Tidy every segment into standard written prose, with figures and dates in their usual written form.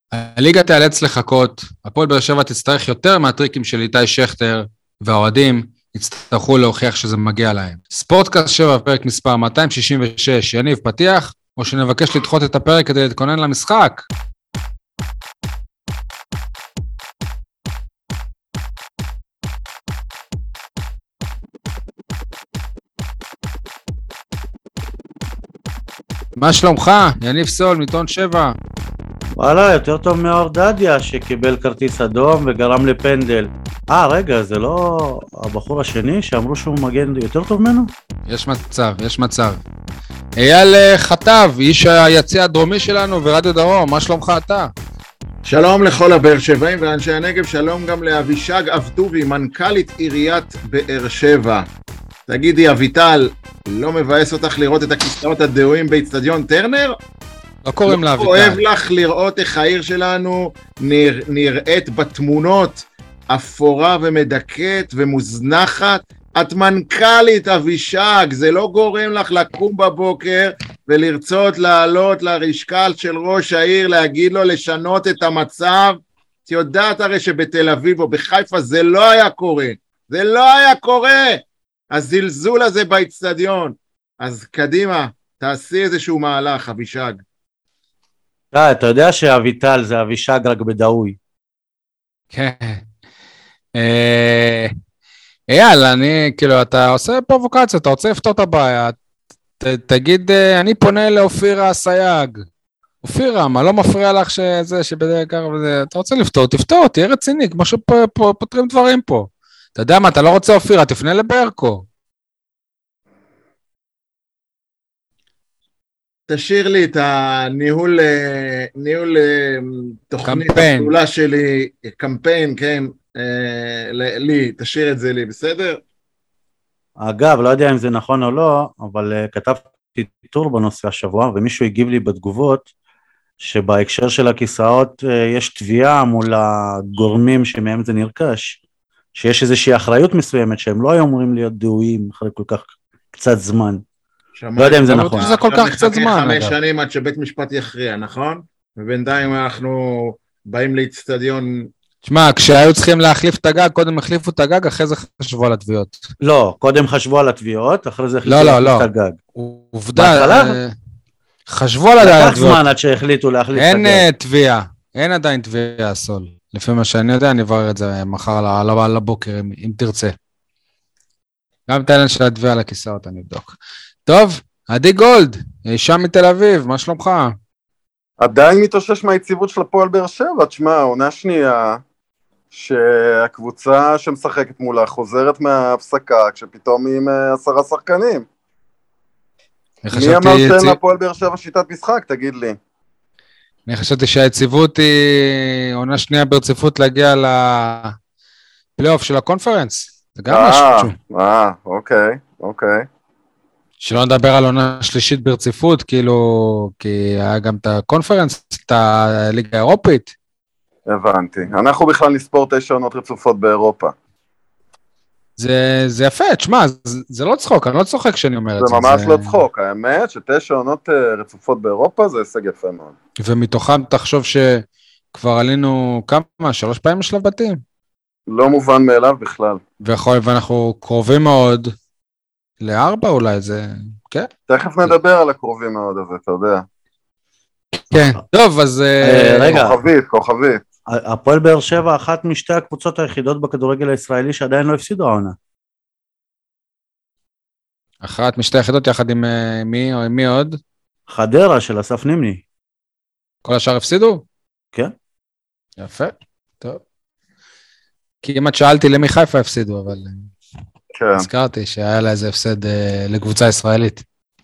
הליגה תיאלץ לחכות, הפועל באר שבע תצטרך יותר מהטריקים של איתי שכטר, והאוהדים יצטרכו להוכיח שזה מגיע להם. ספורטקאסט 7, פרק מספר 266, יניב פתיח, או שנבקש לדחות את הפרק כדי להתכונן למשחק? מה שלומך? יניב סול, מעיתון 7. וואלה, יותר טוב מאור דדיה שקיבל כרטיס אדום וגרם לפנדל. רגע, זה לא הבחור השני שאמרו שהוא מגן יותר טוב ממנו? יש מצב. אייל חטב, איש היציע הדרומי שלנו ורדיו דרום, מה שלומך אתה? שלום לכל הבאר שבעים ואנשי הנגב, שלום גם לאבישג אבטובי, מנכ"לית עיריית באר שבע. תגידי אביטל, לא מבאס אותך לראות את הכיסאות הדהויים באצטדיון טרנר? לא קוראים לה אביטל. אוהב לך לראות איך העיר שלנו נראית בתמונות אפורה ומדכאת ומוזנחת? את מנכ"לית אבישג, זה לא גורם לך לקום בבוקר ולרצות לעלות לרשקל של ראש העיר, להגיד לו לשנות את המצב? את יודעת הרי שבתל אביב או בחיפה זה לא היה קורה, זה לא היה קורה, הזלזול הזה באצטדיון. אז קדימה, תעשי איזשהו מהלך אבישג. אתה יודע שאביטל זה אבישג רק בדאוי. כן. אייל, אתה עושה פרובוקציה, אתה רוצה לפתור את הבעיה, תגיד, אני פונה לאופירה הסייג. אופירה, מה לא מפריע לך שבדרך כלל, אתה רוצה לפתור, תפתור, תהיה רציני, כמו שפותרים דברים פה. אתה יודע מה, אתה לא רוצה אופירה, תפנה לברקו. תשאיר לי את הניהול תוכנית הפעולה שלי, קמפיין, כן, לי, תשאיר את זה לי, בסדר? אגב, לא יודע אם זה נכון או לא, אבל כתבתי טור בנושא השבוע, ומישהו הגיב לי בתגובות, שבהקשר של הכיסאות יש תביעה מול הגורמים שמהם זה נרכש, שיש איזושהי אחריות מסוימת, שהם לא היו אמורים להיות דהויים אחרי כל כך קצת זמן. לא יודע אם זה נכון. זה כל כך קצת זמן. 5 שנים עד שבית משפט יכריע, נכון? ובינתיים אנחנו באים לאצטדיון. תשמע, כשהיו צריכים להחליף את הגג, קודם החליפו את הגג, אחרי זה חשבו על התביעות. לא, קודם חשבו על התביעות, אחרי זה החליפו את הגג. עובדה, חשבו על התביעות. לקח זמן עד שהחליטו להחליף את הגג. אין תביעה, אין עדיין תביעה, סול. לפי מה שאני יודע, אני אברר את זה מחר על הבוקר, אם תרצה. גם את העניין של התביעה על הכיסאות, אני אבדוק. טוב, עדי גולד, שם מתל אביב, מה שלומך? עדיין מתאושש מהיציבות של הפועל באר שבע, תשמע, עונה שנייה, שהקבוצה שמשחקת מולה חוזרת מההפסקה, כשפתאום היא עם 10 שחקנים. מי אמר שאין לפועל באר שבע שיטת משחק, תגיד לי. אני חשבתי שהיציבות היא עונה שנייה ברציפות להגיע לפלייאוף של הקונפרנס, זה גם משהו. אוקיי. שלא נדבר על עונה שלישית ברציפות, כאילו, כי היה גם את הקונפרנס, את הליגה האירופית. הבנתי. אנחנו בכלל נספור 9 עונות רצופות באירופה. זה יפה, תשמע, זה לא צחוק, אני לא צוחק כשאני אומר את זה. זה ממש לא צחוק, האמת ש9 עונות רצופות באירופה זה הישג יפה מאוד. ומתוכם תחשוב שכבר עלינו כמה, 3 פעמים לשלב בתים? לא מובן מאליו בכלל. ואנחנו קרובים מאוד, ל4 אולי, זה, כן. תכף נדבר על הקרובים מאוד הזה, אתה יודע. כן, טוב, אז רגע. כוכבית. הפועל באר שבע, אחת משתי הקבוצות היחידות בכדורגל הישראלי שעדיין לא הפסידו העונה. אחת משתי היחידות יחד עם מי או עם מי עוד? חדרה של אסף נימני. כל השאר הפסידו? כן. יפה, טוב. כמעט שאלתי למי חיפה הפסידו, אבל הזכרתי שהיה לה איזה הפסד לקבוצה ישראלית.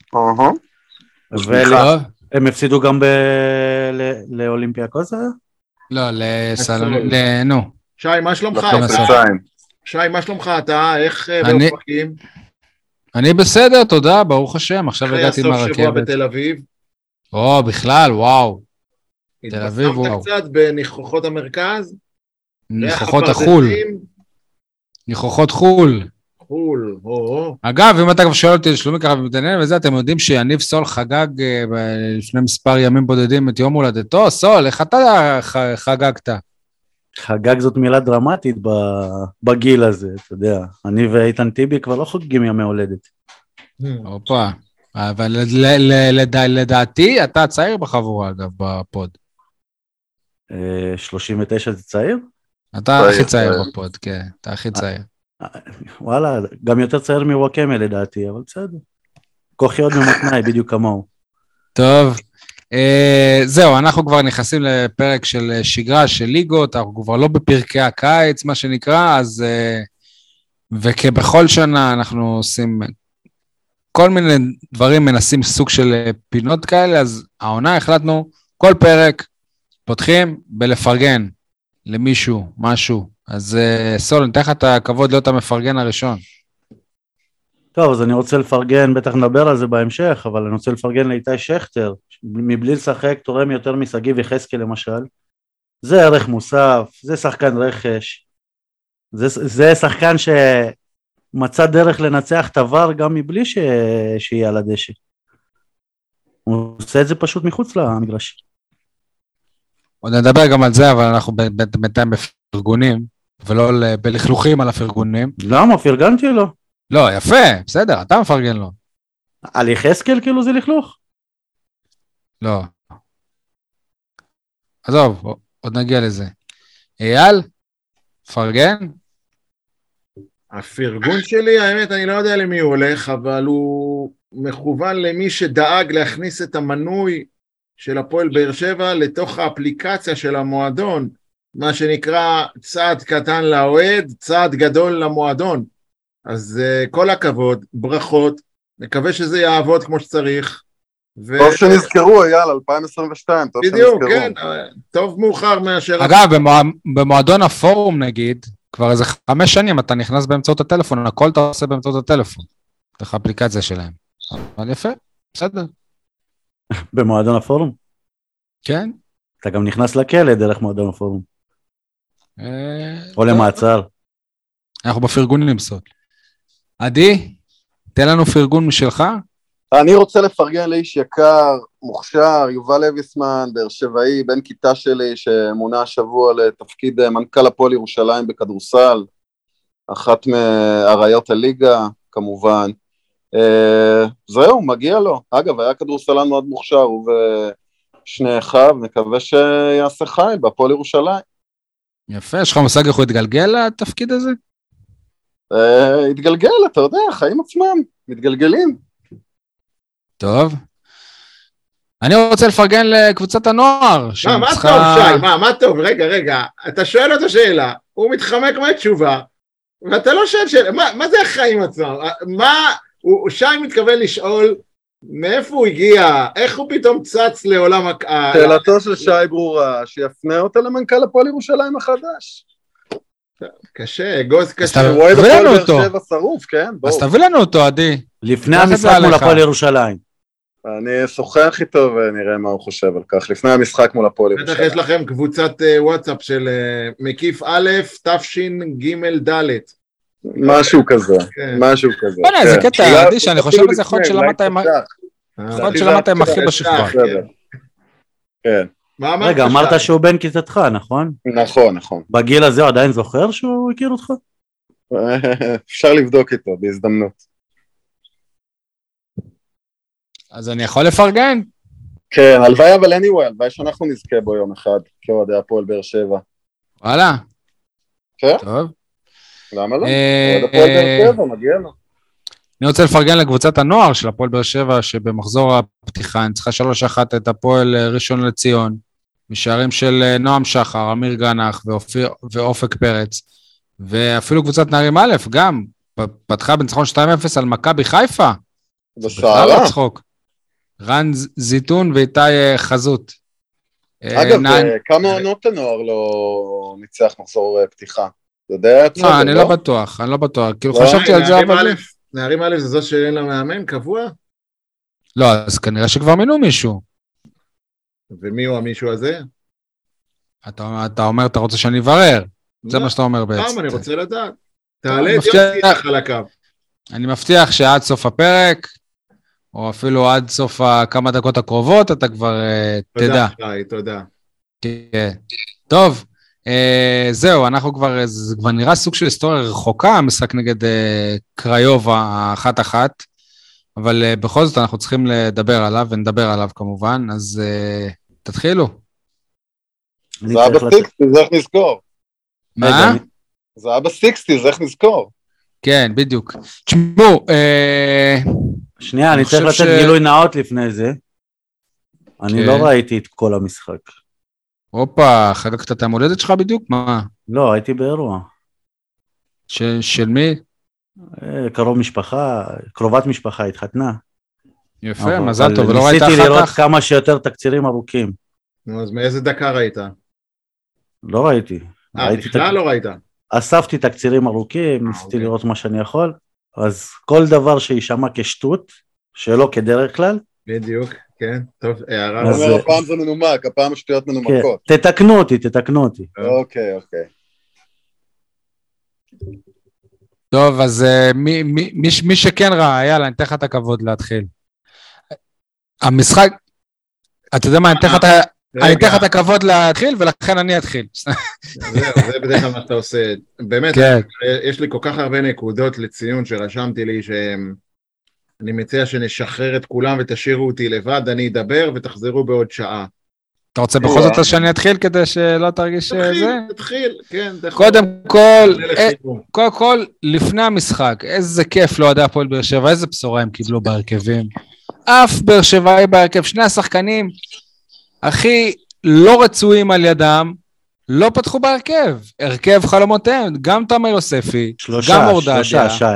הם הפסידו גם לאולימפיאקוס? לא, נו. שי, מה שלומך? מה שלומך אתה? איך באופקים? אני בסדר, תודה, ברוך השם. עכשיו הגעתי מהרכבת. אחרי הסוף שבוע בתל אביב. בכלל, וואו. תל אביב, וואו. התבשמת קצת בניחוחות המרכז? ניחוחות החול. ניחוחות חול. חול, אגב, אם אתה כבר שואל אותי, שלומי ככה ומתעניין וזה, אתם יודעים שיניב סול חגג לפני מספר ימים בודדים את יום הולדתו? סול, איך אתה חגגת? חגג זאת מילה דרמטית בגיל הזה, אתה יודע. אני ואיתן טיבי כבר לא חוגגים ימי הולדת. אופה, אבל לדעתי, אתה צעיר בחבורה, אגב, בפוד. 39 זה צעיר? אתה הכי צעיר בפוד, כן, אתה הכי צעיר. וואלה, גם יותר צעיר מוואקמה לדעתי, אבל בסדר. כוחי עוד ממתנאי, בדיוק כמוהו. טוב, זהו, אנחנו כבר נכנסים לפרק של שגרה, של ליגות, אנחנו כבר לא בפרקי הקיץ, מה שנקרא, אז, וכבכל שנה אנחנו עושים כל מיני דברים, מנסים סוג של פינות כאלה, אז העונה החלטנו, כל פרק פותחים בלפרגן למישהו, משהו, אז סול, נתן לך את הכבוד להיות המפרגן הראשון. טוב, אז אני רוצה לפרגן, בטח נדבר על זה בהמשך, אבל אני רוצה לפרגן לאיתי שכטר, מבלי לשחק תורם יותר מסגיב יחזקאל למשל. זה ערך מוסף, זה שחקן רכש, זה שחקן שמצא דרך לנצח את עבר גם מבלי שיהיה על הדשא. הוא עושה את זה פשוט מחוץ למגרש. עוד נדבר גם על זה, אבל אנחנו בינתיים בפרגונים, ולא בלכלוכים על הפרגונים. למה? פרגנתי לו. לא, יפה, בסדר, אתה מפרגן לו. על יחזקאל כאילו זה לכלוך? לא. עזוב, עוד נגיע לזה. אייל, פרגן? הפרגון שלי, האמת, אני לא יודע למי הוא הולך, אבל הוא מכוון למי שדאג להכניס את המנוי של הפועל באר שבע לתוך האפליקציה של המועדון, מה שנקרא צעד קטן לאוהד, צעד גדול למועדון. אז כל הכבוד, ברכות, מקווה שזה יעבוד כמו שצריך. טוב שנזכרו, אייל, 2022, טוב שנזכרו. בדיוק, כן, טוב מאוחר מאשר... אגב, במועדון הפורום נגיד, כבר איזה 5 שנים אתה נכנס באמצעות הטלפון, הכל אתה עושה באמצעות הטלפון, דרך האפליקציה שלהם. אבל יפה, בסדר. במועדון הפורום? כן. אתה גם נכנס לכלא דרך מועדון הפורום. או למעצר. אנחנו בפרגונים למסות. עדי, תן לנו פרגון משלך. אני רוצה לפרגן לאיש יקר, מוכשר, יובל אביסמן, באר שבעי, בן כיתה שלי, שמונה השבוע לתפקיד מנכ"ל הפועל ירושלים בכדורסל, אחת מאריות הליגה, כמובן. זהו, מגיע לו. אגב, היה כדורסלן מאוד מוכשר, הוא ושני אחיו, נקווה שיעשה חיל בהפועל ירושלים. יפה, יש לך מושג איך הוא התגלגל לתפקיד הזה? התגלגל, אתה יודע, חיים עצמם, מתגלגלים. טוב. אני רוצה לפרגן לקבוצת הנוער. מה טוב, שי? מה טוב? רגע. אתה שואל אותו שאלה, הוא מתחמק מהתשובה, ואתה לא שואל שאלה, מה זה החיים עצמם? שי מתכוון לשאול, מאיפה הוא הגיע? איך הוא פתאום צץ לעולם שאלתו של שי ברורה, שיפנה אותה למנכ"ל הפועל ירושלים החדש. קשה, אגוז קשה. אז תביא לנו אותו. אז תביא לנו אותו, עדי. לפני המשחק מול הפועל ירושלים. אני אשוחח איתו ונראה מה הוא חושב על כך, לפני המשחק מול הפועל ירושלים. בטח יש לכם קבוצת וואטסאפ של מקיף א', תפשין ג' ד'. משהו כזה. בוא'נה, זה קטע, עדי, שאני חושב על זה יכול להיות שלמדת עם אחי בשכבה. כן. רגע, אמרת שהוא בן כיתתך, נכון? נכון. בגיל הזה הוא עדיין זוכר שהוא הכיר אותך? אפשר לבדוק איתו בהזדמנות. אז אני יכול לפרגן? כן, הלוואי, אבל anyway, הלוואי שאנחנו נזכה בו יום אחד, כאוהדי הפועל באר שבע. וואלה. כן? טוב. למה לא? אוהד הפועל באר שבע, מגיע לו. אני רוצה לפרגן לקבוצת הנוער של הפועל באר שבע, שבמחזור הפתיחה ניצחה 3-1 את הפועל ראשון לציון, משערים של נועם שחר, אמיר גנח ואופק פרץ, ואפילו קבוצת נערים א', גם פתחה בניצחון 2-0 על מכבי חיפה. בסערה. רן זיתון ואיתי חזות. אגב, כמה עונות הנוער לא ניצח מחזור פתיחה? לא, אני לא בטוח, כאילו חשבתי על זה, אבל... נערים א' זה זו שאין לה מאמן קבוע? לא, אז כנראה שכבר מינו מישהו. ומי הוא המישהו הזה? אתה אומר, אתה רוצה שאני אברר. זה מה שאתה אומר בעצם. אני רוצה לדעת. תעלה את יוסי לך על הקו. אני מבטיח שעד סוף הפרק, או אפילו עד סוף כמה דקות הקרובות, אתה כבר תדע. תודה, שי, תודה. כן. טוב, זהו, אנחנו כבר, זה כבר נראה סוג של היסטוריה רחוקה, המשחק נגד קריובה 1-1, אבל בכל זאת אנחנו צריכים לדבר עליו, ונדבר עליו כמובן, אז תתחילו. זה היה ב-60, זה איך נזכור. מה? זה היה ב-60, זה איך נזכור. כן, בדיוק. תשמעו, שנייה, אני צריך לתת גילוי נאות לפני זה. אני לא ראיתי את כל המשחק. הופה, חגגת את המולדת שלך בדיוק? מה? לא, הייתי באירוע. של מי? קרובת משפחה התחתנה. יפה, מזל טוב, ולא ראית אחר כך? ניסיתי לראות כמה שיותר תקצירים ארוכים. אז מאיזה דקה ראית? לא ראיתי. בכלל לא ראית? אספתי תקצירים ארוכים, ניסיתי לראות מה שאני יכול, אז כל דבר שישמע כשטות, שלא כדרך כלל. בדיוק, כן, טוב, הערה. הפעם זה מנומק, הפעם השטויות מנומקות. תתקנו אותי. אוקיי. טוב, אז מי שכן ראה, יאללה, אני אתן לך את הכבוד להתחיל. המשחק, אתה יודע מה, אני אתן לך את הכבוד להתחיל, ולכן אני אתחיל. זה בדרך כלל מה שאתה עושה. באמת, יש לי כל כך הרבה נקודות לציון שרשמתי לי, שאני מציע שנשחרר את כולם ותשאירו אותי לבד, אני אדבר ותחזרו בעוד שעה. אתה רוצה בכל זאת שאני אתחיל כדי שלא תרגיש זה? תתחיל, כן. קודם כל, לפני המשחק, איזה כיף לא יודע הפועל באר שבע, איזה בשורה הם קיבלו בהרכבים. אף באר שבעי בהרכב, שני השחקנים הכי לא רצויים על ידם, לא פתחו בהרכב. הרכב חלומותיהם, גם תמר יוספי, גם אורדדיה. שי.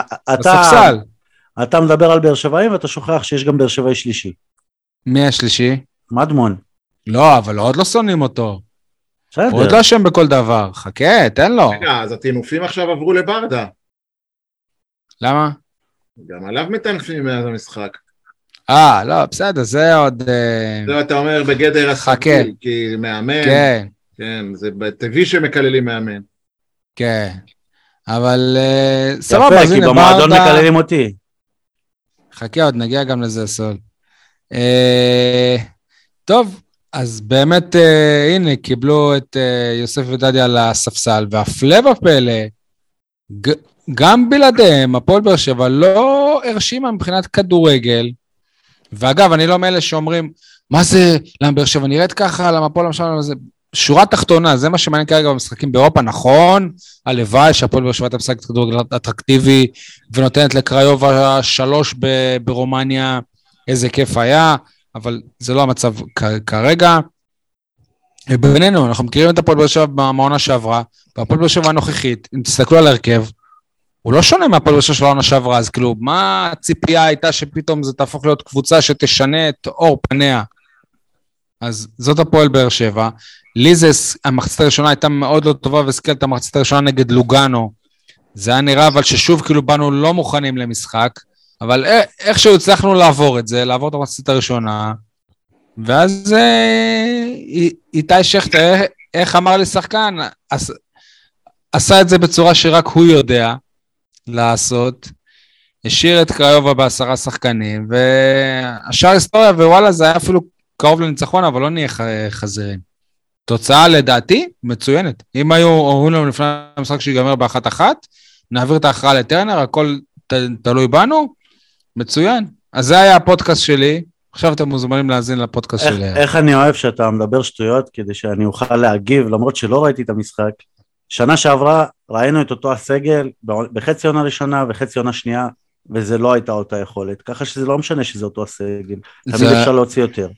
אתה מדבר על באר שבעים ואתה שוכח שיש גם באר שבעי שלישי. מי השלישי? מדמון. לא, אבל עוד לא שונאים אותו. בסדר. הוא עוד לא שם בכל דבר. חכה, תן לו. רגע, אז התינופים עכשיו עברו לברדה. למה? גם עליו מתנפים מאז המשחק. לא, בסדר, זה עוד... זה אתה אומר בגדר הסגול, כי מאמן. כן. כן, זה בטבעי שמקללים מאמן. כן. אבל סבבה, יפה, כי במועדון מקללים אותי. חכה, עוד נגיע גם לזה, סול. טוב, אז באמת, הנה, קיבלו את יוסף ודדיה על הספסל, והפלא ופלא, גם בלעדיהם, הפועל באר שבע לא הרשימה מבחינת כדורגל, ואגב, אני לא מאלה שאומרים, מה זה, למה באר שבע נראית ככה, למה הפועל למשל, זה שורה תחתונה, זה מה שמעניין כרגע במשחקים באירופה, נכון, הלוואי שהפועל באר שבע תמשחק כדורגל אטרקטיבי, ונותנת לקריובה 3 ברומניה, איזה כיף היה, אבל זה לא המצב כרגע. בינינו, אנחנו מכירים את הפועל באר שבע במעונה שעברה, והפועל באר שבע הנוכחית, אם תסתכלו על הרכב, הוא לא שונה מהפועל באר שבע של העונה שעברה, אז כאילו, מה הציפייה הייתה שפתאום זה תהפוך להיות קבוצה שתשנה את אור פניה? אז זאת הפועל באר שבע. לי זה, המחצית הראשונה הייתה מאוד לא טובה, והזכירה את המחצית הראשונה נגד לוגאנו. זה היה נראה, אבל ששוב כאילו באנו לא מוכנים למשחק, אבל איכשהו הצלחנו לעבור את זה, לעבור את המחצית הראשונה, ואז איתי שכטר, איך אמר לי שחקן, עשה את זה בצורה שרק הוא יודע לעשות, השאיר את קריובה ב10 שחקנים, והשאר היסטוריה, ווואלה, זה היה אפילו קרוב לניצחון, אבל לא נהיה חזירים. תוצאה לדעתי מצוינת. אם היו אומרים לנו לפני המשחק שיגמר ב1-1, נעביר את ההכרעה לטרנר, הכל תלוי בנו, מצוין. אז זה היה הפודקאסט שלי, עכשיו אתם מוזמנים להאזין לפודקאסט שלי. איך אני אוהב שאתה מדבר שטויות, כדי שאני אוכל להגיב, למרות שלא ראיתי את המשחק. שנה שעברה ראינו את אותו הסגל, בחצי עונה ראשונה וחצי עונה שנייה, וזה לא הייתה אותה יכולת, ככה שזה לא משנה שזה אותו הסגל, תמיד אפשר להוציא יותר.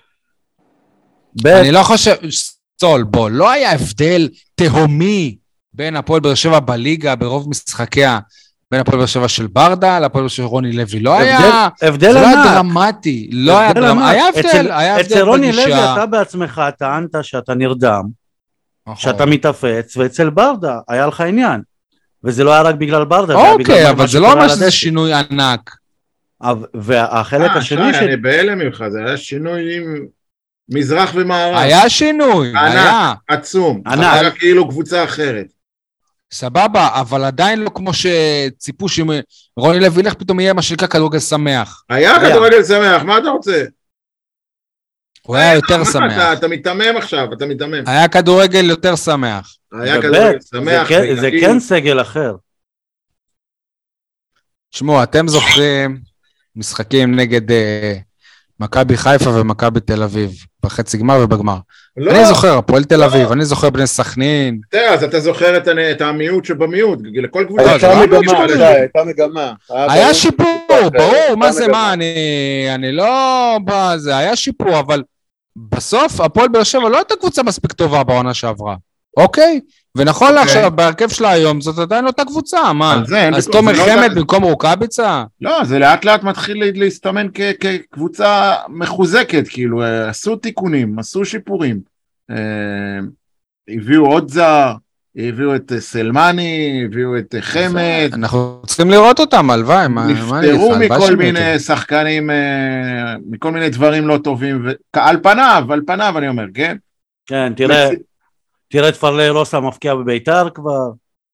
אני לא חושב, סול, בוא, לא היה הבדל תהומי בין הפועל באר שבע בליגה, ברוב משחקיה, בין הפועל באר שבע של ברדה, לפועל באר שבע של רוני לוי, לא היה, הבדל זה לא היה דרמטי, לא היה דרמטי, היה הבדל, היה הבדל בגישה. אצל רוני לוי אתה בעצמך טענת שאתה נרדם, שאתה מתאפץ, ואצל ברדה היה לך עניין, וזה לא היה רק בגלל ברדה, אוקיי, אבל זה לא אומר שזה שינוי ענק. והחלק השני אני בהלם ממך, זה היה שינוי עם מזרח ומערב. היה שינוי, היה. עצום, היה כאילו קבוצה אחרת. סבבה, אבל עדיין לא כמו שציפו שרוני לוי ילך, פתאום יהיה מה שנקרא כדורגל שמח. היה כדורגל שמח, מה אתה רוצה? הוא היה יותר שמח. אתה מתמם עכשיו, אתה מתמם. היה כדורגל יותר שמח. היה כדורגל שמח. זה כן סגל אחר. תשמעו, אתם זוכרים משחקים נגד מכבי חיפה ומכבי תל אביב, בחצי גמר ובגמר. אני זוכר, הפועל תל אביב, אני זוכר בני סכנין. אז אתה זוכר את המיעוט שבמיעוט, לכל קבוצה. הייתה מגמה. היה שיפור, ברור, מה זה, מה, אני לא, זה היה שיפור, אבל בסוף הפועל באר שבע לא הייתה קבוצה מספיק טובה בעונה שעברה, אוקיי? ונכון לעכשיו, בהרכב שלה היום, זאת עדיין אותה קבוצה, מה? אז תומר חמד במקום רוקאביצה? לא, זה לאט לאט מתחיל להסתמן כקבוצה מחוזקת, כאילו, עשו תיקונים, עשו שיפורים. הביאו עוד זר, הביאו את סלמני, הביאו את חמד. אנחנו צריכים לראות אותם, הלוואי. נפטרו מכל מיני שחקנים, מכל מיני דברים לא טובים, על פניו אני אומר, כן? כן, תראה את פרלי רוסה מפקיע בביתר כבר.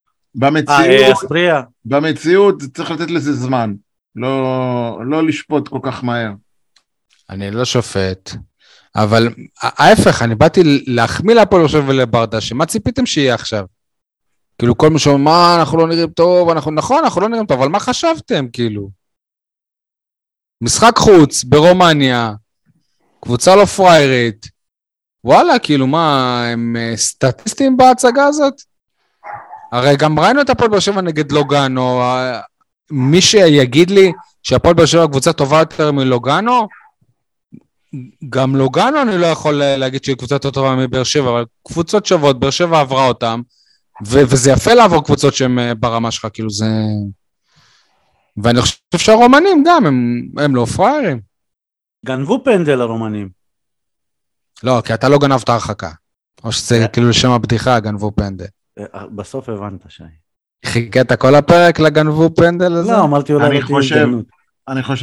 במציאות צריך לתת לזה זמן, לא לשפוט כל כך מהר. אני לא שופט, אבל ההפך, אני באתי להחמיא להפועל באר שבע ולברדה, שמה ציפיתם שיהיה עכשיו? כאילו כל מישהו, מה, אנחנו לא נראים טוב, נכון, אנחנו לא נראים טוב, אבל מה חשבתם, כאילו? משחק חוץ ברומניה, קבוצה לא פריירית, וואלה, כאילו מה, הם סטטיסטים בהצגה הזאת? הרי גם ראינו את הפועל באר שבע נגד לוגאנו, מי שיגיד לי שהפועל באר שבע קבוצה טובה יותר מלוגאנו, גם לוגאנו אני לא יכול להגיד שהיא קבוצה יותר טובה מבאר שבע, אבל קבוצות שוות, באר שבע עברה אותם, וזה יפה לעבור קבוצות שהן ברמה שלך, כאילו זה... ואני חושב שהרומנים גם, הם לא פריירים. גנבו פנדל הרומנים. לא, כי אתה לא גנבת הרחקה. או שזה כאילו לשם הבדיחה, גנבו פנדל. בסוף הבנת שי. חיכית כל הפרק לגנבו פנדל הזה? לא, אמרתי אולי... אני חושב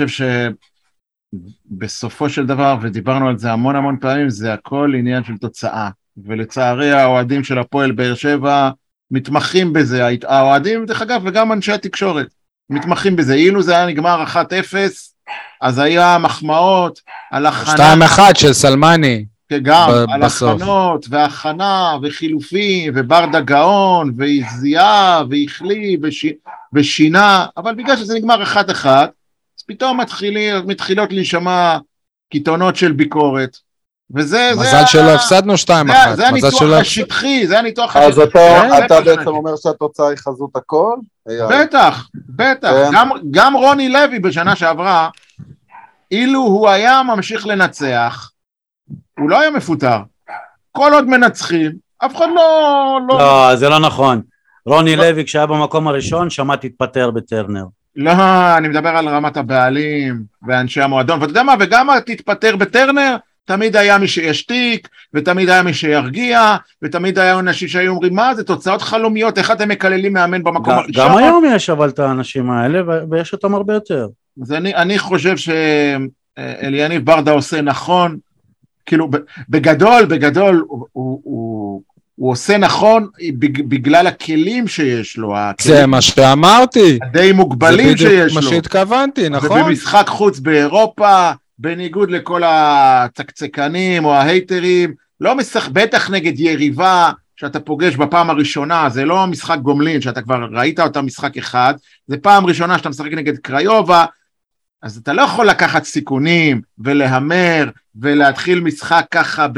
שבסופו של דבר, ודיברנו על זה המון פעמים, זה הכל עניין של תוצאה. ולצערי האוהדים של הפועל באר שבע מתמחים בזה. האוהדים, דרך אגב, וגם אנשי התקשורת, מתמחים בזה. אילו זה היה נגמר 1-0, אז היה מחמאות על הכנה... 2-1 של סלמני. גם על הכנות והכנה וחילופים וברדה גאון והזיעה והחליף ושינה, אבל בגלל שזה נגמר 1-1, אז פתאום מתחילות להישמע קיתונות של ביקורת, וזה... מזל שלא הפסדנו 2-1. זה הניתוח השטחי, זה הניתוח השטחי. אז אתה בעצם אומר שהתוצאה היא חזות הכל? בטח. גם רוני לוי בשנה שעברה, אילו הוא היה ממשיך לנצח, הוא לא היה מפוטר. כל עוד מנצחים, אף אחד לא... לא, זה לא נכון. רוני לוי, כשהיה במקום הראשון, שמעתי התפטר בטרנר. לא, אני מדבר על רמת הבעלים ואנשי המועדון, ואתה יודע מה, וגם תתפטר בטרנר, תמיד היה מי שישתיק, ותמיד היה מי שירגיע, ותמיד היה אנשים שהיו אומרים, מה זה תוצאות חלומיות, איך אתם מקללים מאמן במקום הראשון? גם היום יש אבל את האנשים האלה, ויש אותם הרבה יותר. אז אני חושב שאליניב ברדה עושה נכון, כאילו בגדול הוא עושה נכון בגלל הכלים שיש לו, זה מה שאמרתי, די מוגבלים שיש לו, זה בדיוק מה שהתכוונתי, נכון? ובמשחק חוץ באירופה, בניגוד לכל הצקצקנים או ההייטרים, לא משחק, בטח נגד יריבה שאתה פוגש בפעם הראשונה, זה לא משחק גומלין שאתה כבר ראית אותה משחק אחד, זה פעם ראשונה שאתה משחק נגד קריובה, אז אתה לא יכול לקחת סיכונים ולהמר ולהתחיל משחק ככה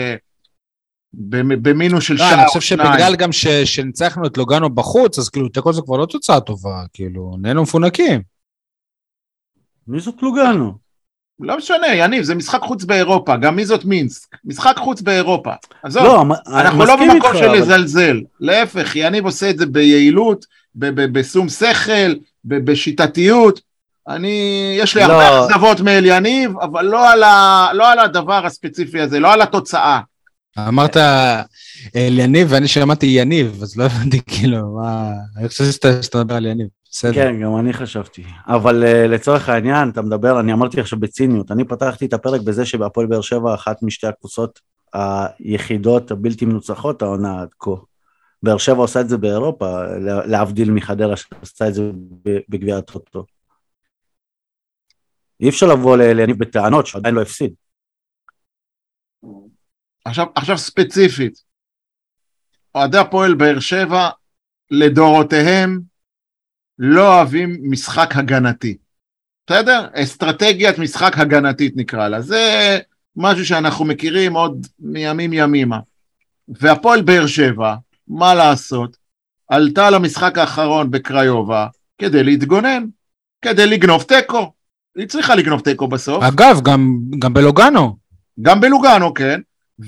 במינוס של שעה. אני חושב שבגלל גם שניצחנו את לוגאנו בחוץ, אז כאילו תיקו זה כבר לא תוצאה טובה, כאילו נהיינו מפונקים. מי זאת לוגאנו? לא משנה, יניב, זה משחק חוץ באירופה, גם מי זאת מינסק, משחק חוץ באירופה. אז אנחנו לא במקום של לזלזל, להפך, יניב עושה את זה ביעילות, בשום שכל, בשיטתיות, יש לי הרבה אכזבות מאל יניב, אבל לא על הדבר הספציפי הזה, לא על התוצאה. אמרת אל יניב, ואני שמעתי יניב, אז לא הבנתי כאילו, אני חושב שאתה מדבר על יניב. כן, גם אני חשבתי, אבל לצורך העניין, אתה מדבר, אני אמרתי עכשיו בציניות, אני פתחתי את הפרק בזה שבהפועל באר שבע, אחת משתי הקבוצות היחידות הבלתי מנוצחות, העונה עד כה. באר שבע עושה את זה באירופה, להבדיל מחדרה שעושה את זה בגביע הטוטו. אי אפשר לבוא להניב בטענות שעדיין לא הפסיד. עכשיו ספציפית, אוהדי הפועל באר שבע לדורותיהם לא אוהבים משחק הגנתי. בסדר? אסטרטגיית משחק הגנתית נקרא לה. זה משהו שאנחנו מכירים עוד מימים ימימה. והפועל באר שבע, מה לעשות? עלתה למשחק האחרון בקריובה כדי להתגונן, כדי לגנוב טקו. היא צריכה לגנוב טקו בסוף. אגב, גם בלוגנו. גם בלוגנו, כן.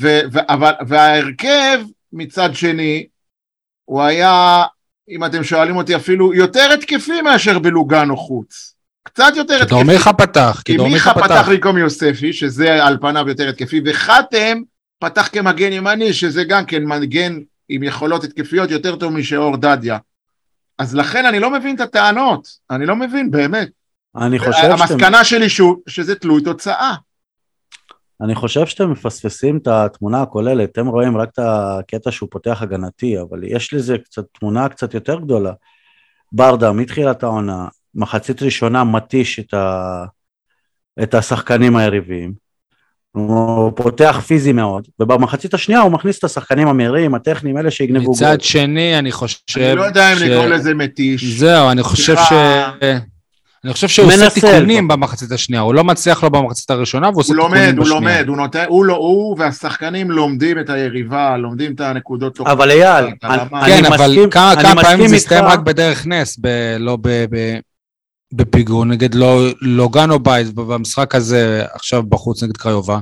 וההרכב מצד שני, הוא היה, אם אתם שואלים אותי, אפילו יותר התקפי מאשר בלוגנו חוץ. קצת יותר התקפי. כדור מיכה פתח. כי מיכה פתח ריקום יוספי, שזה על פניו יותר התקפי, וחתם פתח כמגן ימני, שזה גם כן מגן עם יכולות התקפיות יותר טוב משאור דדיה. אז לכן אני לא מבין את הטענות, אני לא מבין באמת. המסקנה שלי שזה תלוי תוצאה. אני חושב שאתם מפספסים את התמונה הכוללת, אתם רואים רק את הקטע שהוא פותח הגנתי, אבל יש לזה קצת תמונה קצת יותר גדולה. ברדה, מתחילת העונה, מחצית ראשונה מתיש את השחקנים היריבים, הוא פותח פיזי מאוד, ובמחצית השנייה הוא מכניס את השחקנים המהירים, הטכניים, אלה שיגנבו. מצד שני, אני חושב... אני לא יודע אם לקרוא לזה מתיש. זהו, אני חושב שהוא עושה תיקונים במחצית השנייה, הוא לא מצליח לו במחצית הראשונה, והוא עושה תיקונים בשנייה. הוא והשחקנים לומדים את היריבה, לומדים את הנקודות. אבל אייל, כן, אבל כמה פעמים זה הסתיים רק בדרך נס, לא בפיגור, נגד לוגנו בית, במשחק הזה, עכשיו בחוץ נגד קריובה,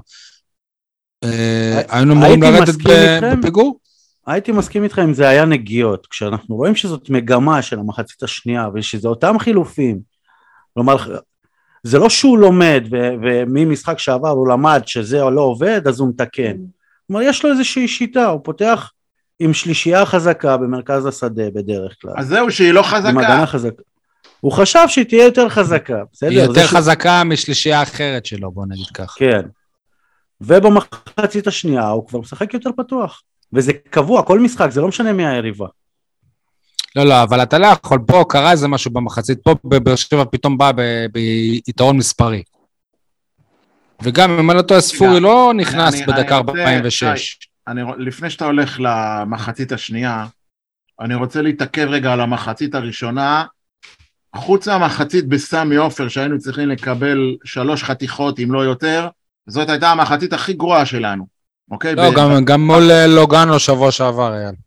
היינו אמורים לרדת בפיגור? הייתי מסכים איתך אם זה היה נגיעות, כשאנחנו רואים שזאת מגמה של המחצית השנייה, ושזה אותם חילופים, כלומר, זה לא שהוא לומד, וממשחק שעבר הוא למד שזה לא עובד, אז הוא מתקן. כלומר, יש לו איזושהי שיטה, הוא פותח עם שלישייה חזקה במרכז השדה בדרך כלל. אז זהו, שהיא לא חזקה. עם הגנה חזקה. הוא חשב שהיא תהיה יותר חזקה. היא יותר חזקה משלישייה אחרת שלו, בוא נגיד כך. כן. ובמחצית השנייה הוא כבר משחק יותר פתוח. וזה קבוע, כל משחק, זה לא משנה מי היריבה. לא, אבל אתה לא יכול, פה קרה איזה משהו במחצית, פה בבאר שבע פתאום בא ביתרון מספרי. וגם אם אני לא טועה, ספורי לא נכנס בדקה 46. לפני שאתה הולך למחצית השנייה, אני רוצה להתעכב רגע על המחצית הראשונה, חוץ מהמחצית בסמי עופר, שהיינו צריכים לקבל 3 חתיכות, אם לא יותר, זאת הייתה המחצית הכי גרועה שלנו. אוקיי? לא, גם מול לוגנו שבוע שעבר, אייל.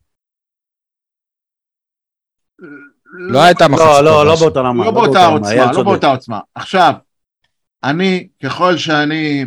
לא הייתה מחצית. לא באותה רמה. לא באותה עוצמה. עכשיו, אני, ככל שאני,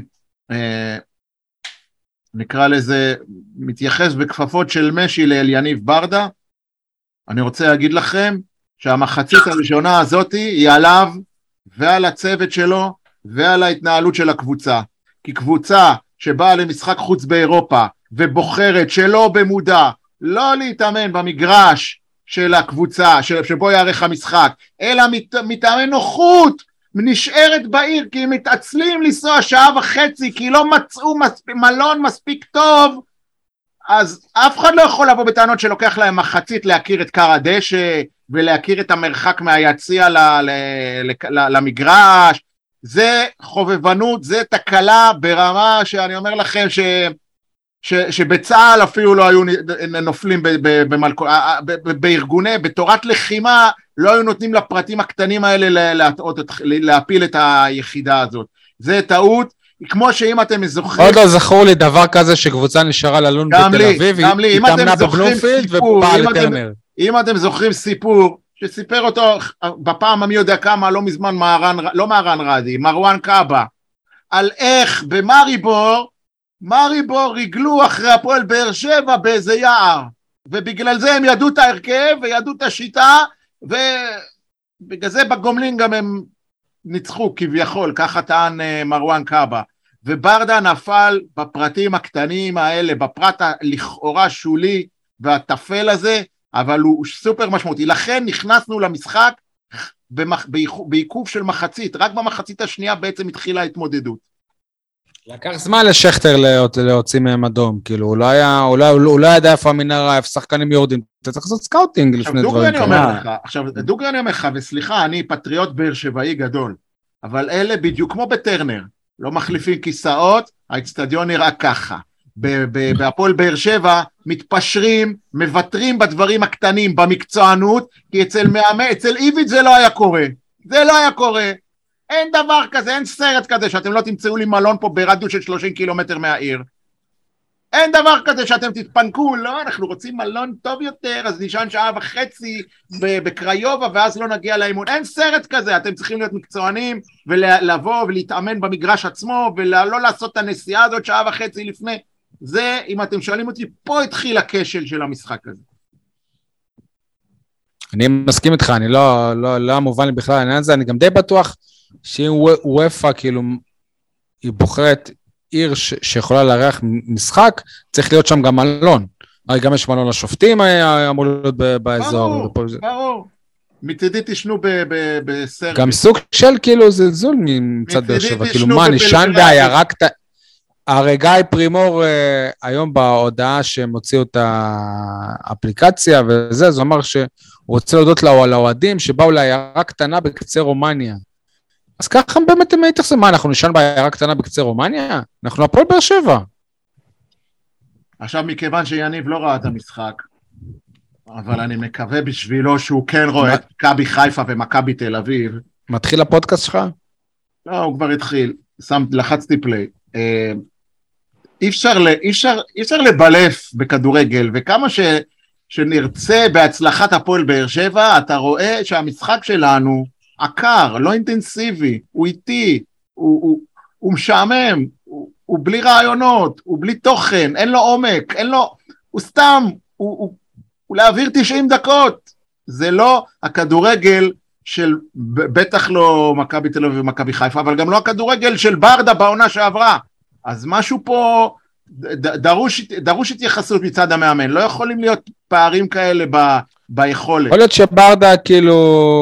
נקרא לזה, מתייחס בכפפות של משי לאליניב ברדה, אני רוצה להגיד לכם, שהמחצית הראשונה הזאת היא עליו, ועל הצוות שלו, ועל ההתנהלות של הקבוצה. כי קבוצה שבאה למשחק חוץ באירופה, ובוחרת שלא במודע, לא להתאמן במגרש, של הקבוצה, שבו יערך המשחק, אלא מטעמי נוחות, נשארת בעיר, כי הם מתעצלים לנסוע 1.5 שעה, כי לא מצאו מלון מספיק טוב, אז אף אחד לא יכול לבוא בטענות שלוקח להם מחצית להכיר את קר הדשא, ולהכיר את המרחק מהיציע למגרש, זה חובבנות, זה תקלה ברמה שאני אומר לכם שבצהל אפילו לא היו נופלים בארגוני, בתורת לחימה, לא היו נותנים לפרטים הקטנים האלה להפיל את היחידה הזאת. זה טעות, כמו שאם אתם זוכרים... עוד לא זכור לי דבר כזה שקבוצה נשארה ללון בתל אביב, היא תאמנה בבלומפילד ובאה לטרנר. אם אתם זוכרים סיפור, שסיפר אותו בפעם המי יודע כמה, לא מזמן מהרן רדי, מרואן קאבה, על איך במריבור ריגלו אחרי הפועל באר שבע באיזה יער, ובגלל זה הם ידעו את ההרכב וידעו את השיטה, ובגלל זה בגומלין גם הם ניצחו כביכול, ככה טען מרואן קאבה, וברדה נפל בפרטים הקטנים האלה, בפרט לכאורה שולי והטפל הזה, אבל הוא סופר משמעותי. לכן נכנסנו למשחק בעיכוב של מחצית, רק במחצית השנייה בעצם התחילה התמודדות. לקח זמן לשכטר להוציא מהם אדום, כאילו, הוא לא ידע איפה המנהרה, איפה שחקנים יורדים, אתה צריך לעשות סקאוטינג לפני דברים כאלה. עכשיו, דוגרי אני אומר לך, וסליחה, אני פטריוט באר שבעי גדול, אבל אלה בדיוק כמו בטרנר, לא מחליפים כיסאות, האצטדיון נראה ככה. בהפועל באר שבע מתפשרים, מבטרים בדברים הקטנים, במקצוענות, כי אצל איביץ' זה לא היה קורה. זה לא היה קורה. אין דבר כזה, אין סרט כזה שאתם לא תמצאו לי מלון פה ברדיוס של 30 קילומטר מהעיר. אין דבר כזה שאתם תתפנקו, לא, אנחנו רוצים מלון טוב יותר, אז נשען שעה וחצי בקריובה, ואז לא נגיע לאימון. אין סרט כזה, אתם צריכים להיות מקצוענים, ולבוא ולהתאמן במגרש עצמו, ולא לעשות את הנסיעה הזאת שעה וחצי לפני. זה, אם אתם שואלים אותי, פה התחיל הכשל של המשחק הזה. אני מסכים איתך, אני לא מובן לי בכלל העניין הזה, אני גם די בטוח שאם וופא כאילו היא בוחרת עיר שיכולה לארח משחק, צריך להיות שם גם מלון. הרי גם יש מלון לשופטים אמור להיות באזור. ברור. מצדי תשנו בסרבי. גם סוג של כאילו זלזול מצד באר שבע, כאילו מה, נשען בעיירה קטנה. הרי גיא פרימור היום בהודעה שהם הוציאו את האפליקציה וזה, זה אומר שהוא רוצה להודות לאוהדים שבאו לעיירה קטנה בקצה רומניה. אז ככה באמת הם הייתכסים, מה, אנחנו נשען בעיירה קטנה בקצה רומניה? אנחנו הפועל באר שבע. עכשיו מכיוון שיניב לא ראה את המשחק, אבל אני מקווה בשבילו שהוא כן רואה את מכבי חיפה ומכבי תל אביב. מתחיל הפודקאסט שלך? לא, הוא כבר התחיל, לחצתי פליי. אי אפשר לבלף בכדורגל, וכמה שנרצה בהצלחת הפועל באר שבע, אתה רואה שהמשחק שלנו עקר, לא אינטנסיבי, הוא איטי, הוא משעמם, הוא בלי רעיונות, הוא בלי תוכן, אין לו עומק, הוא סתם, הוא להעביר 90 דקות, זה לא הכדורגל של, בטח לא מכבי תל אביב ומכבי חיפה, אבל גם לא הכדורגל של ברדה בעונה שעברה, אז משהו פה, דרוש התייחסות מצד המאמן, לא יכולים להיות פערים כאלה ביכולת. יכול להיות שברדה כאילו,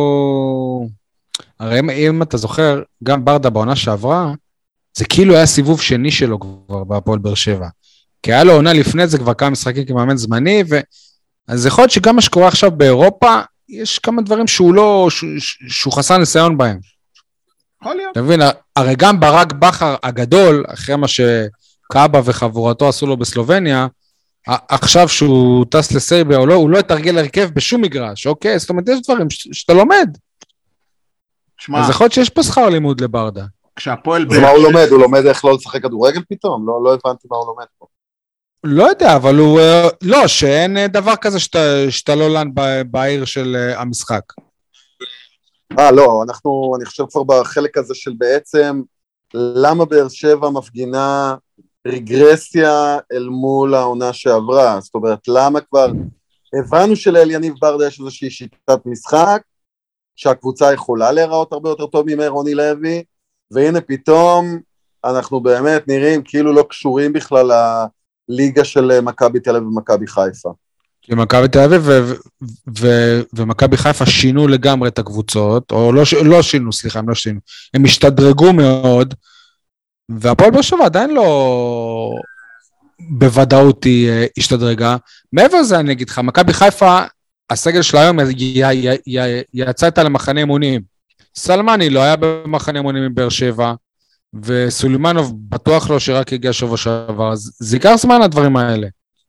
הרי אם אתה זוכר, גם ברדה בעונה שעברה, זה כאילו היה סיבוב שני שלו כבר בהפועל באר שבע, כי היה לו עונה לפני זה כבר כמה משחקים כמאמן זמני, אז יכול להיות שגם מה שקורה עכשיו באירופה, יש כמה דברים שהוא חסר ניסיון בהם. יכול להיות. אתה מבין, הרי גם ברק בכר הגדול, אחרי מה שקאבה וחבורתו עשו לו בסלובניה, עכשיו שהוא טס לסרביה, הוא לא יתרגל הרכב בשום מגרש, אוקיי? זאת אומרת, יש דברים שאתה לומד. אז יכול להיות שיש פה שכר לימוד לברדה. אז מה הוא לומד? הוא לומד איך לא לשחק כדורגל פתאום? לא הבנתי מה הוא לומד פה. לא יודע, אבל הוא, לא, שאין דבר כזה שאתה לא לן בעיר של המשחק. לא, אני חושב כבר בחלק הזה של בעצם, למה באר שבע מפגינה רגרסיה אל מול העונה שעברה, זאת אומרת, למה כבר, הבנו שלאל יניב ברדה יש איזושהי שיטת משחק, שהקבוצה יכולה להיראות הרבה יותר טוב ממאיר רוני לוי, והנה פתאום אנחנו באמת נראים כאילו לא קשורים בכלל לליגה של מכבי תל אביב ומכבי חיפה. כי מכבי תל אביב ומכבי חיפה שינו לגמרי את הקבוצות, או לא שינו, סליחה, הם לא שינו, הם השתדרגו מאוד, והפועל באר שבע עדיין לא בוודאות היא השתדרגה. מעבר לזה אני אגיד לך, מכבי חיפה, הסגל של היום יצא איתה למחנה אימונים. סלמני לא היה במחנה אימונים עם באר שבע, וסולימנוב בטוח לא שרק הגיע שבוע שעבר, אז זה ייקח זמן הדברים האלה.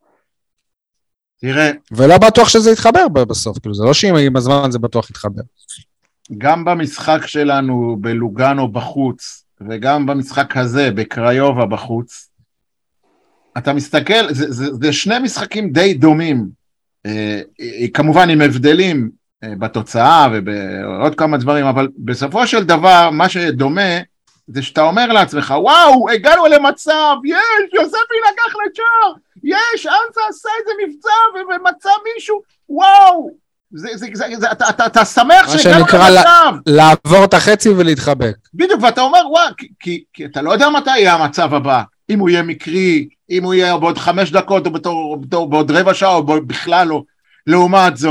תראה. ולא בטוח שזה יתחבר בסוף, כאילו זה לא שאם הזמן זה בטוח יתחבר. גם במשחק שלנו בלוגנו בחוץ, וגם במשחק הזה בקריובה בחוץ, אתה מסתכל, זה שני משחקים די דומים, כמובן עם הבדלים בתוצאה ובעוד כמה דברים, אבל בסופו של דבר מה שדומה, זה שאתה אומר לעצמך, וואו, הגענו למצב, יש, יוספי לקח לשער, יש, אנסה עשה איזה מבצע ומצא מישהו, וואו, אתה שמח שהגענו למצב. לעבור את החצי ולהתחבק. בדיוק, ואתה אומר, וואו, כי אתה לא יודע מתי יהיה המצב הבא, אם הוא יהיה מקרי, אם הוא יהיה בעוד 5 דקות, או בעוד רבע שעה, או בכלל לא, לעומת זאת,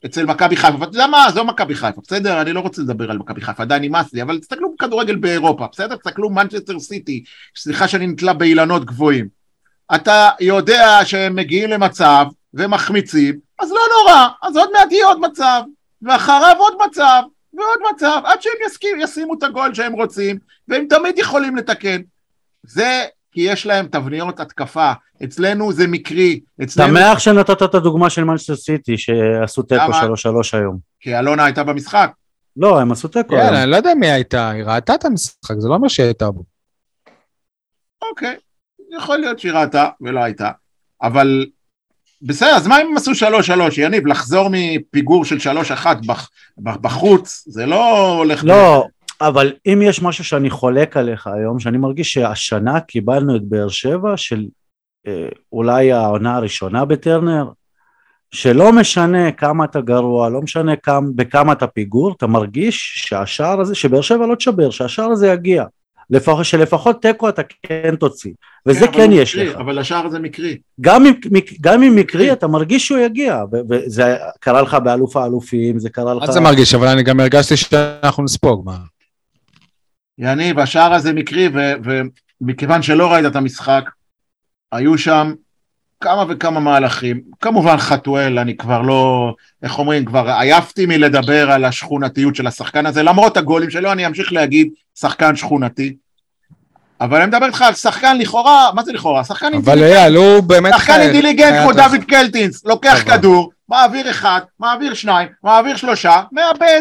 אצל מכבי חיפה, ואתה יודע מה, זו מכבי חיפה, בסדר? אני לא רוצה לדבר על מכבי חיפה, עדיין נמאס לי, אבל תסתכלו בכדורגל באירופה, בסדר? תסתכלו מנצ'סטר סיטי, סליחה שאני נתלה באילנות גבוהים. אתה יודע שהם מגיעים למצב ומחמיצים, אז לא נורא, אז עוד מעט יהיה עוד מצב, ואחריו עוד מצב, ועוד מצב, עד שהם ישימו את הגול שהם רוצים, והם תמיד יכולים לתקן. זה כי יש להם תבניות התקפה, אצלנו זה מקרי, תמח שנתת את הדוגמה של מנצ'סטר סיטי, שעשו תיקו 3-3 היום. כי אלונה הייתה במשחק. לא, הם עשו תיקו היום. אני לא יודע מי הייתה, היא ראתה את המשחק, זה לא אומר שהיא הייתה בו. אוקיי, יכול להיות שהיא ראתה ולא הייתה, אבל בסדר, אז מה אם הם עשו 3-3, יניב, לחזור מפיגור של 3-1 בחוץ, זה לא הולך... לא, אבל אם יש משהו שאני חולק עליך היום, שאני מרגיש שהשנה קיבלנו את באר שבע של אולי העונה הראשונה בטרנר, שלא משנה כמה אתה גרוע, לא משנה בכמה אתה פיגור, אתה מרגיש שהשער הזה, שבאר שבע לא תשבר, שהשער הזה יגיע, שלפחות תיקו אתה כן תוציא, וזה כן יש לך. אבל השער הזה מקרי. גם אם מקרי, אתה מרגיש שהוא יגיע, וזה קרה לך באלוף האלופים, זה קרה לך... אז זה מרגיש, אבל אני גם הרגשתי שאנחנו נספוג, מה? יניב, השער הזה מקרי, ומכיוון שלא ראית את המשחק, היו שם כמה וכמה מהלכים, כמובן חתואל, אני כבר לא, איך אומרים, כבר עייפתי מלדבר על השכונתיות של השחקן הזה, למרות הגולים שלו, אני אמשיך להגיד שחקן שכונתי, אבל אני מדבר איתך על שחקן לכאורה, מה זה לכאורה? שחקן אינטליגנט כמו דוד קלטינס, לוקח כדור, מעביר אחד, מעביר שניים, מעביר שלושה, מאבד,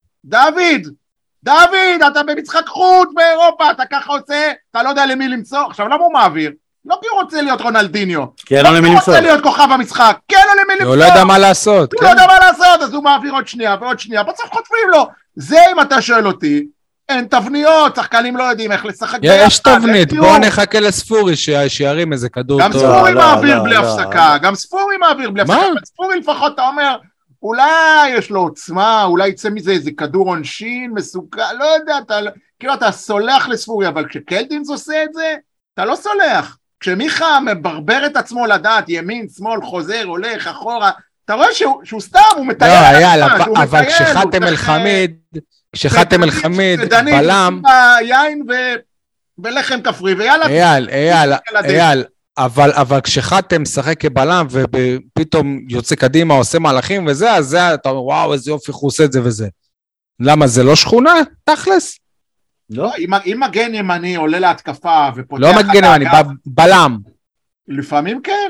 דוד, אתה במשחק חוץ באירופה, אתה ככה עושה, אתה לא יודע למי למצוא, עכשיו למה הוא מעביר? לא כי הוא רוצה להיות רונלדיניו, לא כי הוא רוצה להיות כוכב המשחק, כן או למי למצוא, הוא לא יודע מה לעשות, הוא לא יודע מה לעשות, אז הוא מעביר עוד שנייה ועוד שנייה, בסוף חוטפים לו, זה אם אתה שואל אותי, אין תבניות, שחקנים לא יודעים איך לשחק ביחד, יש תבנית, בוא נחכה לספורי שירים איזה כדור טוב, גם ספורי מעביר בלי הפסקה, גם ספורי מעביר בלי הפסקה, ספורי לפחות אתה אומר, אולי יש לו עוצמה, אולי יצא מזה איזה כדור עונשין, מסוכן, לא יודע, כאילו אתה סולח לספורי, אבל כשקלטינס עושה את זה, אתה לא סולח. כשמיכה מברבר את עצמו לדעת, ימין, שמאל, חוזר, הולך, אחורה, אתה רואה שהוא סתם, הוא מטייל. לא, יאללה, אבל כשחתם אל חמיד, בלם. יין ולחם כפרי, ויאללה. אייל, אבל כשחתם משחק כבלם, ופתאום יוצא קדימה, עושה מהלכים וזה, אז זה, אתה אומר, וואו, איזה יופי, הוא עושה את זה וזה. למה, זה לא שכונה? תכלס? לא, אם מגן ימני עולה להתקפה ופותח... לא מגן ימני, בלם. לפעמים כן.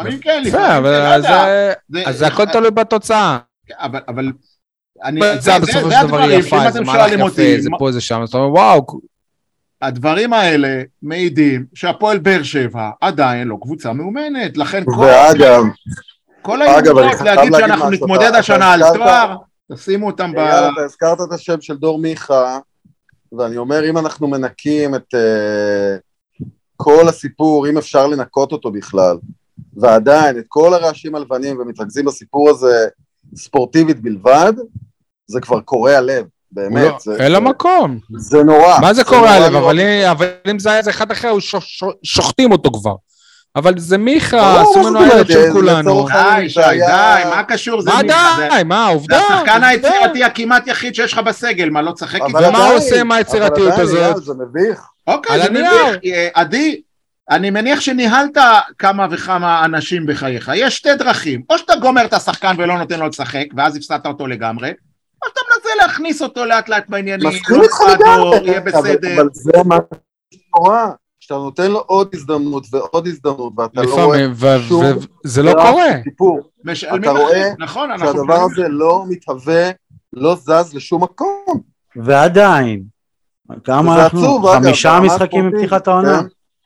אז זה הכל תלוי בתוצאה. אבל... זה בסופו של דבר יפה, זה מהלך יפה, זה פה, זה שם, זאת אומרת, וואו. הדברים האלה מעידים שהפועל באר שבע עדיין לא קבוצה מאומנת, לכן כל הימורות להגיד שאנחנו נתמודד השנה על תואר, תשימו אותם אתה הזכרת את השם של דור מיכה, ואני אומר, אם אנחנו מנקים את כל הסיפור, אם אפשר לנקות אותו בכלל, ועדיין את כל הרעשים הלבנים ומתרכזים בסיפור הזה ספורטיבית בלבד, זה כבר קורא הלב, באמת. אין לו מקום. זה נורא. מה זה קורא הלב? אבל אם זה היה אחד אחר, שוחטים אותו כבר. אבל זה מיכה, עשו לנו הילד של כולנו. די, מה קשור? מה די? מה, עובדה? זה השחקן היצירתי הכמעט יחיד שיש לך בסגל, מה לא צחק איתו? ומה הוא עושה עם היצירתיות הזאת? זה מביך. אוקיי, זה מביך. עדי, אני מניח שניהלת כמה וכמה אנשים בחייך. יש שתי דרכים. או שאתה גומר את השחקן ולא נותן לו לשחק, ואז הפסדת אותו לגמרי, או שאתה מנסה להכניס אותו לאט לאט בעניינים. מסכים איתך לגמרי. אבל זה מה שנורא. שאתה נותן לו עוד הזדמנות ועוד הזדמנות, ואתה לא רואה שום... זה לא קורה. אתה רואה שהדבר הזה לא מתהווה, לא זז לשום מקום. ועדיין, כמה אנחנו? 5 משחקים מפתיחת העונה.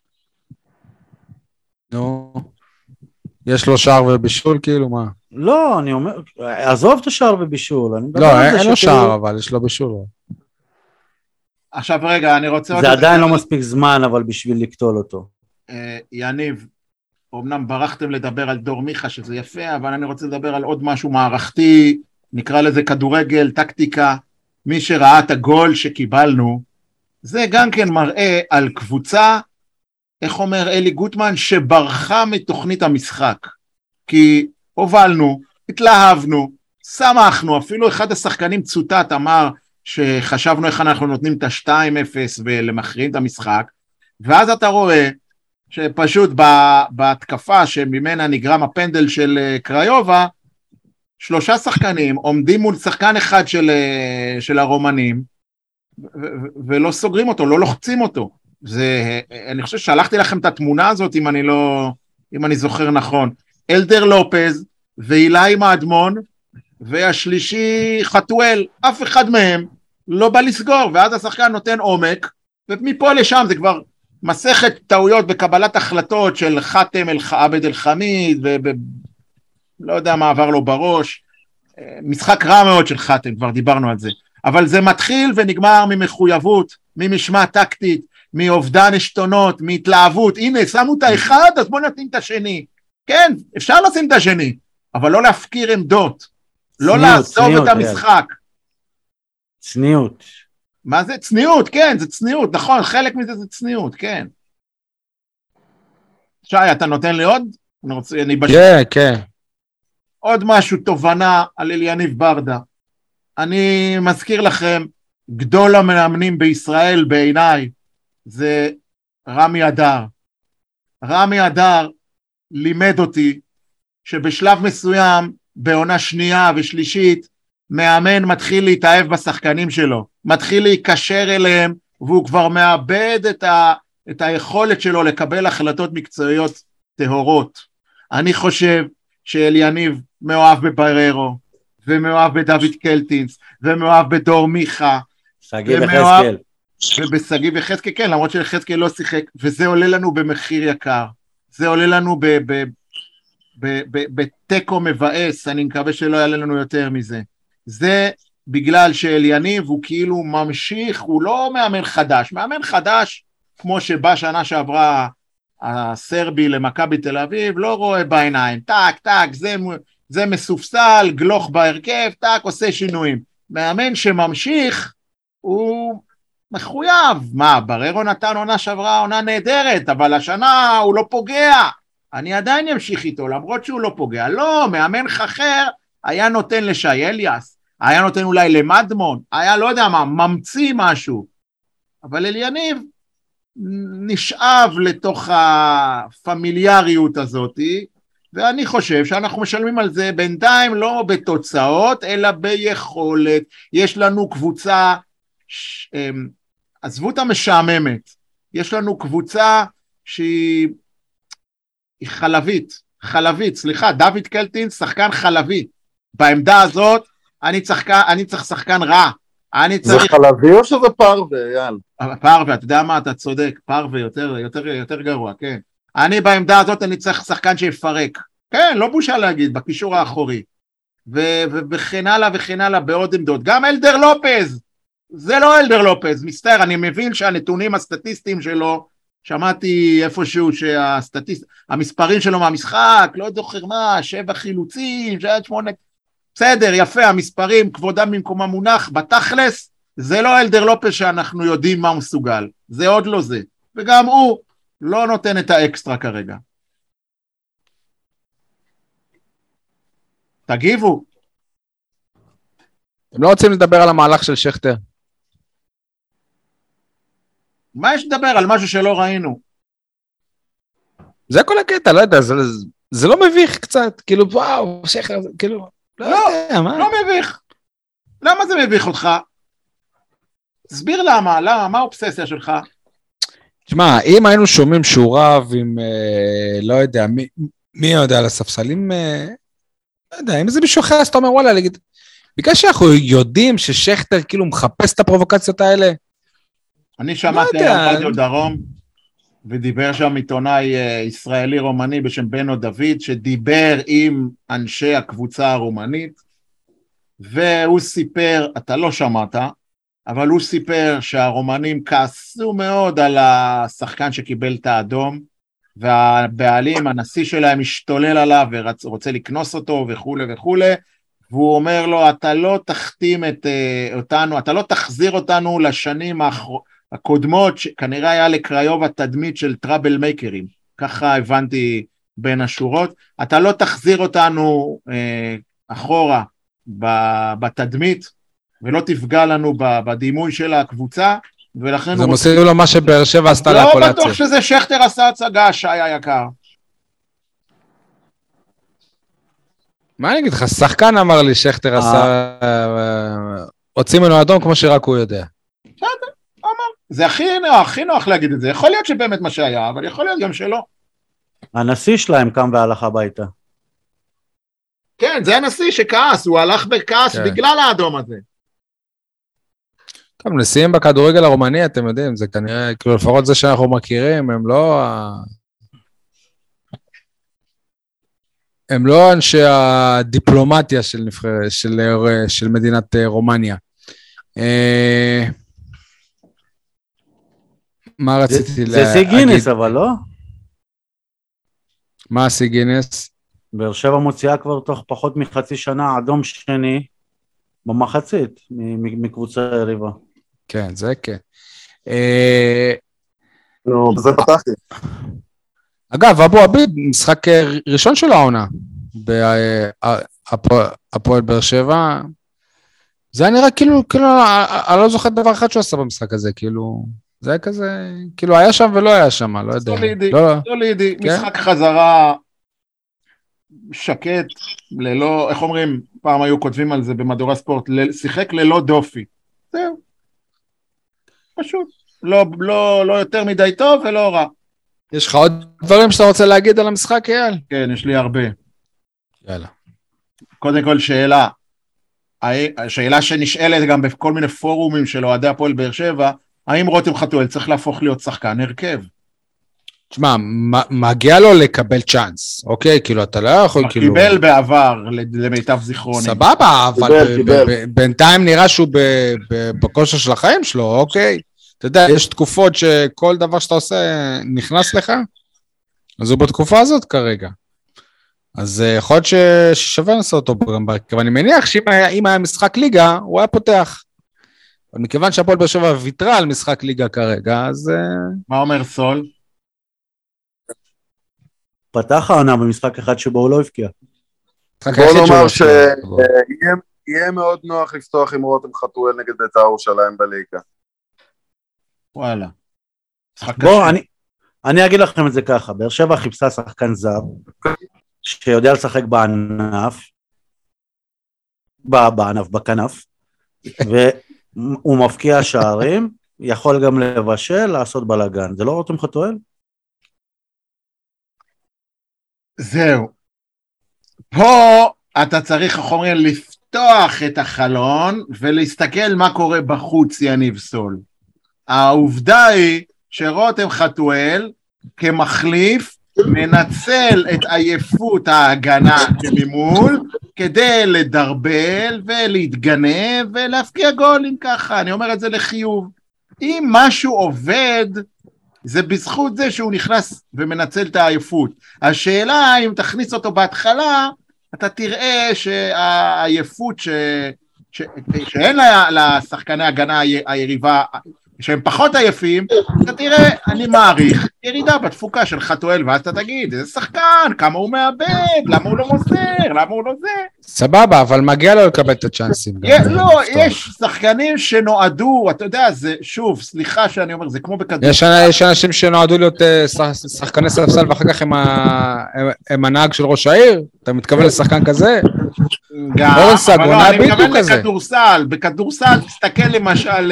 נו, יש לו שער ובישול כאילו מה? לא, אני אומר, עזוב את השער ובישול. לא, אין לו שער אבל יש לו בישול. עכשיו רגע, אני רוצה... זה עדיין לא מספיק זמן, אבל בשביל לקטול אותו. יניב, אמנם ברחתם לדבר על דור מיכה, שזה יפה, אבל אני רוצה לדבר על עוד משהו מערכתי, נקרא לזה כדורגל, טקטיקה, מי שראה את הגול שקיבלנו, זה גם כן מראה על קבוצה, איך אומר אלי גוטמן, שברחה מתוכנית המשחק, כי הובלנו, התלהבנו, שמחנו, אפילו אחד השחקנים צוטט אמר שחשבנו איך אנחנו נותנים את ה-2-0 ולמכריעים את המשחק, ואז אתה רואה שפשוט בהתקפה שממנה נגרם הפנדל של קריובה, 3 שחקנים עומדים מול שחקן אחד של הרומנים, ולא סוגרים אותו, לא לוחצים אותו. אני חושב שלחתי לכם את התמונה הזאת, אם אני זוכר נכון. אלדר לופז, ואילי מאדמון, והשלישי חתואל, אף אחד מהם לא בא לסגור, ואז השחקן נותן עומק, ומפה לשם זה כבר מסכת טעויות בקבלת החלטות של חתם עבד אל חמיד, ולא יודע מה עבר לו בראש, משחק רע מאוד של חתם, כבר דיברנו על זה, אבל זה מתחיל ונגמר ממחויבות, ממשמעת טקטית, מאובדן עשתונות, מהתלהבות, הנה שמו את האחד, אז בואו נשים את השני, כן, אפשר לשים את השני, אבל לא להפקיר עמדות, לא לעזוב את המשחק. צניעות. מה זה? צניעות, כן, זה צניעות, נכון, חלק מזה זה צניעות, כן. שי, אתה נותן לי עוד? כן. עוד משהו, תובנה על אליניב ברדה. אני מזכיר לכם, גדול המאמנים בישראל בעיניי, זה רמי אדר. רמי אדר לימד אותי, שבשלב מסוים, בעונה שנייה ושלישית, מאמן מתחיל להתאהב בשחקנים שלו, מתחיל להיקשר אליהם, והוא כבר מאבד את היכולת שלו לקבל החלטות מקצועיות טהורות. אני חושב שאליניב מאוהב בבררו, ומאוהב בדוד קלטינס, ומאוהב בדור מיכה, שגיב יחזקאל. ובשגיב יחזקאל, כן, למרות שיחזקאל לא שיחק, וזה עולה לנו במחיר יקר, זה עולה לנו בטקו מבאס, אני מקווה שלא יעלה לנו יותר מזה. זה בגלל שאליניב הוא כאילו ממשיך, הוא לא מאמן חדש, מאמן חדש, כמו שבא שנה שעברה הסרבי למכבי תל אביב, לא רואה בעיניים, טק, טק, זה מסופסל, גלוך בהרכב, טק, עושה שינויים. מאמן שממשיך, הוא מחויב. מה, בררו נתן עונה שעברה, עונה נהדרת, אבל השנה הוא לא פוגע. אני עדיין אמשיך איתו, למרות שהוא לא פוגע. לא, מאמן אחר היה נותן לשי אליאס, היה נותן אולי למדמון, היה לא יודע מה, ממציא משהו. אבל אליניב נשאב לתוך הפמיליאריות הזאת, ואני חושב שאנחנו משלמים על זה בינתיים לא בתוצאות, אלא ביכולת. יש לנו קבוצה, עזבו את המשעממת, יש לנו קבוצה שהיא חלבית, סליחה, דוד קלטינס, שחקן חלבי. בעמדה הזאת, אני צריך שחקן רע. זה חלבי או שזה פרווה, יאל? פרווה, אתה יודע מה, אתה צודק, פרווה יותר גרוע, כן. אני בעמדה הזאת, אני צריך שחקן שיפרק. כן, לא בושה להגיד, בקישור האחורי. וכן הלאה וכן הלאה בעוד עמדות. גם אלדר לופז, זה לא אלדר לופז, מסתר, אני מבין שהנתונים הסטטיסטיים שלו, שמעתי איפשהו שהמספרים שלו מהמשחק, לא זוכר מה, 7 חילוצים, 8, בסדר, יפה, המספרים, כבודם במקומם מונח, בתכלס, זה לא אלדר לופז שאנחנו יודעים מה הוא מסוגל, זה עוד לא זה, וגם הוא לא נותן את האקסטרה כרגע. תגיבו. אתם לא רוצים לדבר על המהלך של שכטר? מה יש לדבר על משהו שלא ראינו? זה כל הקטע, לא יודע, זה לא מביך קצת, כאילו וואו, שכטר, כאילו, לא יודע, מה? לא מביך. למה זה מביך אותך? תסביר למה, מה האובססיה שלך? תשמע, אם היינו שומעים שהוא רב עם, לא יודע, מי יודע על הספסלים, לא יודע, אם זה מישהו אחר, אז אתה אומר, וואלה, להגיד, בגלל שאנחנו יודעים ששכטר כאילו מחפש את הפרובוקציות האלה, אני שמעתי על רדיו דרום, ודיבר שם עיתונאי ישראלי רומני בשם בנו דוד, שדיבר עם אנשי הקבוצה הרומנית, והוא סיפר, אתה לא שמעת, אבל הוא סיפר שהרומנים כעסו מאוד על השחקן שקיבל את האדום, והבעלים, הנשיא שלהם משתולל עליו ורוצה לקנוס אותו וכו' וכו', והוא אומר לו, אתה לא תחתים אותנו, אתה לא תחזיר אותנו לשנים הקודמות, שכנראה היה לקריוב התדמית של טראבל מייקרים, ככה הבנתי בין השורות, אתה לא תחזיר אותנו אחורה בתדמית, ולא תפגע לנו בדימוי של הקבוצה, ולכן... זה מוסיף לו מה שבאר שבע עשתה להפולציה. לא בטוח שזה שכטר עשה הצגה, שי היקר. מה אני אגיד לך, שחקן אמר לי שכטר עשה, הוציא ממנו אדום כמו שרק הוא יודע. בסדר, אמר. זה הכי נוח להגיד את זה. יכול להיות שבאמת מה שהיה, אבל יכול להיות גם שלא. הנשיא שלהם קם והלך הביתה. כן, זה הנשיא שכעס, הוא הלך בכעס בגלל האדום הזה. טוב, נשיאים בכדורגל הרומני, אתם יודעים, זה כנראה, כאילו לפחות זה שאנחנו מכירים, הם לא אנשי הדיפלומטיה של מדינת רומניה. מה רציתי להגיד? זה שיא גינס, אבל לא? מה שיא גינס? באר שבע מוציאה כבר תוך פחות מחצי שנה אדום שני במחצית מקבוצה יריבה. כן, זה כן. נו, בזה פתחתי. אגב, אבו עביד, משחק ראשון של העונה, בהפועל באר שבע, זה היה נראה כאילו, אני לא זוכר דבר אחד שהוא עשה במשחק הזה, כאילו, זה היה כזה, כאילו היה שם ולא היה שם, לא יודע. סולידי, משחק חזרה שקט, ללא, איך אומרים, פעם היו כותבים על זה במדורי ספורט, שיחק ללא דופי, זהו, פשוט, לא יותר מדי טוב ולא רע. יש לך עוד דברים שאתה רוצה להגיד על המשחק, אייל? כן, יש לי הרבה. יאללה. קודם כל שאלה שנשאלת גם בכל מיני פורומים של אוהדי הפועל באר שבע, האם רותם חתואל צריך להפוך להיות שחקן הרכב? תשמע, מגיע לו לקבל צ'אנס, אוקיי? כאילו, אתה לא יכול, כאילו... קיבל בעבר, למיטב זיכרוני. סבבה, אבל בינתיים נראה שהוא בכושר של החיים שלו, אוקיי? אתה יודע, יש תקופות שכל דבר שאתה עושה נכנס לך, אז הוא בתקופה הזאת כרגע. אז יכול להיות ששווה לעשות אותו גם בהרכב. אני מניח שאם היה משחק ליגה, הוא היה פותח. אבל מכיוון שהפועל באר שבע ויתרה על משחק ליגה כרגע, אז... מה אומר סול? פתח העונה במשחק אחד שבו הוא לא הבקיע. בוא נאמר שיהיה מאוד נוח לפתוח עם רותם חתואל נגד בית"ר ירושלים בליגה. וואלה. בוא, אני אגיד לכם את זה ככה, באר שבע חיפשה שחקן זר, שיודע לשחק בכנף, והוא מפקיע שערים, יכול גם לבשל, לעשות בלגן. זה לא רותם חתואל? זהו. פה אתה צריך, איך אומרים, לפתוח את החלון, ולהסתכל מה קורה בחוץ, יניב סול. העובדה היא שרותם חתואל כמחליף מנצל את עייפות ההגנה ממול כדי לדרבל ולהתגנב ולהפקיע גולים ככה, אני אומר את זה לחיוב. אם משהו עובד זה בזכות זה שהוא נכנס ומנצל את העייפות. השאלה אם תכניס אותו בהתחלה אתה תראה שהעייפות שאין לשחקני הגנה היריבה שהם פחות עייפים, אתה תראה, אני מעריך, ירידה בתפוקה של חתואל, ואז אתה תגיד, איזה שחקן, כמה הוא מאבד, למה הוא לא מוסר, למה הוא לא זה. סבבה, אבל מגיע לו לקבל את הצ'אנסים. לא, יש שחקנים שנועדו, אתה יודע, זה, שוב, סליחה שאני אומר, זה כמו בכדור. יש אנשים שנועדו להיות שחקני ספסל, ואחר כך הם הנהג של ראש העיר, אתה מתכוון לשחקן כזה? גם, אבל לא, אני מתכוון בכדורסל, תסתכל למשל,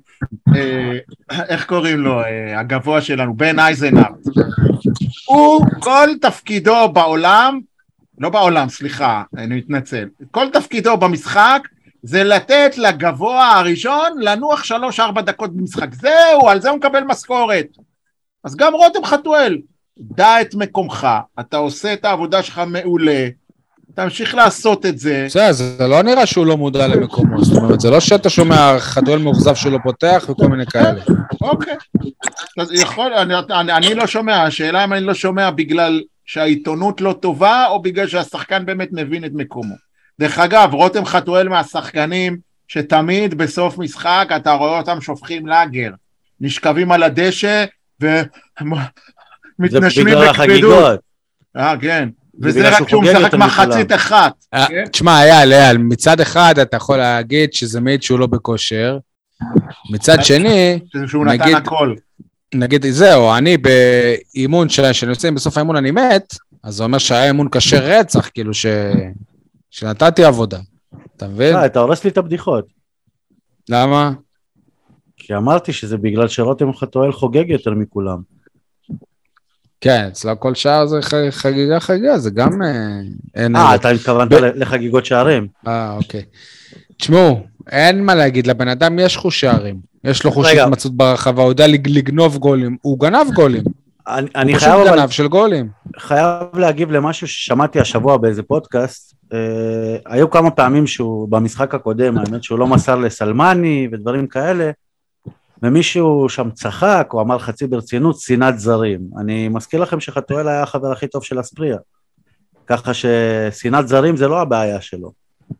איך קוראים לו, הגבוה שלנו, בן אייזנארט, הוא כל תפקידו בעולם, לא בעולם, סליחה, אני מתנצל, כל תפקידו במשחק, זה לתת לגבוה הראשון לנוח 3-4 דקות במשחק, זהו, על זה הוא מקבל משכורת. אז גם רותם חתואל, דע את מקומך, אתה עושה את העבודה שלך מעולה, תמשיך לעשות את זה. זה לא נראה שהוא לא מודע למקומו, זאת אומרת, זה לא שאתה שומע חתואל מאוכזב שלא פותח וכל מיני כאלה. אוקיי, אז יכול, אני לא שומע, השאלה אם אני לא שומע בגלל שהעיתונות לא טובה, או בגלל שהשחקן באמת מבין את מקומו. דרך אגב, רותם חתואל מהשחקנים, שתמיד בסוף משחק, אתה רואה אותם שופכים לאגר, נשכבים על הדשא, ומתנשמים בכבדות. כן. וזה רק שהוא משחק מחצית אחת. תשמע, אייל, מצד אחד אתה יכול להגיד שזה מעיד שהוא לא בכושר, מצד שני, שהוא נתן הכל. נגיד, זהו, אני באימון שאני יוצא בסוף האימון אני מת, אז זה אומר שהיה אימון קשה רצח, כאילו שנתתי עבודה. אתה מבין? אתה הורס לי את הבדיחות. למה? כי אמרתי שזה בגלל שרותם חתואל חוגג יותר מכולם. כן, אצלו כל שעה זה חגיגה, זה גם... אתה התכוונת לחגיגות שערים. אוקיי. תשמעו, אין מה להגיד, לבן אדם יש חוש שערים. יש לו חוש התמצאות ברחבה, הוא יודע לגנוב גולים. הוא גנב גולים. אני הוא פשוט גנב של גולים. חייב להגיב למשהו ששמעתי השבוע באיזה פודקאסט. היו כמה פעמים שהוא במשחק הקודם, האמת שהוא לא מסר לסלמני ודברים כאלה, ומישהו שם צחק, או אמר חצי ברצינות, שנאת זרים. אני מזכיר לכם שחתואל היה החבר הכי טוב של אספריה. ככה ששנאת זרים זה לא הבעיה שלו.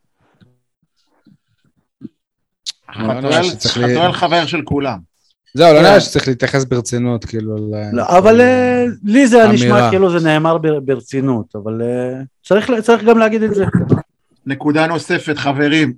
חתואל חבר של כולם. זהו, לא נראה שצריך להתייחס ברצינות, כאילו... אבל לי זה נשמע כאילו זה נאמר ברצינות, אבל צריך גם להגיד את זה. נקודה נוספת, חברים.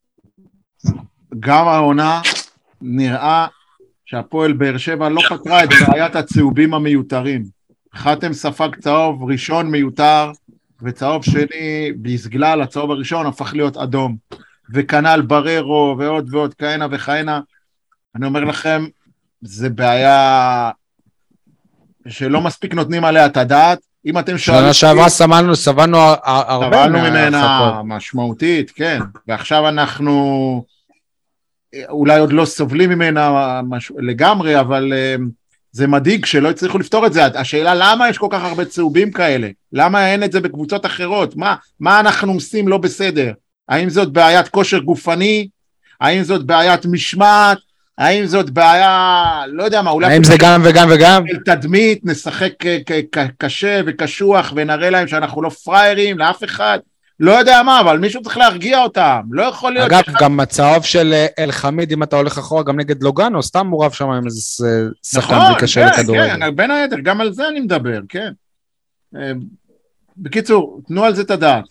גם העונה נראה שהפועל באר שבע לא פתרה את בעיית הצהובים המיותרים. חתם ספג צהוב ראשון מיותר, וצהוב שני, בגלל הצהוב הראשון, הפך להיות אדום. וכנל בררו ועוד ועוד כהנה וכהנה. אני אומר לכם, זה בעיה שלא מספיק נותנים עליה את הדעת. אם אתם שואלים... שנה שעברה סבלנו הרבה. סבלנו ממנה משמעותית, כן. ועכשיו אנחנו אולי עוד לא סובלים ממנה לגמרי, אבל זה מדאיג שלא הצליחו לפתור את זה. השאלה למה יש כל כך הרבה צהובים כאלה? למה אין את זה בקבוצות אחרות? מה אנחנו עושים לא בסדר? האם זאת בעיית כושר גופני? האם זאת בעיית משמעת? האם זאת בעיה, לא יודע מה, אולי... האם זה גם וגם וגם? תדמית, נשחק קשה וקשוח ונראה להם שאנחנו לא פריירים לאף אחד, לא יודע מה, אבל מישהו צריך להרגיע אותם, לא יכול להיות... אגב, גם הצהוב של אל חמיד, אם אתה הולך אחורה, גם נגד לוגנו, סתם מורב שם עם איזה שחקן בלי קשה לכדורגל. כן, בין היתר, גם על זה אני מדבר, כן. בקיצור, תנו על זה את הדעת.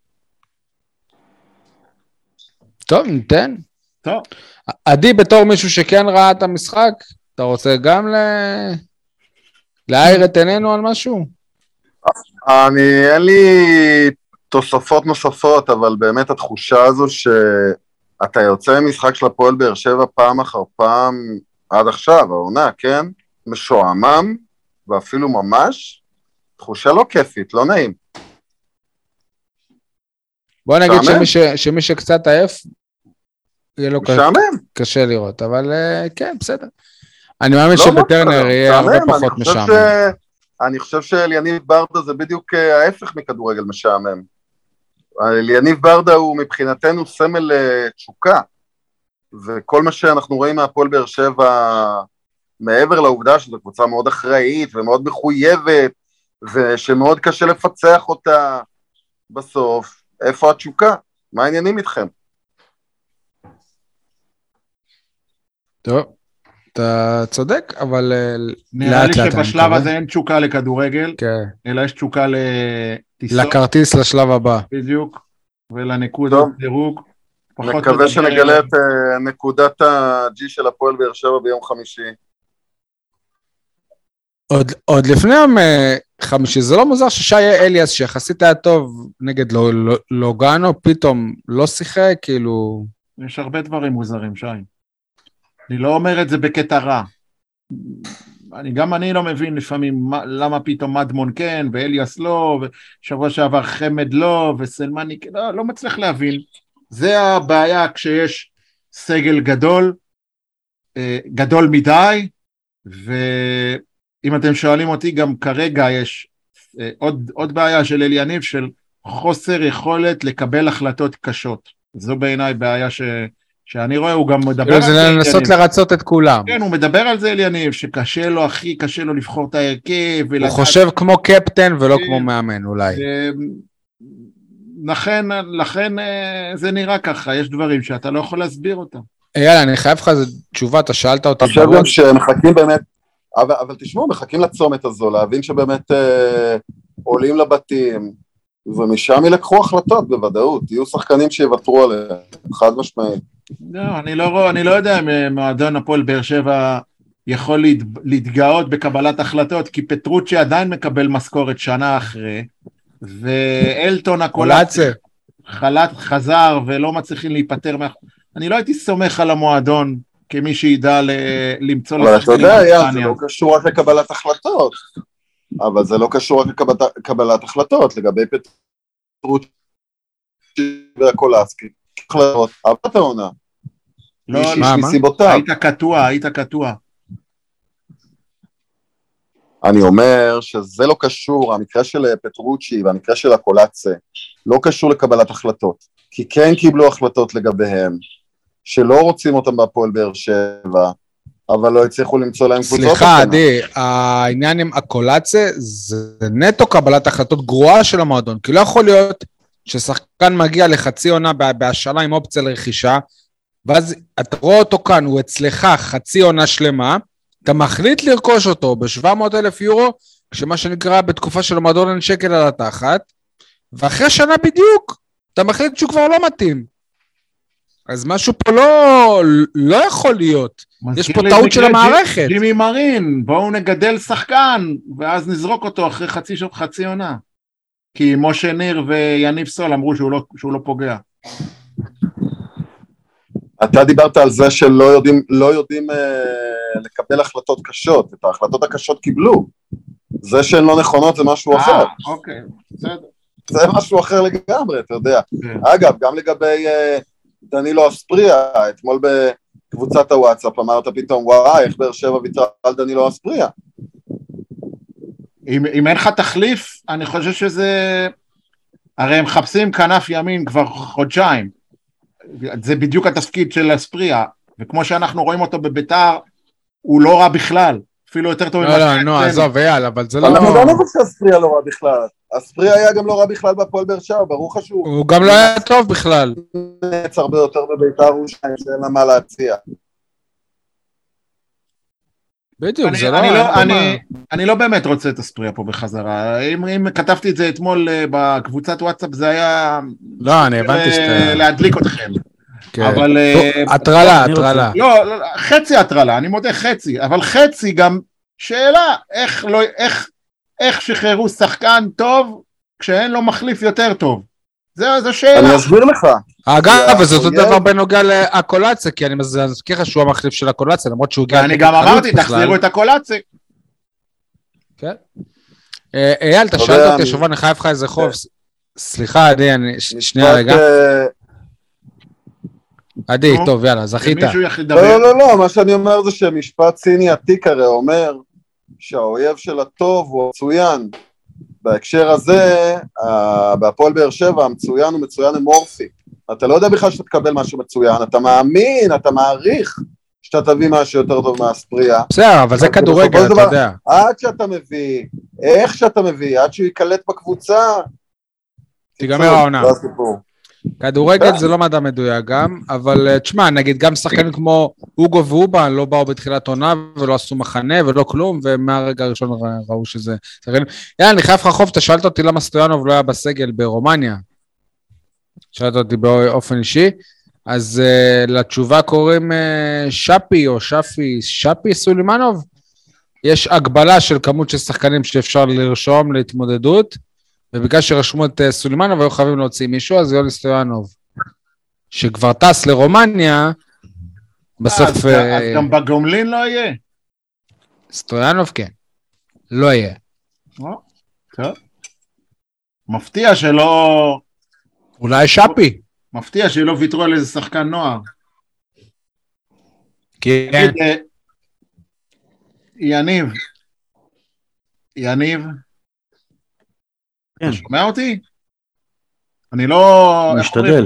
טוב, ניתן. טוב. עדי, בתור מישהו שכן ראה את המשחק, אתה רוצה גם להעיר את עינינו על משהו? אין לי תוספות נוספות, אבל באמת התחושה הזו שאתה יוצא ממשחק של הפועל באר שבע פעם אחר פעם, עד עכשיו, העונה, כן? משועמם, ואפילו ממש, תחושה לא כיפית, לא נעים. בוא נגיד שמי שקצת עייף, יהיה לו קשה לראות, אבל כן, בסדר. אני מאמין שבטרנר יהיה הרבה פחות משעמם. אני חושב שאליניב ברדה זה בדיוק ההפך מכדורגל משעמם. אליניב ברדה הוא מבחינתנו סמל תשוקה, וכל מה שאנחנו רואים מהפועל באר שבע, מעבר לעובדה שזו קבוצה מאוד אחראית ומאוד מחויבת, ושמאוד קשה לפצח אותה בסוף, איפה התשוקה? מה העניינים איתכם? טוב, אתה צודק, אבל נראה לי שבשלב הזה אין תשוקה לכדורגל, אלא יש תשוקה לטיסות. לכרטיס לשלב הבא. בדיוק, ולנקודות דירוג. מקווה שנגלה את נקודת ה-G של הפועל באר שבע ביום חמישי. עוד לפני חמישי, זה לא מוזר ששי אליאס, שיחסית היה טוב נגד לוגנו, פתאום לא שיחק, כאילו... יש הרבה דברים מוזרים, שי. אני לא אומר את זה בקטע רע. גם אני לא מבין לפעמים למה פתאום מדמון כן, ואליאס לא, ושבוע שעבר חמד לא, וסלמני, לא מצליח להבין. זה הבעיה כשיש סגל גדול, גדול מדי, ואם אתם שואלים אותי, גם כרגע יש עוד בעיה של אליניב, של חוסר יכולת לקבל החלטות קשות. זו בעיניי בעיה שאני רואה, הוא גם מדבר על זה. זה לנסות לרצות את כולם. כן, הוא מדבר על זה אליניב, שקשה לו, הכי קשה לו לבחור את ההרכב. הוא חושב כמו קפטן ולא כמו מאמן אולי. לכן זה נראה ככה, יש דברים שאתה לא יכול להסביר אותם. יאללה, אני חייב לך תשובה, אתה שאלת אותי. אני חושב גם שמחכים באמת, אבל תשמעו, מחכים לצומת הזו, להבין שבאמת עולים לבתים, ומשם ילקחו החלטות בוודאות, יהיו שחקנים שיוותרו עליהם, חד משמעית. לא, אני לא יודע אם מועדון הפועל באר שבע יכול להתגאות בקבלת החלטות, כי פטרוצ'י עדיין מקבל משכורת שנה אחרי, ואלטון הקולציה חזר ולא מצליחים להיפטר אני לא הייתי סומך על המועדון כמי שידע למצוא אבל אתה יודע, זה לא קשור רק לקבלת החלטות, אבל זה לא קשור רק לקבלת החלטות, לגבי פטרוצ'י והקולצקי, החלטות, אהבת העונה. לא, היית קטוע. אני אומר שזה לא קשור, המקרה של פטרוצ'י והמקרה של הקולצה, לא קשור לקבלת החלטות, כי כן קיבלו החלטות לגביהם, שלא רוצים אותם בהפועל באר שבע, אבל לא הצליחו למצוא להם קבוצות. סליחה, עדי, העניין עם הקולצה, זה נטו קבלת החלטות גרועה של המועדון, כי לא יכול להיות ששחקן מגיע לחצי עונה בהשאלה עם אופציה לרכישה, ואז אתה רואה אותו כאן, הוא אצלך חצי עונה שלמה, אתה מחליט לרכוש אותו ב-700,000 יורו, כשמה שנקרא בתקופה של המועדון אין שקל על התחת, ואחרי שנה בדיוק, אתה מחליט שהוא כבר לא מתאים. אז משהו פה לא יכול להיות. יש פה טעות של המערכת. ג'ימי מרין, בואו נגדל שחקן, ואז נזרוק אותו אחרי חצי עונה. כי משה ניר ויניב סול אמרו שהוא לא פוגע. אתה דיברת על זה שלא יודעים לקבל החלטות קשות, את ההחלטות הקשות קיבלו. זה שהן לא נכונות זה משהו אחר. אוקיי, בסדר. זה משהו אחר לגמרי, אתה יודע. אגב, גם לגבי דנילו אספריה, אתמול בקבוצת הוואטסאפ אמרת פתאום, וואי, איך באר שבע ויתרה על דנילו אספריה. אם אין לך תחליף, אני חושב שזה... הרי הם מחפשים כנף ימין כבר חודשיים. זה בדיוק התפקיד של אספריה, וכמו שאנחנו רואים אותו בביתר, הוא לא רע בכלל. אפילו יותר טוב... לא, עזוב, יאללה, אבל זה לא... אנחנו גם לא חושב שאספריה לא רע בכלל. אספריה היה גם לא רע בכלל בהפועל באר שבע, ברור חשוב. הוא גם לא היה טוב בכלל. נצ הרבה יותר בביתר הוא שאין לה מה להציע. בדיוק, זה לא... אני לא באמת רוצה את אספריה פה בחזרה. אם כתבתי את זה אתמול בקבוצת וואטסאפ, זה היה... לא, אני הבנתי שאתה... להדליק אתכם. אבל... הטרלה. לא, חצי הטרלה, אני מודה חצי, אבל חצי גם שאלה, איך שחררו שחקן טוב, כשאין לו מחליף יותר טוב. זו שאלה. אני אסביר לך. אגב, וזה אותו דבר בנוגע לקולציה, כי אני מזכיר לך שהוא המחליף של הקולציה, למרות שהוא... ואני גם אמרתי, תחזירו את הקולציה. כן. אייל, אתה שאלת אותי, שובו, אני חייב לך איזה חוב. סליחה, עדי, שנייה רגע. עדי, טוב, יאללה, זכית. לא, מה שאני אומר זה שמשפט סיני עתיק הרי אומר שהאויב של הטוב הוא מצוין. בהקשר הזה, בהפועל באר שבע, המצוין הוא מצוין אמורפי. אתה לא יודע בכלל שאתה תקבל משהו מצוין, אתה מאמין, אתה מעריך שאתה תביא משהו יותר טוב מהספריה. בסדר, אבל זה כדורגל, אתה יודע. עד שאתה מביא, איך שאתה מביא, עד שהוא ייקלט בקבוצה, תיגמר העונה. כדורגל זה לא מדע מדויק גם, אבל תשמע, נגיד גם שחקנים כמו אוגו ואובן לא באו בתחילת עונה ולא עשו מחנה ולא כלום, ומהרגע הראשון ראו שזה שחקנים. יאללה, אני חייב לך חוב, אתה שאלת אותי למה סטויאנוב לא היה בסגל ברומניה. שאלת אותי באופן אישי, אז לתשובה קוראים שפי או שפי סולימנוב. יש הגבלה של כמות של שחקנים שאפשר לרשום להתמודדות, ובגלל שרשמו את סולימנוב, היו חייבים להוציא מישהו, אז יוני סטויאנוב, שכבר טס לרומניה, בסוף... אז גם בגומלין לא יהיה. סטויאנוב כן, לא יהיה. טוב. מפתיע שלא... אולי שפי. מפתיע שלא ויתרו על איזה שחקן נוער. כן. יניב. אתה שומע אותי? אני לא... משתדל.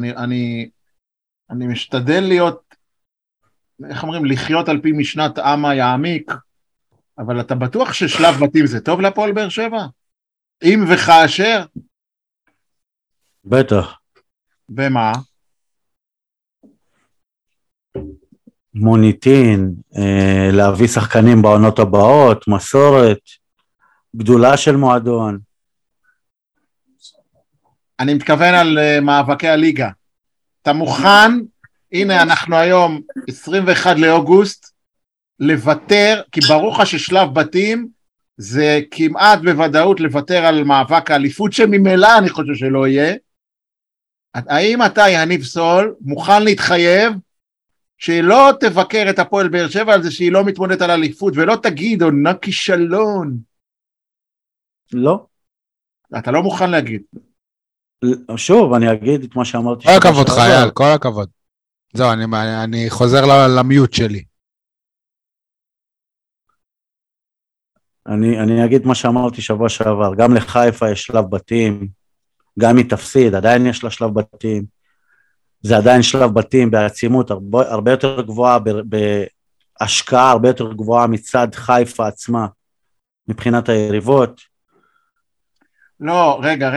אני משתדל להיות, איך אומרים, לחיות על פי משנת אמה יעמיק, אבל אתה בטוח ששלב בתים זה טוב לפועל באר שבע? אם וכאשר? בטח. ומה? מוניטין, להביא שחקנים בעונות הבאות, מסורת, גדולה של מועדון. אני מתכוון על מאבקי הליגה. אתה מוכן, הנה אנחנו היום 21 לאוגוסט, לוותר, כי ברור לך ששלב בתים, זה כמעט בוודאות לוותר על מאבק האליפות, שממילא אני חושב שלא יהיה. האם אתה, יניב סול, מוכן להתחייב, שלא תבקר את הפועל באר שבע על זה שהיא לא מתמודדת על אליפות, ולא תגיד, עונה כישלון? לא. אתה לא מוכן להגיד. שוב, אני אגיד את מה שאמרתי. כל הכבוד חייל, כל הכבוד. זהו, אני חוזר למיוט שלי. אני אגיד מה שאמרתי שבוע שעבר, גם לחיפה יש שלב בתים, גם היא תפסיד, עדיין יש לה שלב בתים, זה עדיין שלב בתים בעצימות הרבה יותר גבוהה, בהשקעה הרבה יותר גבוהה מצד חיפה עצמה, מבחינת היריבות. לא, רגע.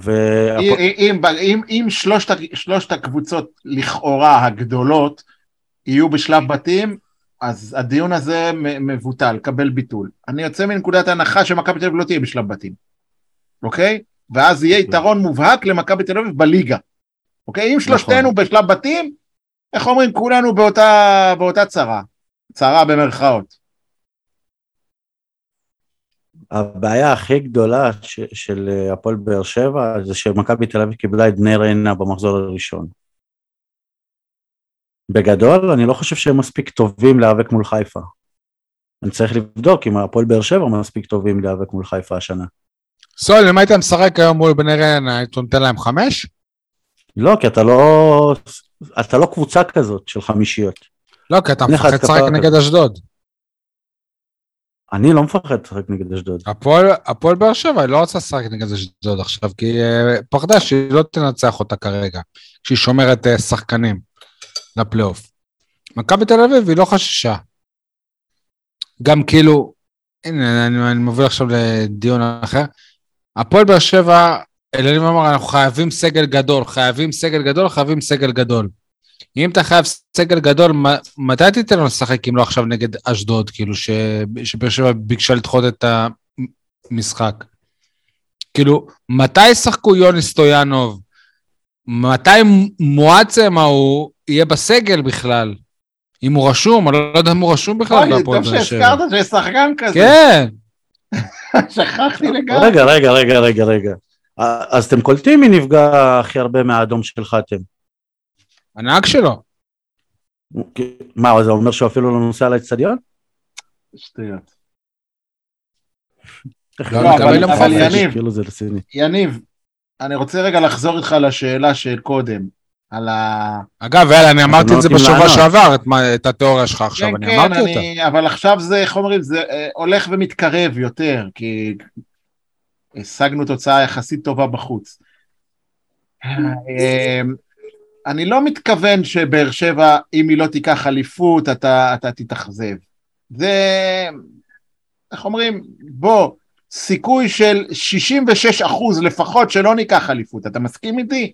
אם שלושת הקבוצות לכאורה הגדולות יהיו בשלב בתים, אז הדיון הזה מבוטל, קבל ביטול. אני יוצא מנקודת ההנחה שמכבי תל אביב לא תהיה בשלב בתים, אוקיי? ואז יהיה יתרון מובהק למכבי תל אביב בליגה, אוקיי? אם שלושתנו בשלב בתים, איך אומרים? כולנו באותה צרה במרכאות. הבעיה הכי גדולה של הפועל באר שבע, זה שמכבי תל אביב קיבלה את בני ריינה במחזור הראשון. בגדול, אני לא חושב שהם מספיק טובים להיאבק מול חיפה. אני צריך לבדוק אם הפועל באר שבע מספיק טובים להיאבק מול חיפה השנה. סול, אם היית משחק היום מול בני ריינה, היית נותן להם 5? לא, כי אתה לא קבוצה כזאת של חמישיות. לא, כי אתה מפחד לשחק נגד אשדוד. אני לא מפחד לשחק נגד אשדוד. הפועל באר שבע, היא לא רוצה לשחק נגד אשדוד עכשיו, כי פחדה שהיא לא תנצח אותה כרגע, כשהיא שומרת שחקנים לפלייאוף. מכבי תל אביב היא לא חששה. גם כאילו, הנה, אני מוביל עכשיו לדיון אחר, הפועל באר שבע, אלוהים אמר, אנחנו חייבים סגל גדול. אם אתה חייב סגל גדול, מתי תיתן לו לשחק אם לא עכשיו נגד אשדוד, כאילו שבאר שבע ביקשה לדחות את המשחק? כאילו, מתי שחקו יוני סטויאנוב? מתי מואצם הוא יהיה בסגל בכלל? אם הוא רשום, אני לא יודע אם הוא רשום בכלל. טוב שהזכרת שיש שחקן כזה. כן. שכחתי לגמרי. רגע. אז אתם קולטים מי נפגע הכי הרבה מהאדום של חתם? הנהג שלו. מה, זה אומר שהוא אפילו לא נוסע לאצטדיון? שטויות. אבל יניב, אני רוצה רגע לחזור איתך לשאלה של קודם, אגב, אני אמרתי את זה בשבוע שעבר, את התיאוריה שלך עכשיו, אני אמרתי אותה. אבל עכשיו זה, איך אומרים, זה הולך ומתקרב יותר, כי השגנו תוצאה יחסית טובה בחוץ. אני לא מתכוון שבאר שבע, אם היא לא תיקח אליפות, אתה תתאכזב. זה, איך אומרים, סיכוי של 66% לפחות שלא ניקח אליפות. אתה מסכים איתי?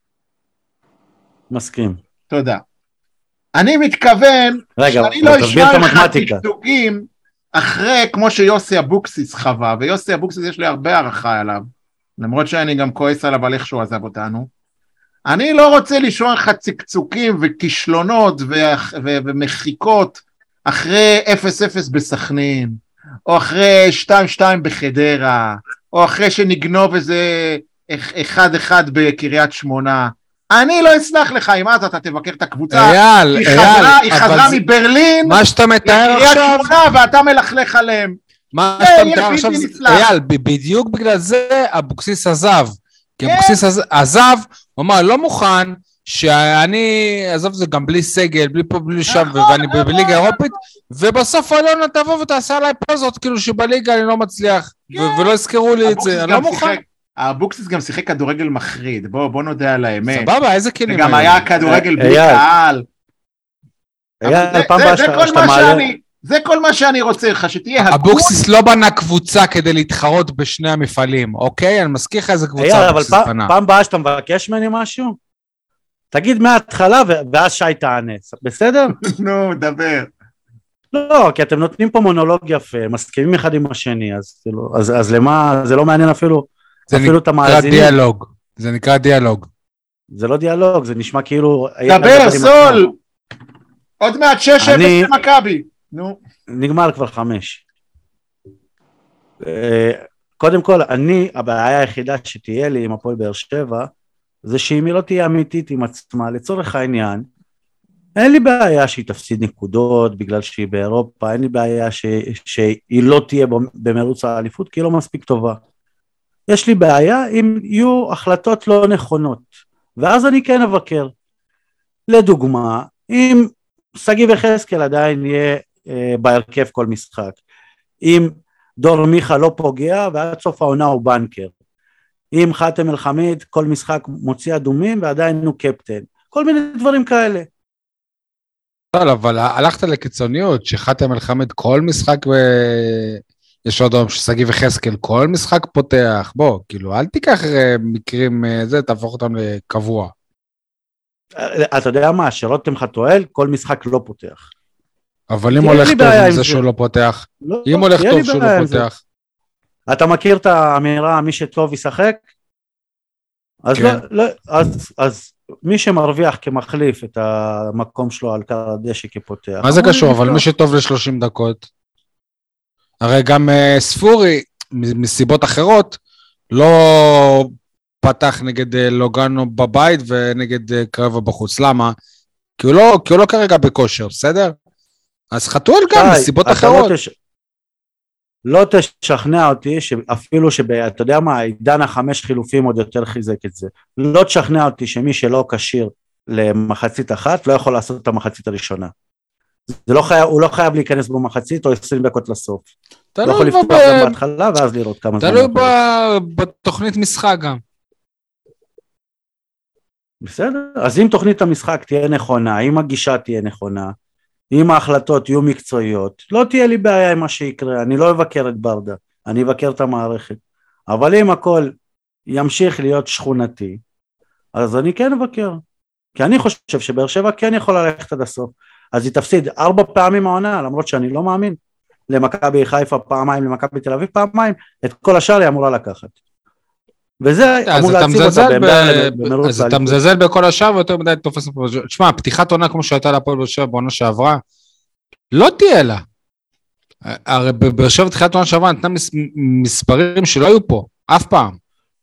מסכים. תודה. אני מתכוון, שאני לא אשמע לך תקתוקים, אחרי כמו שיוסי אבוקסיס חווה, ויוסי אבוקסיס יש לי הרבה הערכה עליו, למרות שאני גם כועס עליו על איך שהוא עזב אותנו, אני לא רוצה לשמוע לך צקצוקים וכישלונות ומחיקות אחרי 0-0 בסכנין, או אחרי 2-2 בחדרה, או אחרי שנגנוב איזה 1-1 בקריית שמונה. אני לא אסלח לך אם אתה תבקר את הקבוצה, היא חזרה מברלין לקריית שמונה ואתה מלכלך עליהם. מה שאתה מתאר עכשיו, אייל, בדיוק בגלל זה אבוקסיס עזב, כי אבוקסיס עזב, הוא אמר לא מוכן שאני עזוב זה גם בלי סגל, בלי פה בלי שם, ואני בליגה אירופית, ובסוף אלונה תבוא ותעשה עליי פוזות, כאילו שבליגה אני לא מצליח, ולא הזכרו לי את זה, אני לא מוכן. אבוקסיס גם שיחק כדורגל מחריד, בוא נודה על האמת. סבבה, איזה כלים. וגם היה כדורגל בלי קהל. זה כל מה שאני רוצה לך, שתהיה הגון. אבוקסיס לא בנה קבוצה כדי להתחרות בשני המפעלים, אוקיי? אני מזכיר לך איזה קבוצה אבוקסיס בנה. פעם באה שאתה מבקש ממני משהו? תגיד מההתחלה ואז שי תענה, בסדר? נו, דבר. לא, כי אתם נותנים פה מונולוג יפה, מסכימים אחד עם השני, אז למה, זה לא מעניין אפילו את המאזינים. זה נקרא דיאלוג. זה נקרא דיאלוג. זה לא דיאלוג, זה נשמע כאילו... דבר, סול! עוד מעט 6-0 למכבי. נו. נגמר כבר 5. קודם כל, הבעיה היחידה שתהיה לי עם הפועל באר שבע, זה שאם היא לא תהיה אמיתית עם עצמה, לצורך העניין, אין לי בעיה שהיא תפסיד נקודות בגלל שהיא באירופה, אין לי בעיה שהיא לא תהיה במרוץ האליפות, כי היא לא מספיק טובה. יש לי בעיה אם יהיו החלטות לא נכונות, ואז אני כן אבקר. לדוגמה, אם סגי וחזקאל עדיין יהיה בהרכב כל משחק, אם דור מיכה לא פוגע ועד סוף העונה הוא בנקר, אם חתם אל חמיד כל משחק מוציא אדומים ועדיין הוא קפטן, כל מיני דברים כאלה. טוב, אבל הלכת לקיצוניות, שחתם אל חמיד כל משחק, יש עוד שסגי וחזקאל כל משחק פותח, בוא, כאילו, אל תיקח מקרים זה, תהפוך אותם לקבוע. אתה יודע מה, שרותם חתואל כל משחק לא פותח. אבל אם הולך טוב עם זה שהוא לא פותח, אם הולך טוב שהוא לא פותח. אתה מכיר את האמירה, מי שטוב ישחק? אז מי שמרוויח כמחליף את המקום שלו על קר הדשא כפותח. מה זה קשור? אבל מי שטוב ל-30 דקות, הרי גם ספורי, מסיבות אחרות, לא פתח נגד לוגנו בבית ונגד קרבו בחוץ. למה? כי הוא לא כרגע בכושר, בסדר? אז חתואל גם מסיבות אחרות. לא תשכנע אותי שאפילו אתה יודע מה, עידן 5 חילופים עוד יותר חיזק את זה. לא תשכנע אותי שמי שלא כשיר למחצית אחת לא יכול לעשות את המחצית הראשונה. הוא לא חייב להיכנס במחצית או 20 דקות לסוף. הוא יכול לפתוח גם בהתחלה ואז לראות כמה זמן. תלוי בתוכנית משחק גם. בסדר, אז אם תוכנית המשחק תהיה נכונה, אם הגישה תהיה נכונה, אם ההחלטות יהיו מקצועיות, לא תהיה לי בעיה עם מה שיקרה, אני לא אבקר את ברדה, אני אבקר את המערכת, אבל אם הכל ימשיך להיות שכונתי, אז אני כן אבקר, כי אני חושב שבאר שבע כן יכול ללכת עד הסוף, אז היא תפסיד 4 פעמים העונה, למרות שאני לא מאמין, למכבי חיפה פעמיים, למכבי תל אביב פעמיים, את כל השאר היא אמורה לקחת. וזה אמור להציב אותה במרוץ. אז אתה מזלזל בכל השאר ויותר מדי תופס. תשמע, פתיחת עונה כמו שהייתה להפועל באר שבע בעונה שעברה, לא תהיה לה. הרי באר שבע פתיחת עונה שעברה נתנה מספרים שלא היו פה, אף פעם.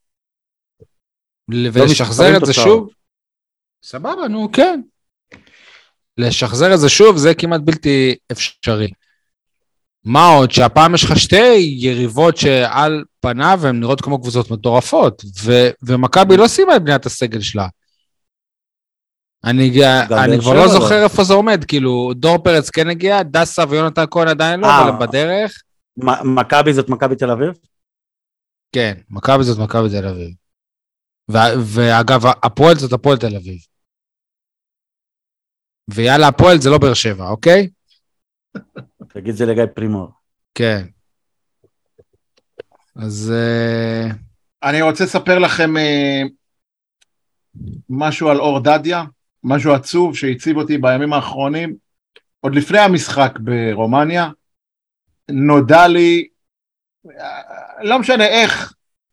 ולשחזר את זה שוב, סבבה, נו, כן. לשחזר את זה שוב, זה כמעט בלתי אפשרי. מה עוד שהפעם יש לך 2 יריבות שעל פניו הן נראות כמו קבוצות מטורפות, ומכבי לא סיימה את בניית הסגל שלה. אני כבר לא זוכר איפה זה עומד, כאילו דור פרץ כן הגיע, דסה ויונתן כהן עדיין לא, אבל הם בדרך. מכבי זאת מכבי תל אביב? כן, מכבי זאת מכבי תל אביב. ואגב, הפועל זאת הפועל תל אביב. ויאללה, הפועל זה לא באר שבע, אוקיי? תגיד זה לגיא פרימור. כן. אז... אני רוצה לספר לכם משהו על אור דדיה, משהו עצוב שהציב אותי בימים האחרונים, עוד לפני המשחק ברומניה, נודע לי, לא משנה איך,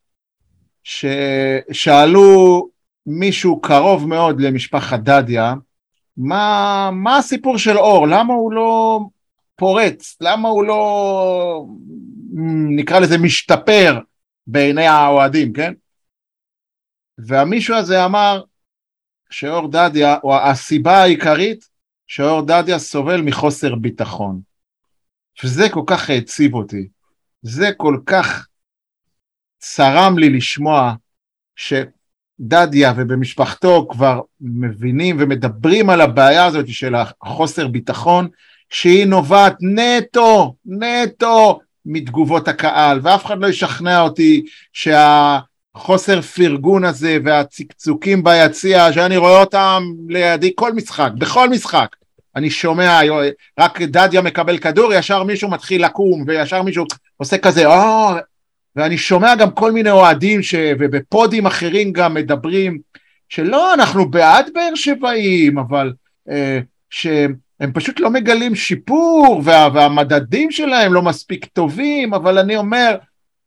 ששאלו מישהו קרוב מאוד למשפחת דדיה, מה הסיפור של אור? למה הוא לא פורץ? למה הוא לא, נקרא לזה, משתפר בעיני האוהדים, כן? והמישהו הזה אמר שאור דדיה, או הסיבה העיקרית, שאור דדיה סובל מחוסר ביטחון. שזה כל כך הציב אותי. זה כל כך צרם לי לשמוע שדדיה ובמשפחתו כבר מבינים ומדברים על הבעיה הזאת של החוסר ביטחון, שהיא נובעת נטו מתגובות הקהל, ואף אחד לא ישכנע אותי שהחוסר פרגון הזה והצקצוקים ביציע, שאני רואה אותם לידי בכל משחק, אני שומע, רק דדיה מקבל כדור, ישר מישהו מתחיל לקום, וישר מישהו עושה כזה, ואני שומע גם כל מיני אוהדים, ובפודים אחרים גם מדברים, שלא, אנחנו בעד באר שבעים, אבל הם פשוט לא מגלים שיפור, והמדדים שלהם לא מספיק טובים, אבל אני אומר,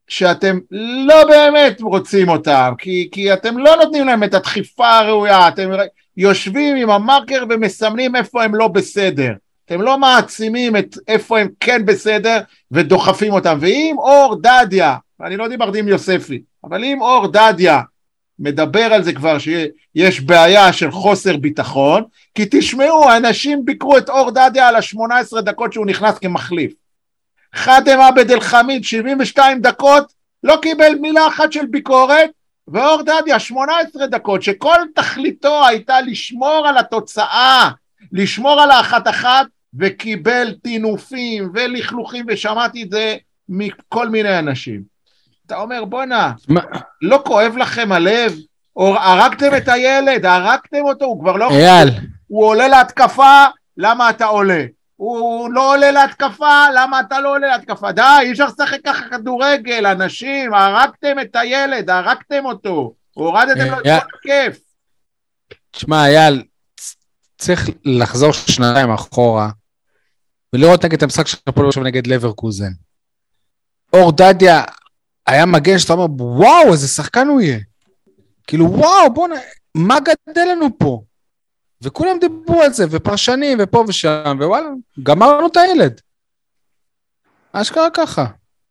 שאתם לא באמת רוצים אותם, כי אתם לא נותנים להם את הדחיפה הראויה, אתם יושבים עם המרקר ומסמנים איפה הם לא בסדר, אתם לא מעצימים את איפה הם כן בסדר ודוחפים אותם. ואם אור דדיה, אני לא דיברתי עם יוספי, אבל אם אור דדיה מדבר על זה כבר שיש בעיה של חוסר ביטחון, כי תשמעו, אנשים ביקרו את אור דדיה על ה-18 דקות שהוא נכנס כמחליף. חאתם עבד אל חמיד 72 דקות, לא קיבל מילה אחת של ביקורת, ואור דדיה 18 דקות, שכל תכליתו הייתה לשמור על התוצאה, לשמור על האחת-אחת, וקיבל טינופים ולכלוכים, ושמעתי את זה מכל מיני אנשים. אתה אומר, בונה, לא כואב לכם הלב? או הרגתם את הילד, הרגתם אותו, הוא כבר לא... הוא עולה להתקפה, למה אתה עולה? הוא לא עולה להתקפה, למה אתה לא עולה להתקפה? די, אי אפשר לשחק ככה כדורגל, אנשים, הרגתם את הילד, הרגתם אותו, הורדתם לו את כל הכיף. תשמע, אייל, צריך לחזור שנתיים אחורה, ולראות נגד המשחק של הפועל עכשיו נגד לברקוזן. אור דדיה היה מגן שאתה אומר, וואו, איזה שחקן הוא יהיה. כאילו, וואו, בוא מה גדל לנו פה? וכולם דיברו על זה, ופרשנים, ופה ושם, ווואלה, גמרנו את הילד. אשכרה ככה.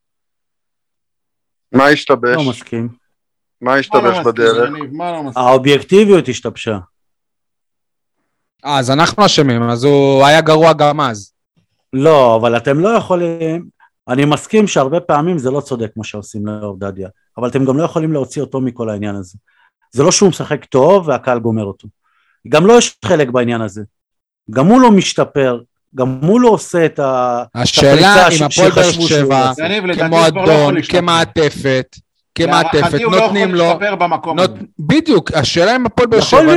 מה השתבש? לא מסכים. מה השתבש בדרך? האובייקטיביות השתבשה. אז אנחנו אשמים, אז הוא היה גרוע גם אז. לא, אבל אתם לא יכולים, אני מסכים שהרבה פעמים זה לא צודק מה שעושים לאור דדיה, אבל אתם גם לא יכולים להוציא אותו מכל העניין הזה. זה לא שהוא משחק טוב והקהל גומר אותו. גם לא יש חלק בעניין הזה. גם הוא לא משתפר, גם הוא לא עושה את השאלה אם הפועל באר שבע, כמועדון, כמעטפת, נותנים לו, בדיוק, השאלה אם הפועל באר שבע,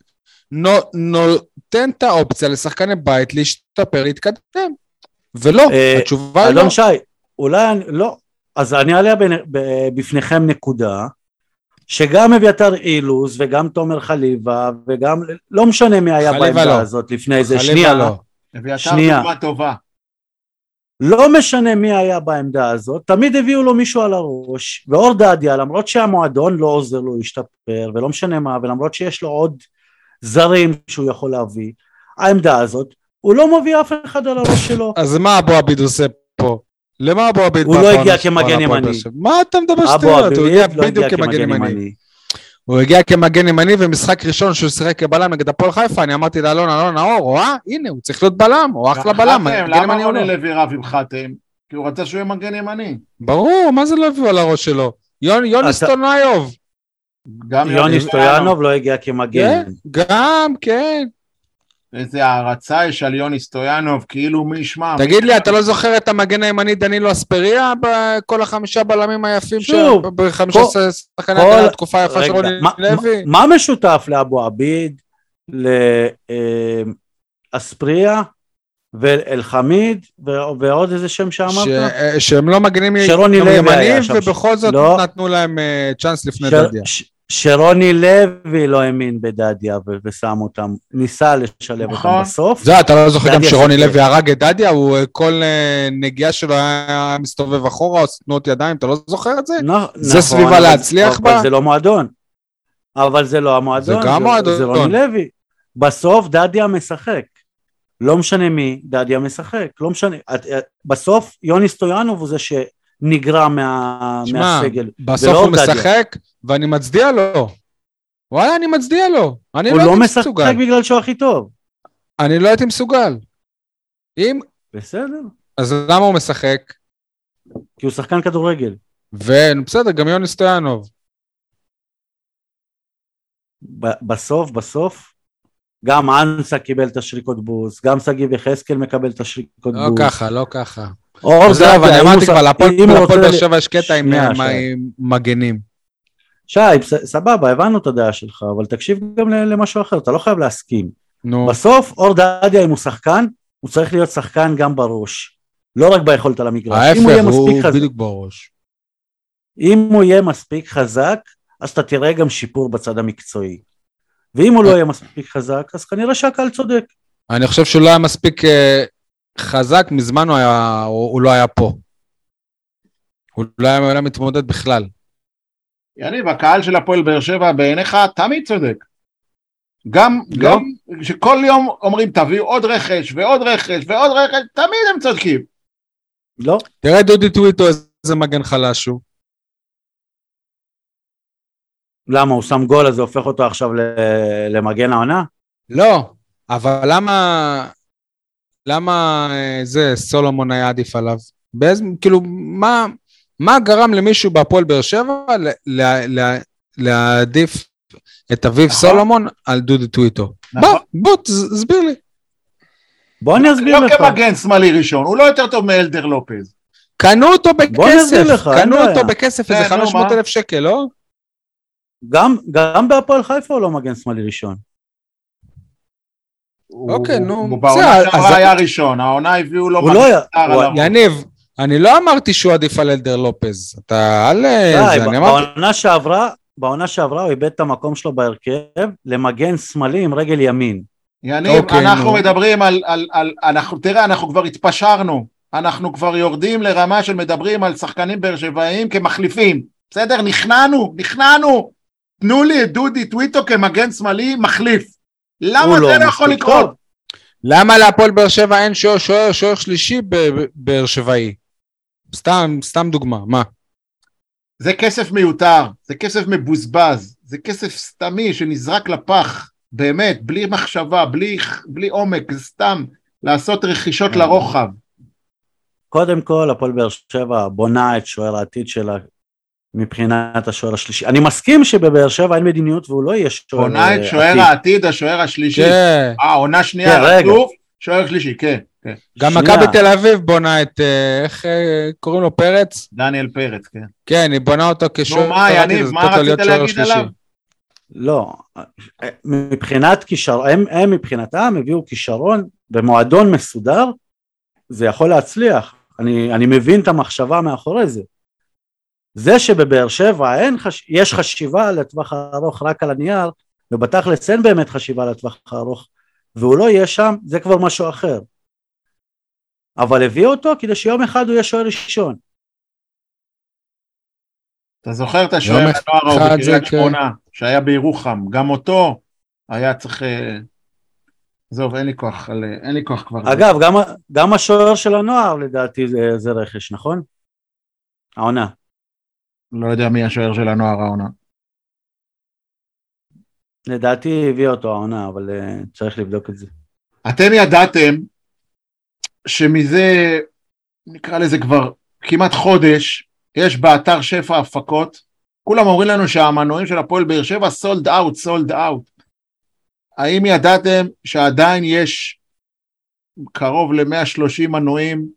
נותן את האופציה לשחקני בית להשתפר, להתקדם, ולא, התשובה לא. אדון שי, אולי לא, אז אני אעלה בפניכם נקודה, שגם אביתר אילוז וגם תומר חליבה וגם לא משנה מי היה בעמדה הזאת לפני איזה שנייה. אביתר דוגמה טובה. לא משנה מי היה בעמדה הזאת, תמיד הביאו לו מישהו על הראש, ואור דדיה, למרות שהמועדון לא עוזר לו להשתפר ולא משנה מה, ולמרות שיש לו עוד זרים שהוא יכול להביא, העמדה הזאת, הוא לא מביא אף אחד על הראש שלו. אז מה אבו עביד עושה פה? למה אבו עביד? הוא לא הגיע כמגן ימני. מה אתה מדבר שטויות? הוא הגיע בדיוק כמגן ימני. הוא הגיע כמגן ימני, ומשחק ראשון שהוא שיחק כבלם נגד הפועל חיפה, אני אמרתי לאלון נאור, הנה, הוא צריך להיות בלם, הוא אחלה בלם. למה רוני לוי רב עם חתם? כי הוא רצה שהוא יהיה מגן ימני. ברור, מה זה לא הביאו על הראש שלו? יוני סטויאנוב. יוני סטויאנוב לא הגיע כמגן. גם, כן. איזה הערצה יש על יוני סטויאנוב, כאילו מי ישמע. תגיד לי, אתה לא זוכר את המגן הימני דנילו אספריה, בכל החמישה בלמים היפים, בחמישה שחקני התקופה היפה של רוני לוי? מה משותף לאבו עביד, לאספריה, ואל חמיד, ועוד איזה שם שאמרת? שהם לא מגנים ימניים, ובכל זאת נתנו להם צ'אנס לפני דדיה. שרוני לוי לא האמין בדדיה ושם אותם, ניסה לשלב אותם בסוף. זה, אתה לא זוכר גם שרוני לוי הרג את דדיה, הוא כל נגיעה שלו היה מסתובב אחורה, או תנועות ידיים, אתה לא זוכר את זה? זה סביבה להצליח בה? אבל זה לא מועדון. אבל זה לא המועדון, זה גם מועדון. זה רוני לוי. בסוף דדיה משחק. לא משנה מי, דדיה משחק. לא משנה. בסוף יוני סטויאנוב הוא זה שנגרע מהסגל. בסוף הוא משחק, ואני מצדיע לו. וואלה, אני מצדיע לו. הוא לא משחק בגלל שהוא הכי טוב. אני לא הייתי מסוגל. בסדר. אז למה הוא משחק? כי הוא שחקן כדורגל. ובסדר, גם יוני סטויאנוב. בסוף, גם אנסה קיבל את השריקות בוס, גם סגיב יחזקאל מקבל את השריקות בוס. לא ככה. אני אמרתי כבר, לפועל באר שבע יש קטע עם מגנים. שי, סבבה, הבנו את הדעה שלך, אבל תקשיב גם למשהו אחר, אתה לא חייב להסכים. בסוף, אור דדיה, אם הוא שחקן, הוא צריך להיות שחקן גם בראש, לא רק ביכולת על המגרש. ההפך, הוא בדיוק בראש. אם הוא יהיה מספיק חזק, אז אתה תראה גם שיפור בצד המקצועי. ואם הוא לא יהיה מספיק חזק, אז כנראה שהקהל צודק. אני חושב שהוא לא היה מספיק חזק, מזמן הוא לא היה פה. הוא לא היה מתמודד בכלל. יניב, הקהל של הפועל באר שבע בעיניך תמיד צודק. גם שכל יום אומרים תביאו עוד רכש ועוד רכש ועוד רכש, תמיד הם צודקים. לא. תראה דודי טוויטו איזה מגן חלש הוא. למה? הוא שם גול, אז זה הופך אותו עכשיו למגן העונה? לא, אבל למה זה סולומון היה עדיף עליו? כאילו, מה גרם למישהו בהפועל באר שבע להעדיף את אביב סולומון על דודי טוויטו? בוא, תסביר לי. בוא אני אסביר לך. לא כמגן שמאלי ראשון, הוא לא יותר טוב מאלדר לופז. קנו אותו בכסף, איזה 500,000 שקל, לא? גם בהפועל חיפה הוא לא מגן שמאלי ראשון. אוקיי, נו. הוא בעונה שעברה היה ראשון, העונה הביאו לו יניב, אני לא אמרתי שהוא עדיף על אלדר לופז. אתה בעונה שעברה הוא איבד את המקום שלו בהרכב למגן שמאלי עם רגל ימין. יניב, אנחנו מדברים תראה, אנחנו כבר התפשרנו, אנחנו כבר יורדים לרמה של מדברים על שחקנים באר שבעיים כמחליפים. בסדר? נכנענו. תנו לי את דודי טוויטו כמגן שמאלי מחליף. למה זה לא יכול לקרות? למה להפועל באר שבע אין שוער שלישי באר שבעי? סתם דוגמה, מה? זה כסף מיותר, זה כסף מבוזבז, זה כסף סתמי שנזרק לפח, באמת, בלי מחשבה, בלי עומק, זה סתם לעשות רכישות לרוחב. קודם כל, הפועל באר שבע בונה את שוער העתיד שלה, מבחינת השוער השלישי. אני מסכים שבבאר שבע אין מדיניות והוא לא יהיה שוער העתיד. בונה את שוער העתיד, השוער השלישי. עונה שנייה, רצוף, שוער שלישי, כן. גם מכבי תל אביב בונה את, איך קוראים לו, פרץ? דניאל פרץ, כן. כן, היא בונה אותו כשוער העתיד. יניב, מה רצית להגיד עליו? לא, מבחינת כישרון, הם מבחינתם הביאו כישרון במועדון מסודר, זה יכול להצליח. אני מבין את המחשבה מאחורי זה. זה שבבאר שבע יש חשיבה לטווח הארוך רק על הנייר, ובתכלס אין באמת חשיבה לטווח הארוך, והוא לא יהיה שם, זה כבר משהו אחר. אבל הביא אותו כדי שיום אחד הוא יהיה שוער ראשון. אתה זוכר את השוער הנוער בקריית שמונה, שהיה בירוחם, גם אותו היה צריך... זוב, אין לי כוח כבר. אגב, גם השוער של הנוער לדעתי זה רכש, נכון? העונה. לא יודע מי השוער של הנוער העונה. לדעתי הביא אותו העונה, אבל צריך לבדוק את זה. אתם ידעתם שמזה, נקרא לזה כבר כמעט חודש, יש באתר שפע הפקות, כולם אומרים לנו שהמנועים של הפועל באר שבע sold out. האם ידעתם שעדיין יש קרוב ל-130 מנועים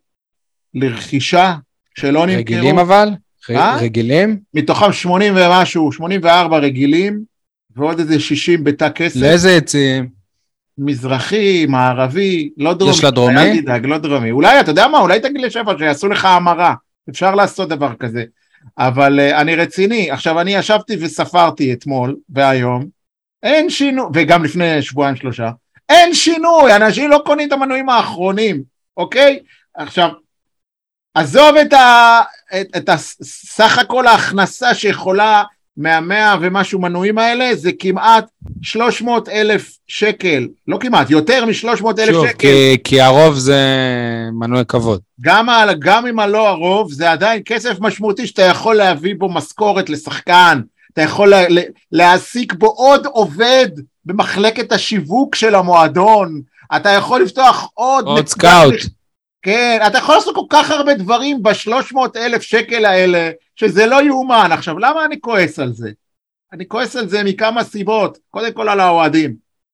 לרכישה שלא נמכרו? רגילים אבל? רגילים? מתוכם 80 ומשהו, 84 רגילים, ועוד איזה 60 בתא כסף. לאיזה יציאים? מזרחי, מערבי, לא דרומי. יש לה דרומי? לא דרומי. אולי, אתה יודע מה? אולי תגיד לשפע שיעשו לך המרה. אפשר לעשות דבר כזה. אבל אני רציני. עכשיו, אני ישבתי וספרתי אתמול והיום. אין שינוי, וגם לפני שבועיים שלושה. אין שינוי, אנשים לא קונים את המנועים האחרונים. אוקיי? עכשיו, עזוב את סך הכל ההכנסה שיכולה מה100 ומשהו מנויים האלה, זה כמעט 300,000 שקל, לא כמעט, יותר מ300,000 שקל. כי הרוב זה מנוי כבוד. גם אם הלא הרוב, זה עדיין כסף משמעותי שאתה יכול להביא בו משכורת לשחקן, אתה יכול להעסיק בו עוד עובד במחלקת השיווק של המועדון, אתה יכול לפתוח עוד סקאוט. כן, אתה יכול לעשות כל כך הרבה דברים ב300,000 שקל האלה, שזה לא יאומן. עכשיו, למה אני כועס על זה? אני כועס על זה מכמה סיבות. קודם כל על האוהדים.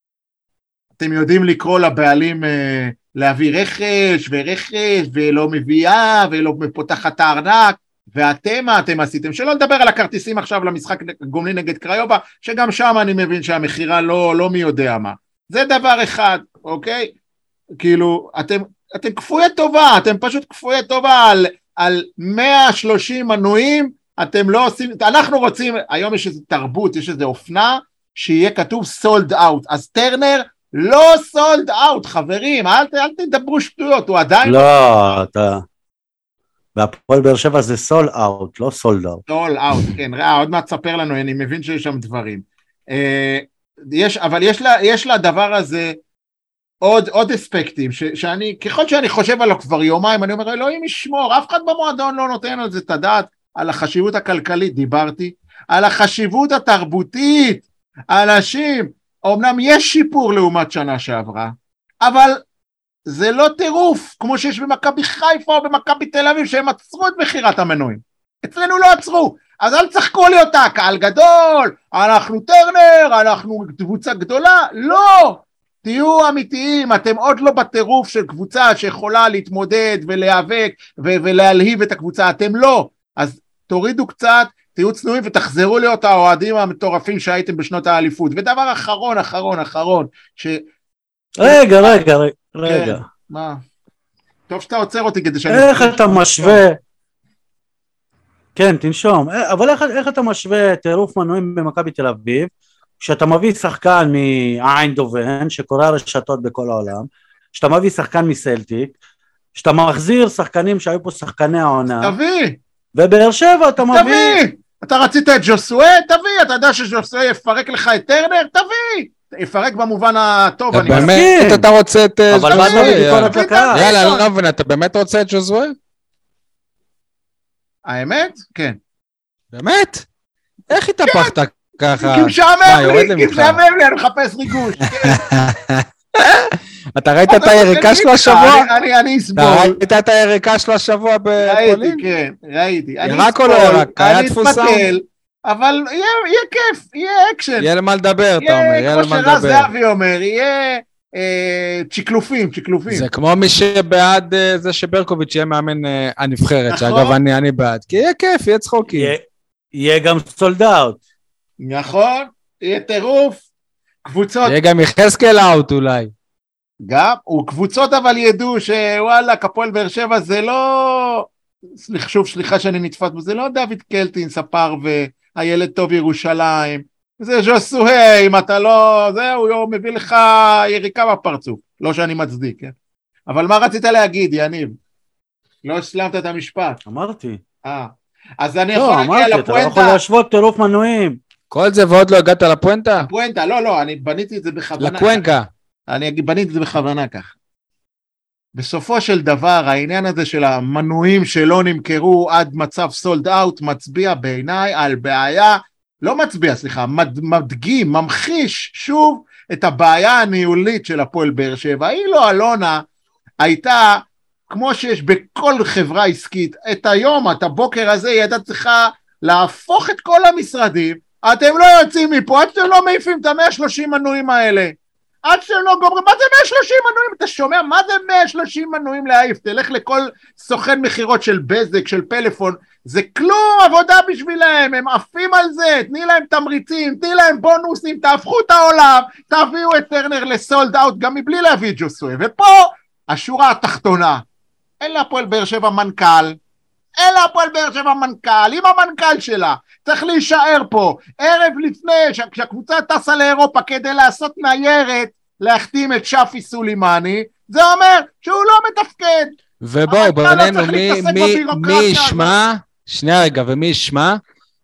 אתם יודעים לקרוא לבעלים להביא רכש ולא מביאה ולא פותחת הארנק, ואתם מה אתם עשיתם? שלא לדבר על הכרטיסים עכשיו למשחק גומלין נגד קריובה, שגם שם אני מבין שהמחירה לא מי יודע מה. זה דבר אחד, אוקיי? כאילו, אתם כפויי טובה, אתם פשוט כפויי טובה על 130 מנויים, אתם לא עושים, אנחנו רוצים, היום יש איזו תרבות, יש איזו אופנה, שיהיה כתוב sold out, אז טרנר לא sold out, חברים, אל תדברו שטויות, הוא עדיין... לא, אתה... והפועל באר שבע זה סול אאוט, לא סולד אאוט. סול אאוט, כן, עוד מעט תספר לנו, אני מבין שיש שם דברים. אבל יש לדבר הזה עוד אספקטים, שאני, ככל שאני חושב עליו כבר יומיים, אני אומר, אלוהים ישמור, אף אחד במועדון לא נותן על זה את הדעת, על החשיבות הכלכלית, דיברתי, על החשיבות התרבותית, אנשים, אמנם יש שיפור לעומת שנה שעברה, אבל זה לא טירוף, כמו שיש במכבי חיפה או במכבי תל אביב, שהם עצרו את מחירת המנויים. אצלנו לא עצרו, אז אל תשחקו לי אותה, קהל גדול, אנחנו טרנר, אנחנו קבוצה גדולה, לא! תהיו אמיתיים, אתם עוד לא בטירוף של קבוצה שיכולה להתמודד ולהיאבק ולהלהיב את הקבוצה, אתם לא. אז תורידו קצת, תהיו צנועים ותחזרו להיות האוהדים המטורפים שהייתם בשנות האליפות. ודבר אחרון, רגע. כן, מה? טוב שאתה עוצר אותי כדי שאני... איך אתה משווה... כן, תנשום. אבל איך אתה משווה טירוף מנויים במכבי תל אביב, כשאתה מביא שחקן מאיינדובן, שקורא רשתות בכל העולם, שאתה מביא שחקן מסלטיק, שאתה מחזיר שחקנים שהיו פה שחקני העונה. תביא! ובאר שבע אתה מביא... תביא! אתה רצית את ג'וסואה? תביא! אתה יודע שג'וסואה יפרק לך את טרנר? תביא! יפרק במובן הטוב, אני מסכים. באמת אתה רוצה את אבל מה אתה בביקורת לקהל? יאללה, לא מבין, אתה באמת רוצה את ג'וסואה? האמת? כן. באמת? איך התהפכת ככה? כי משעמם לי, אני מחפש ריגוש. אתה ראית את היריקה שלו השבוע? אני אסבול. אתה ראית את היריקה שלו השבוע בפולין? ראיתי, כן, ראיתי. ירק או לא ירק? היה תפוסה? אני אתפתל, אבל יהיה כיף, יהיה אקשן. יהיה למה לדבר, אתה אומר, יהיה למה לדבר. כמו שרז זהבי אומר, יהיה צ'יקלופים. זה כמו מי שבעד זה שברקוביץ' יהיה מאמן הנבחרת, שאגב אני בעד, כי יהיה כיף, יהיה צחוקי. יהיה גם סולד אאוט. נכון, יהיה טירוף, קבוצות... יהיה גם יחזקאל אאוט אולי. גם, וקבוצות אבל ידעו שוואלה, הפועל באר שבע זה לא... שוב, סליחה שאני נתפס בו, זה לא דוד קלטין, ספר והילד טוב ירושלים, זה ז'וסואה, אם אתה לא... זהו, הוא מביא לך יריקה בפרצוף, לא שאני מצדיק, כן? אבל מה רצית להגיד, יניב? לא השלמת את המשפט. אמרתי. אז אני יכול להגיע לפואנטה. אתה לא יכול להשוות טירוף מנויים. כל זה ועוד לא הגעת לפואנטה? לפואנטה, לא, אני בניתי את זה בכוונה. לקוונקה. אני בניתי את זה בכוונה כך. בסופו של דבר, העניין הזה של המנויים שלא נמכרו עד מצב סולד אאוט, מצביע בעיניי על בעיה, לא מצביע, סליחה, מדגים, ממחיש שוב את הבעיה הניהולית של הפועל באר שבע. היא לא אלונה, הייתה... כמו שיש בכל חברה עסקית, את היום, את הבוקר הזה, היא הייתה צריכה להפוך את כל המשרדים, אתם לא יוצאים מפה, עד שאתם לא מעיפים את ה-130 מנויים האלה, עד שאתם לא גומרים, מה זה 130 מנויים? אתה שומע, מה זה 130 מנויים להעיף? תלך לכל סוכן מחירות של בזק, של פלאפון, זה כלום עבודה בשבילהם, הם עפים על זה, תני להם תמריצים, תני להם בונוסים, תהפכו את העולם, תביאו את טרנר לסולד אאוט, גם מבלי להביא את ג'וסואה, ופה השורה התחתונה, אין לה הפועל באר שבע מנכ"ל, עם המנכ"ל שלה, צריך להישאר פה, ערב לפני, כשהקבוצה טסה לאירופה כדי לעשות ניירת, להחתים את שפי סולימני, זה אומר שהוא לא מתפקד. ובואו, בינינו, מי ישמע, שנייה רגע, ומי ישמע,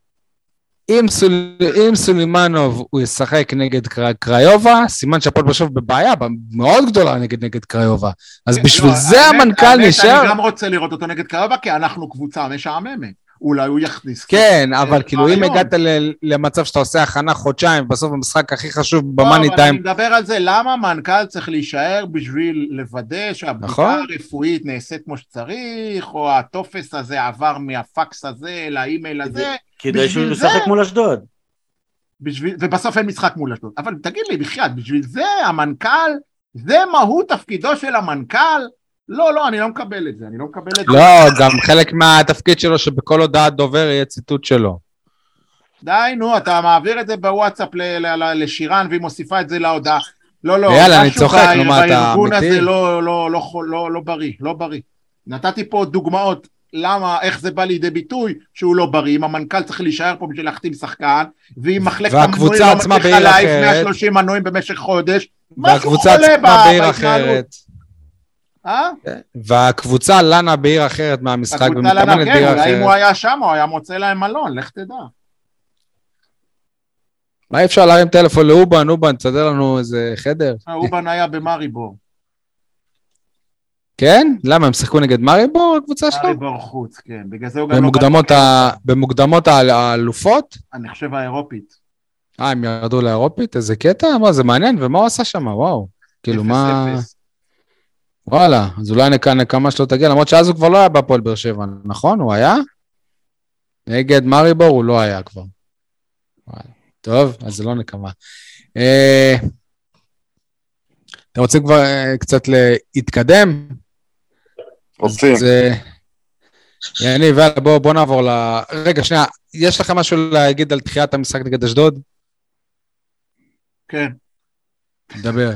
אם סולימנוב הוא ישחק נגד קריובה, סימן שהפועל באר שבע בבעיה מאוד גדולה נגד קריובה. אז בשביל זה המנכ"ל נשאר. אני גם רוצה לראות אותו נגד קריובה, כי אנחנו קבוצה משעממת. אולי הוא יכניס. כן, אבל כאילו אם הגעת למצב שאתה עושה הכנה חודשיים, בסוף המשחק הכי חשוב במאני טיים. אני מדבר על זה, למה המנכ"ל צריך להישאר בשביל לוודא שהבדיקה הרפואית נעשית כמו שצריך, או הטופס הזה עבר מהפקס הזה לאימייל הזה. כדי שהוא ישחק מול אשדוד. ובסוף אין משחק מול אשדוד. אבל תגיד לי, בחייאת, בשביל זה המנכ"ל, זה מהות תפקידו של המנכ"ל? לא, אני לא מקבל את זה, לא, גם חלק מהתפקיד שלו שבכל הודעת דובר יהיה ציטוט שלו. די, נו, אתה מעביר את זה בוואטסאפ לשירן, והיא מוסיפה את זה להודעה. לא, יאללה, אני צוחק, נו מה אתה בארגון הזה לא בריא. נתתי פה דוגמאות, איך זה בא לידי ביטוי שהוא לא בריא, אם המנכ"ל צריך להישאר פה בשביל להחתים שחקן, ואם מחלקת המנויים לא מצליחה להעיף 130 מנויים במשך חודש, והקבוצה עצמה בעיר אחרת. והקבוצה לנה בעיר אחרת מהמשחק. הקבוצה לנה, כן, אולי אם הוא היה שם, הוא היה מוצא להם מלון, לך תדע. מה אפשר להרים טלפון לאובן, אובן, תסדר לנו איזה חדר? אובן היה במריבור. כן? למה, הם שיחקו נגד מריבור, הקבוצה שלו? מריבור חוץ, כן. בגלל זה הוא גם במוקדמות האלופות? אני חושב האירופית. הם ירדו לאירופית? איזה קטע? מה, זה מעניין, ומה הוא עשה שם? וואו. כאילו, מה... וואלה, אז אולי נקמה שלא תגיע, למרות שאז הוא כבר לא היה בהפועל באר שבע, נכון? הוא היה? נגד מריבור הוא לא היה כבר. טוב, אז זה לא נקמה. אתם רוצים כבר קצת להתקדם? רוצים. יניב, בוא נעבור רגע, שנייה, יש לכם משהו להגיד על תחיית המשחק נגד אשדוד? כן. דבר.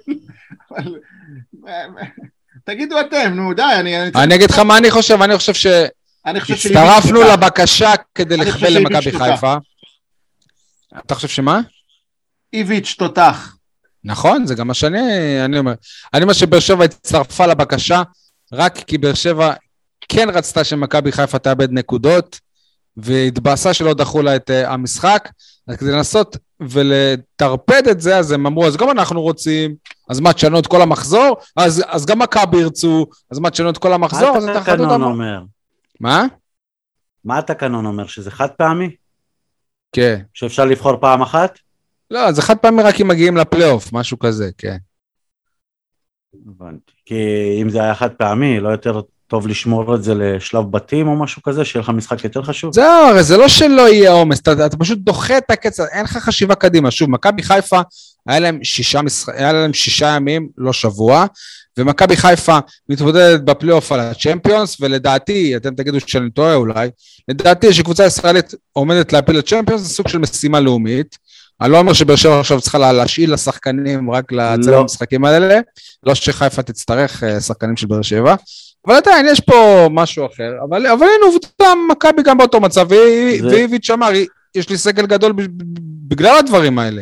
תגידו אתם, נו די, אני אגיד לך מה אני חושב, אני חושב שהצטרפנו לבקשה כדי לקבל למכבי חיפה. אתה חושב שמה? איביץ' תותח. נכון, זה גם מה שאני אומר. אני אומר שבאר שבע הצטרפה לבקשה, רק כי באר שבע כן רצתה שמכבי חיפה תאבד נקודות, והתבאסה שלא דחו לה את המשחק, אז כדי לנסות ולטרפד את זה, אז הם אמרו, אז גם אנחנו רוצים, אז מה, תשנו את כל המחזור? אז גם מכבי ירצו, אז מה, תשנו את כל המחזור? מה התקנון אומר? מה? מה התקנון אומר? שזה חד פעמי? כן. שאפשר לבחור פעם אחת? לא, זה חד פעמי רק אם מגיעים לפלייאוף, משהו כזה, כן. הבנתי. כי אם זה היה חד פעמי, לא יותר טוב לשמור את זה לשלב בתים או משהו כזה, שיהיה לך משחק יותר חשוב? זהו, הרי זה לא שלא יהיה עומס, אתה פשוט דוחה את הקצב, אין לך חשיבה קדימה. שוב, מכבי חיפה, היה להם 6 ימים, לא שבוע, ומכבי חיפה מתמודדת בפלייאוף על הצ'מפיונס, ולדעתי, אתם תגידו שאני טועה אולי, לדעתי שקבוצה ישראלית עומדת להפיל לצ'מפיונס, זה סוג של משימה לאומית. אני לא אומר שבאר שבע עכשיו צריכה להשאיל לשחקנים רק לצל המשחקים האלה, לא שחיפה תצטרך שחקנים של באר שבע, אבל עדיין יש פה משהו אחר, אבל הנה עובדה מכבי גם באותו מצב, ואיביץ' אמר, יש לי סגל גדול בגלל הדברים האלה.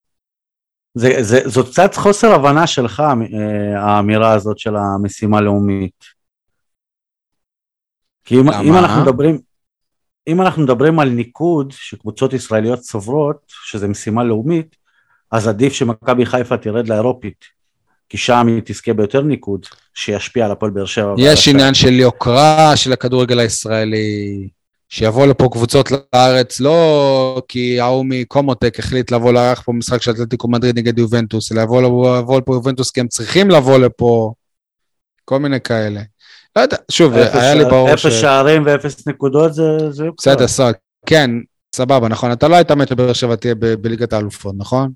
זו קצת חוסר הבנה שלך, האמירה הזאת של המשימה לאומית. כי אם אנחנו מדברים על ניקוד שקבוצות ישראליות צוברות, שזה משימה לאומית, אז עדיף שמכבי חיפה תרד לאירופית, כי שם היא תזכה ביותר ניקוד, שישפיע על הפועל באר שבע. יש עניין של יוקרה של הכדורגל הישראלי, שיבוא לפה קבוצות לארץ, לא כי האומי קומוטק החליט לבוא לארח פה משחק של אתלטיקו מדריד נגד יובנטוס, אלא לבוא לפה יובנטוס כי הם צריכים לבוא לפה, כל מיני כאלה. לא יודע, שוב, היה לי ברור 0 שערים ו0 נקודות, זה בסדר, סדר, כן, סבבה, נכון, אתה לא היית מת לבאר שבע תהיה בליגת האלופות, נכון?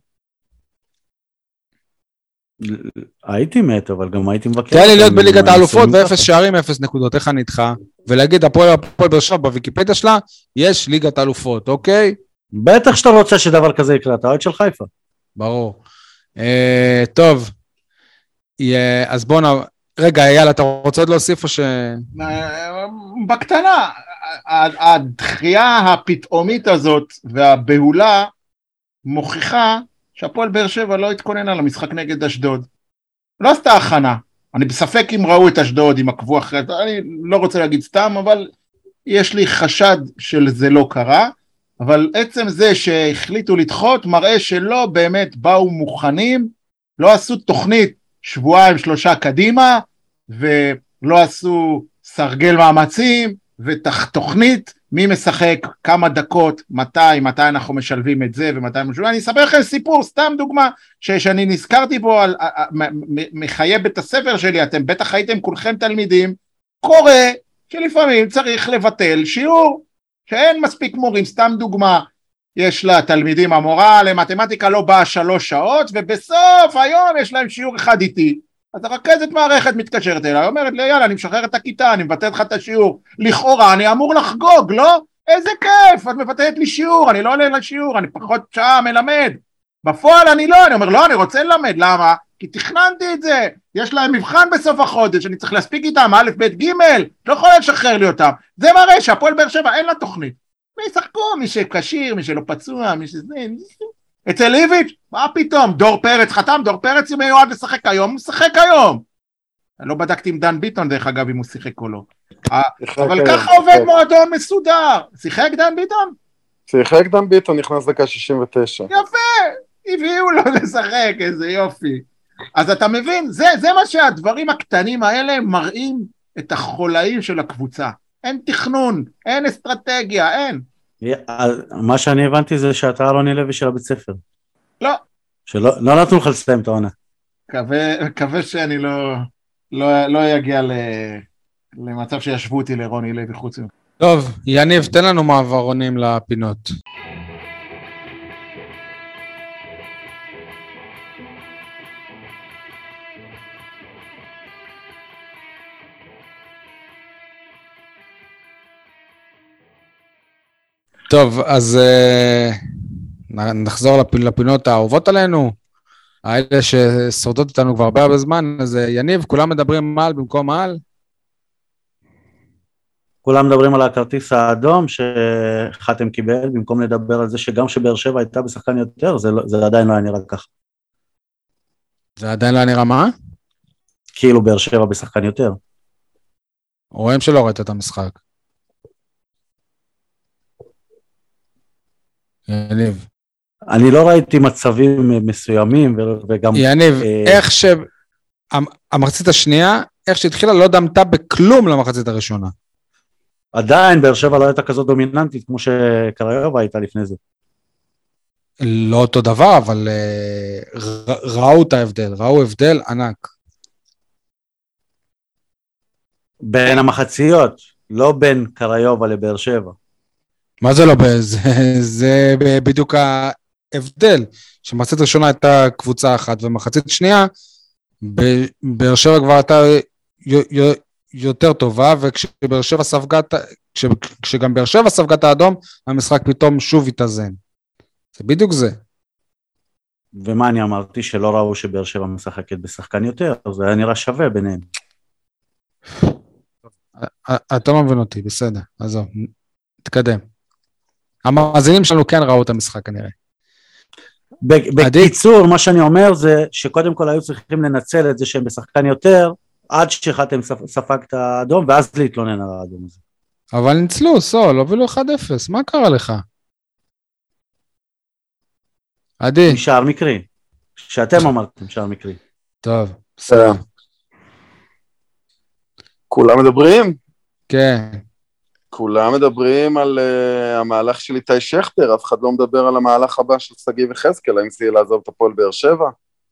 הייתי מת, אבל גם הייתי מבקר. תהיה לי להיות בליגת האלופות ו0 שערים, 0 נקודות, איך אני איתך? ולהגיד, הפועל באר שבע בוויקיפדיה שלה, יש ליגת האלופות, אוקיי? בטח שאתה רוצה שדבר כזה יקרה, אתה אוהד של חיפה. ברור. טוב, אז בואו רגע, יאללה, אתה רוצה עוד להוסיף או ש... בקטנה, הדחייה הפתאומית הזאת והבהולה מוכיחה שהפועל באר שבע לא התכונן על המשחק נגד אשדוד. לא עשתה הכנה. אני בספק אם ראו את אשדוד, אם עקבו אחרי... אני לא רוצה להגיד סתם, אבל יש לי חשד שזה לא קרה. אבל עצם זה שהחליטו לדחות מראה שלא באמת באו מוכנים, לא עשו תוכנית 2-3 קדימה, ולא עשו סרגל מאמצים, ותוכנית מי משחק, כמה דקות, מתי אנחנו משלבים את זה, ומתי משלבים. אני אספר לכם סיפור, סתם דוגמה, שאני נזכרתי בו, מחיי בית הספר שלי, אתם בטח הייתם כולכם תלמידים, קורה שלפעמים צריך לבטל שיעור, שאין מספיק מורים, סתם דוגמה, יש לה תלמידים, המורה למתמטיקה לא באה 3 שעות, ובסוף היום יש להם שיעור אחד איתי, אז הרכזת מערכת מתקשרת אליי, אומרת לי, יאללה, אני משחרר את הכיתה, אני מבטל לך את השיעור, לכאורה אני אמור לחגוג, לא? איזה כיף, את מבטלת לי שיעור, אני לא עולה לשיעור, אני פחות שעה מלמד, בפועל אני אומר, לא, אני רוצה ללמד, למה? כי תכננתי את זה, יש להם מבחן בסוף החודש, אני צריך להספיק איתם, א', ב', ג', לא יכול לשחרר לי אותם, זה מראה שהפועל באר שבע אין לה תוכנית, מי ישחקו, מי שקשיר, מי שלא פצוע, מי שזה, אצל איביץ', מה פתאום, דור פרץ חתם, דור פרץ מיועד לשחק היום, הוא משחק היום, לא בדקתי עם דן ביטון, דרך אגב, אם הוא שיחק או לא. אבל ככה עובד מועדון מסודר. שיחק דן ביטון? שיחק דן ביטון, נכנס דקה 69. יפה, הביאו לו לשחק, איזה יופי. אז אתה מבין, זה מה שהדברים הקטנים האלה מראים את החולאים של הקבוצה. אין תכנון, אין אסטרטגיה, אין. מה שאני הבנתי זה שאתה רוני לוי של הבית ספר. לא. שלא נתנו לך לסיים את העונה. מקווה שאני לא אגיע למצב שישבו אותי לרוני לוי חוץ. טוב, יניב, תן לנו מעברונים לפינות. טוב, אז נחזור לפינות האהובות עלינו, האלה ששורדות איתנו כבר הרבה זמן. אז יניב, כולם מדברים מעל במקום מעל? כולם מדברים על הכרטיס האדום שחתם קיבל, במקום לדבר על זה שגם שבאר שבע הייתה בשחקן יותר, זה עדיין לא היה נראה ככה. זה עדיין לא היה נראה מה? כאילו באר שבע בשחקן יותר. רואים שלא ראית את המשחק. יניב. אני לא ראיתי מצבים מסוימים וגם... יניב, איך המחצית השנייה, איך שהתחילה לא דמתה בכלום למחצית הראשונה. עדיין באר שבע לא הייתה כזאת דומיננטית כמו שקריובה הייתה לפני זה. לא אותו דבר, אבל ראו את ההבדל, ראו הבדל ענק. בין המחציות, לא בין קריובה לבאר שבע. מה זה לא? זה בדיוק ההבדל, שמחצית ראשונה הייתה קבוצה אחת, ומחצית שנייה, באר שבע כבר הייתה יותר טובה, וכשגם באר שבע ספגה את האדום, המשחק פתאום שוב התאזן. זה בדיוק זה. ומה אני אמרתי? שלא ראו שבאר שבע משחקת בשחקן יותר, זה היה נראה שווה ביניהם. אתה לא מבין אותי, בסדר, עזוב, תתקדם. המאזינים שלנו כן ראו את המשחק כנראה. בקיצור, מה שאני אומר זה שקודם כל היו צריכים לנצל את זה שהם בשחקן יותר, עד שחתם ספג את האדום, ואז להתלונן על האדום הזה. אבל ניצלו, סול, הובילו 1-0, מה קרה לך? עדי. משאר מקרי, שאתם אמרתם שער מקרי. טוב, בסדר. כולם מדברים? כן. כולם מדברים על המהלך של איתי שכטר, אף אחד לא מדבר על המהלך הבא של שגיב יחזקאל, האם זה יהיה לעזוב את הפועל באר שבע?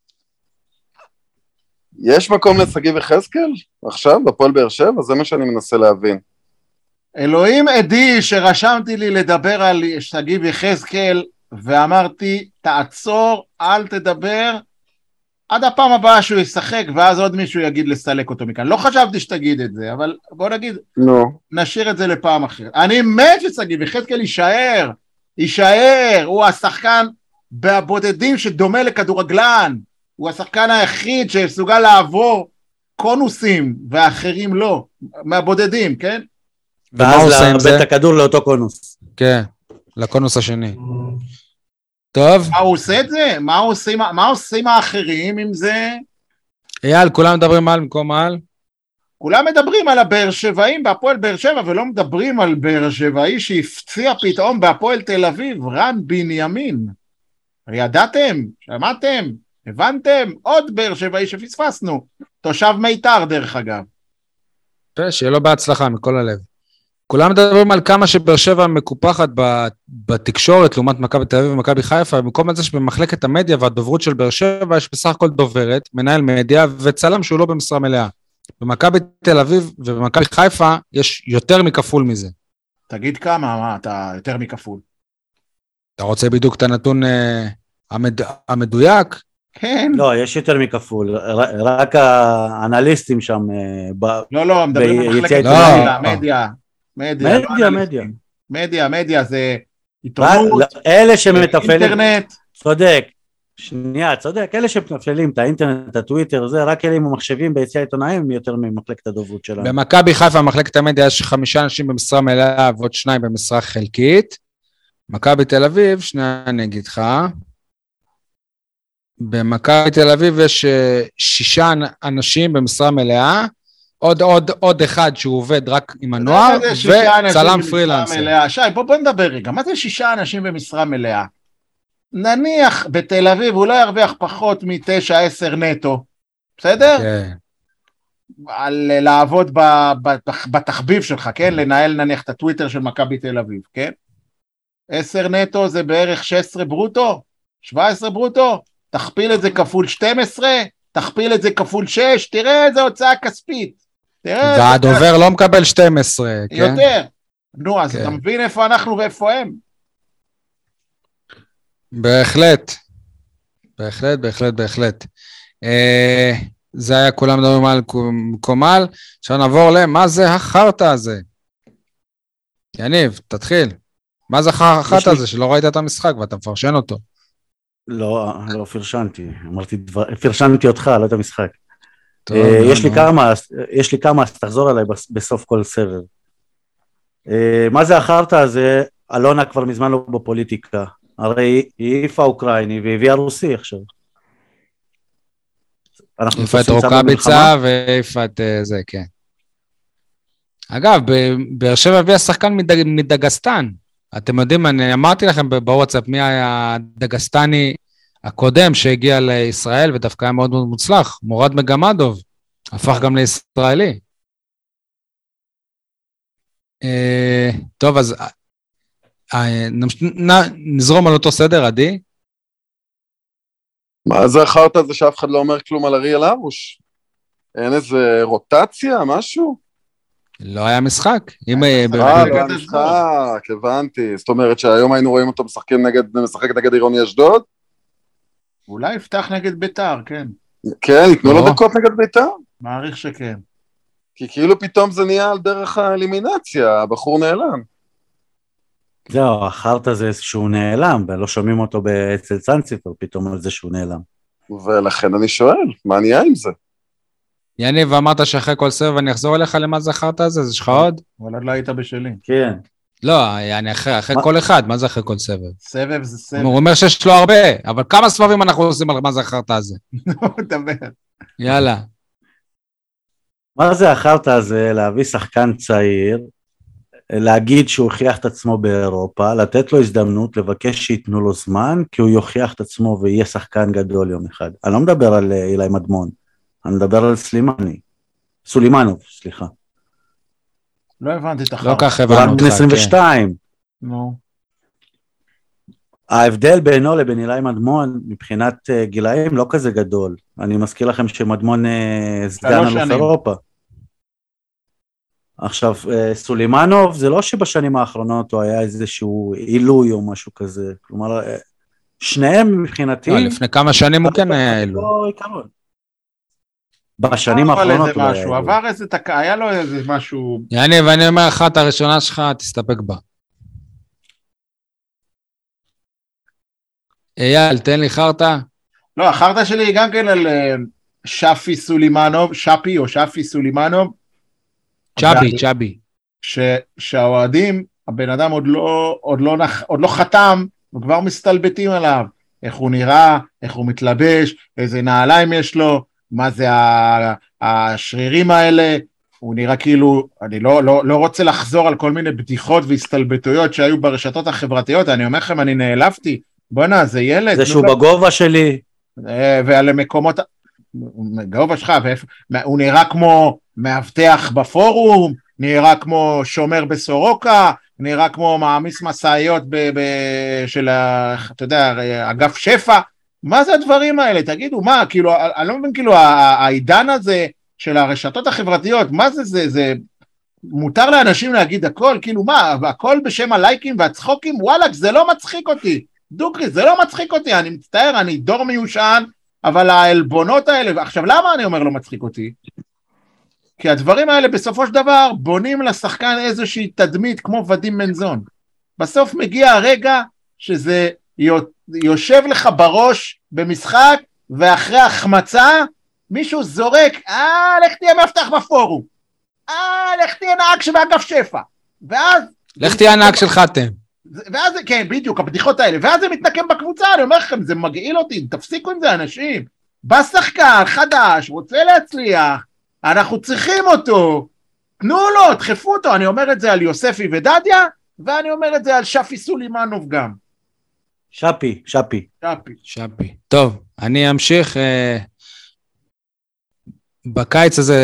יש מקום לשגיב יחזקאל? עכשיו, בפועל באר שבע? זה מה שאני מנסה להבין. אלוהים עדי שרשמתי לי לדבר על שגיב יחזקאל, ואמרתי, תעצור, אל תדבר, עד הפעם הבאה שהוא ישחק, ואז עוד מישהו יגיד לסלק אותו מכאן. לא חשבתי שתגיד את זה, אבל בוא נגיד, נשאיר את זה לפעם אחרת. אני מת ששגיב יחזקאל יישאר, הוא השחקן בבודדים שדומה לכדורגלן, הוא השחקן היחיד שסוגל לעבור קונוסים, ואחרים לא, מהבודדים, כן? ואז לאבד את הכדור לאותו קונוס. כן, לקונוס השני. טוב. מה הוא עושה את זה? מה עושים האחרים עם זה? אייל, כולם מדברים על במקום על? כולם מדברים על הבאר שבעים בהפועל באר שבע, ולא מדברים על באר שבעי שהפציע פתאום בהפועל תל אביב, רן בנימין. ידעתם? שמעתם? הבנתם? עוד באר שבעי שפספסנו. תושב מיתר דרך אגב. שיהיה לו בהצלחה מכל הלב. כולם מדברים על כמה שבאר שבע מקופחת בתקשורת לעומת מכבי תל אביב ומכבי חיפה, במקום הזה שבמחלקת המדיה והדוברות של באר שבע יש בסך הכל דוברת, מנהל מדיה וצלם שהוא לא במשרה מלאה. במכבי תל אביב ובמכבי חיפה יש יותר מכפול מזה. תגיד כמה, מה אתה יותר מכפול? אתה רוצה בדיוק את הנתון המדויק? כן. לא, יש יותר מכפול, רק האנליסטים שם. לא, מדברים במחלקת מדיה זה עיתונות, אלה שמתפעלים, אינטרנט. צודק, אלה שמתפעלים את האינטרנט, הטוויטר, זה רק אלה עם המחשבים ביציע עיתונאים יותר ממחלקת הדוברות שלנו. במכבי חיפה, מחלקת המדיה, יש 5 אנשים במשרה מלאה ועוד 2 במשרה חלקית. מכבי תל אביב, 2 אני אגיד לך. במכבי תל אביב יש 6 אנשים במשרה מלאה, עוד אחד שהוא עובד רק עם הנוער, וצלם פרילנסר. שי, בוא נדבר רגע, מה זה 6 אנשים במשרה מלאה? נניח בתל אביב הוא לא ירוויח פחות מ9-10 נטו, בסדר? כן. על לעבוד בתחביב שלך, כן? לנהל נניח את הטוויטר של מכבי תל אביב, כן? 10 נטו זה בערך 16 ברוטו, 17 ברוטו, תכפיל את זה כפול 12, תכפיל את זה כפול 6, תראה איזה הוצאה כספית. והדובר לא מקבל 12, כן? יותר. נו, אז אתה מבין איפה אנחנו ואיפה הם? בהחלט. זה היה כולם מדברים על קומל, עכשיו נעבור למה זה החרטא הזה. יניב, תתחיל. מה זה החרטא הזה שלא ראית את המשחק ואתה מפרשן אותו? לא פרשנתי, פרשנתי אותך, לא את המשחק. יש לי כמה, אז תחזור עליי בסוף כל סבב. מה זה החרטא הזה? אלונה כבר מזמן לא בפוליטיקה, הרי היא העיפה אוקראיני והביאה רוסי עכשיו. העיפה את רוקאביצה והעיפה את זה, כן. אגב, באר שבע הביאה שחקן מדגסטן. אתם יודעים, אני אמרתי לכם בוואטסאפ מי היה הדגסטני הקודם שהגיע לישראל ודווקא היה מאוד מאוד מוצלח, מורד מגמדוב, הפך גם לישראלי. טוב, אז נזרום על אותו סדר, עדי. מה זה החרטא הזה שאף אחד לא אומר כלום על אריאל הרוש? אין איזה רוטציה, משהו? לא היה משחק. לא היה משחק, הבנתי. זאת אומרת שהיום היינו רואים אותו משחק נגד עירוני אשדוד? אולי יפתח נגד ביתר, כן. כן, יתנו לו דקות נגד ביתר? מעריך שכן. כי כאילו פתאום זה נהיה על דרך האלימינציה, הבחור נעלם. זהו, החרטא זה שהוא נעלם, ולא שומעים אותו אצל סנציפר, פתאום על זה שהוא נעלם. ולכן אני שואל, מה נהיה עם זה? יניב, אמרת שאחרי כל סבב אני אחזור אליך למה זה החרטא הזה, זה שלך עוד? אבל עוד לא היית בשלי. כן. לא, אני אחרי כל אחד, מה זה אחרי כל סבב? סבב זה סבב. הוא אומר שיש לו הרבה, אבל כמה סבבים אנחנו עושים על מה זה החרטא הזה? דבר. יאללה. מה זה החרטא הזה? להביא שחקן צעיר, להגיד שהוא הוכיח את עצמו באירופה, לתת לו הזדמנות, לבקש שיתנו לו זמן, כי הוא יוכיח את עצמו ויהיה שחקן גדול יום אחד. אני לא מדבר על אילי מדמון, אני מדבר על סולימנוב, סליחה. לא הבנתי את החרטא. לא כך הבנו אותך, 22. נו. ההבדל בינו לבין אילי מדמון, מבחינת גילאים, לא כזה גדול. אני מזכיר לכם שמדמון סגן אלוף אירופה. עכשיו, סולימנוב, זה לא שבשנים האחרונות הוא היה איזשהו עילוי או משהו כזה. כלומר, שניהם מבחינתי... לפני כמה שנים הוא כן היה עילוי. בשנים האחרונות הוא היה. עבר איזה תקע, היה לו איזה משהו... יניב, ואני אומר, אחת הראשונה שלך, תסתפק בה. אייל, תן לי חרטא. לא, החרטא שלי היא גם כן על שפי סולימנוב, שפי או שפי סולימנוב. צ'אבי. שהאוהדים, הבן אדם עוד לא חתם, וכבר מסתלבטים עליו. איך הוא נראה, איך הוא מתלבש, איזה נעליים יש לו, מה זה השרירים האלה, הוא נראה כאילו, אני לא רוצה לחזור על כל מיני בדיחות והסתלבטויות שהיו ברשתות החברתיות, אני אומר לכם, אני נעלבתי, בוא'נה, זה ילד. זה שהוא בגובה שלי. ועל מקומות, גובה שלך, הוא נראה כמו מאבטח בפורום, נראה כמו שומר בסורוקה, נראה כמו מעמיס מסעיות של, אתה יודע, אגף שפע, מה זה הדברים האלה? תגידו, מה, כאילו, אני לא מבין, כאילו, העידן הזה של הרשתות החברתיות, מה זה, מותר לאנשים להגיד הכל, כאילו, מה, הכל בשם הלייקים והצחוקים, וואלק, זה לא מצחיק אותי, דוקרי, זה לא מצחיק אותי, אני מצטער, אני דור מיושן, אבל העלבונות האלה, עכשיו, למה אני אומר לא מצחיק אותי? כי הדברים האלה בסופו של דבר בונים לשחקן איזושהי תדמית כמו ודים מנזון. בסוף מגיע הרגע שזה יושב לך בראש במשחק, ואחרי החמצה מישהו זורק, לך תהיה מאבטח בפורום, לך תהיה נהג שבאגף שפע, ואז... לך תהיה נהג של חתם. ואז, כן, בדיוק, הבדיחות האלה, ואז זה מתנקם בקבוצה, אני אומר לכם, זה מגעיל אותי, תפסיקו עם זה, אנשים. בא שחקן חדש, רוצה להצליח, אנחנו צריכים אותו, תנו לו, דחפו אותו, אני אומר את זה על יוספי ודדיה, ואני אומר את זה על שפי סולימנוב גם. שפי. טוב, אני אמשיך. בקיץ הזה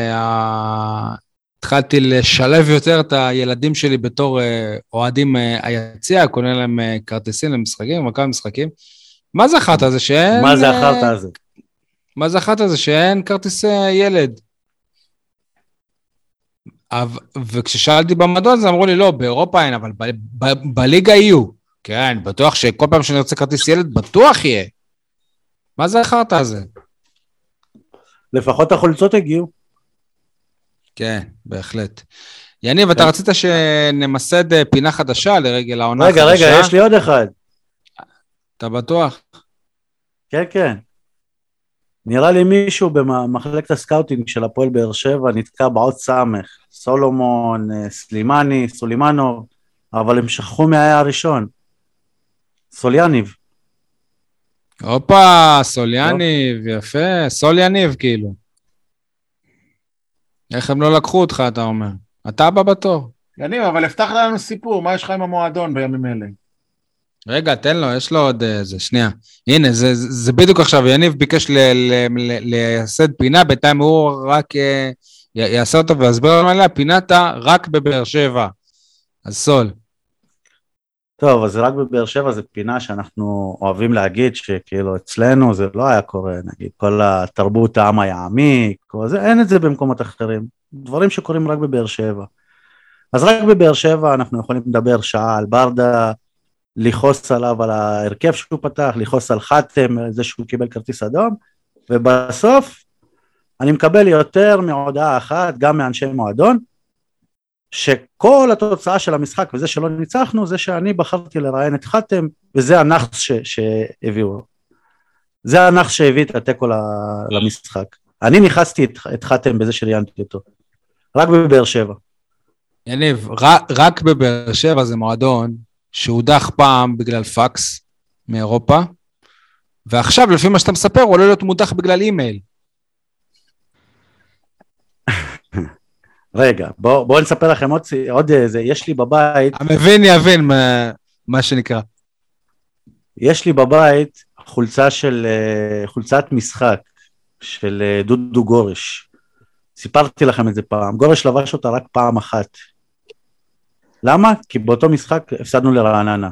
התחלתי לשלב יותר את הילדים שלי בתור אוהדים היציע, קונה להם כרטיסים למשחקים, מכמה משחקים. מה זכרת זה שאין... מה זכרת זה שאין כרטיסי ילד? וכששאלתי במדון, אז אמרו לי, לא, באירופה אין, אבל בליגה יהיו. כן, בטוח שכל פעם שאני רוצה כרטיס ילד, בטוח יהיה. מה זכרת זה? לפחות החולצות הגיעו. כן, בהחלט. יניב, אתה רצית שנמסד פינה חדשה לרגל העונה חדשה? רגע, יש לי עוד אחד. אתה בטוח? כן. נראה לי מישהו במחלקת הסקאוטינג של הפועל באר שבע נתקע בעוד סמך, סולומון, סלימני, סולימנוב, אבל הם שכחו מההיה הראשון. סוליאניב. הופה, סוליאניב, יפה, סוליאניב כאילו. איך הם לא לקחו אותך, אתה אומר? אתה הבא בתור. יניב, אבל הבטח לנו סיפור, מה יש לך עם המועדון בימים אלה? רגע, תן לו, יש לו עוד איזה, שנייה. הנה, זה בדיוק עכשיו, יניב ביקש לייסד פינה, בינתיים הוא רק יעשה אותו ויסביר לנו עליה, פינת רק בבאר שבע. אז סול. טוב, אז רק בבאר שבע זה פינה שאנחנו אוהבים להגיד שכאילו אצלנו זה לא היה קורה, נגיד, כל התרבות העם היעמי, אין את זה במקומות אחרים, דברים שקורים רק בבאר שבע. אז רק בבאר שבע אנחנו יכולים לדבר שעה על ברדה, לחוס עליו על ההרכב שהוא פתח, לחוס על חתם, זה שהוא קיבל כרטיס אדום, ובסוף אני מקבל יותר מהודעה אחת, גם מאנשי מועדון, שכל התוצאה של המשחק וזה שלא ניצחנו, זה שאני בחרתי לראיין את חתם, וזה הנחס שהביאו. זה הנחס שהביא את התיקו למשחק. אני נכנסתי את חתם בזה שראיינתי אותו. רק בבאר שבע. יניב, רק בבאר שבע זה מועדון, שהודח פעם בגלל פקס מאירופה, ועכשיו לפי מה שאתה מספר, הוא לא להיות מודח בגלל אימייל. רגע, בואו נספר לכם עוד איזה, יש לי בבית... המבין יבין מה שנקרא. יש לי בבית חולצת משחק של דודו גורש. סיפרתי לכם את זה פעם, גורש לבש אותה רק פעם אחת. למה? כי באותו משחק הפסדנו לרעננה.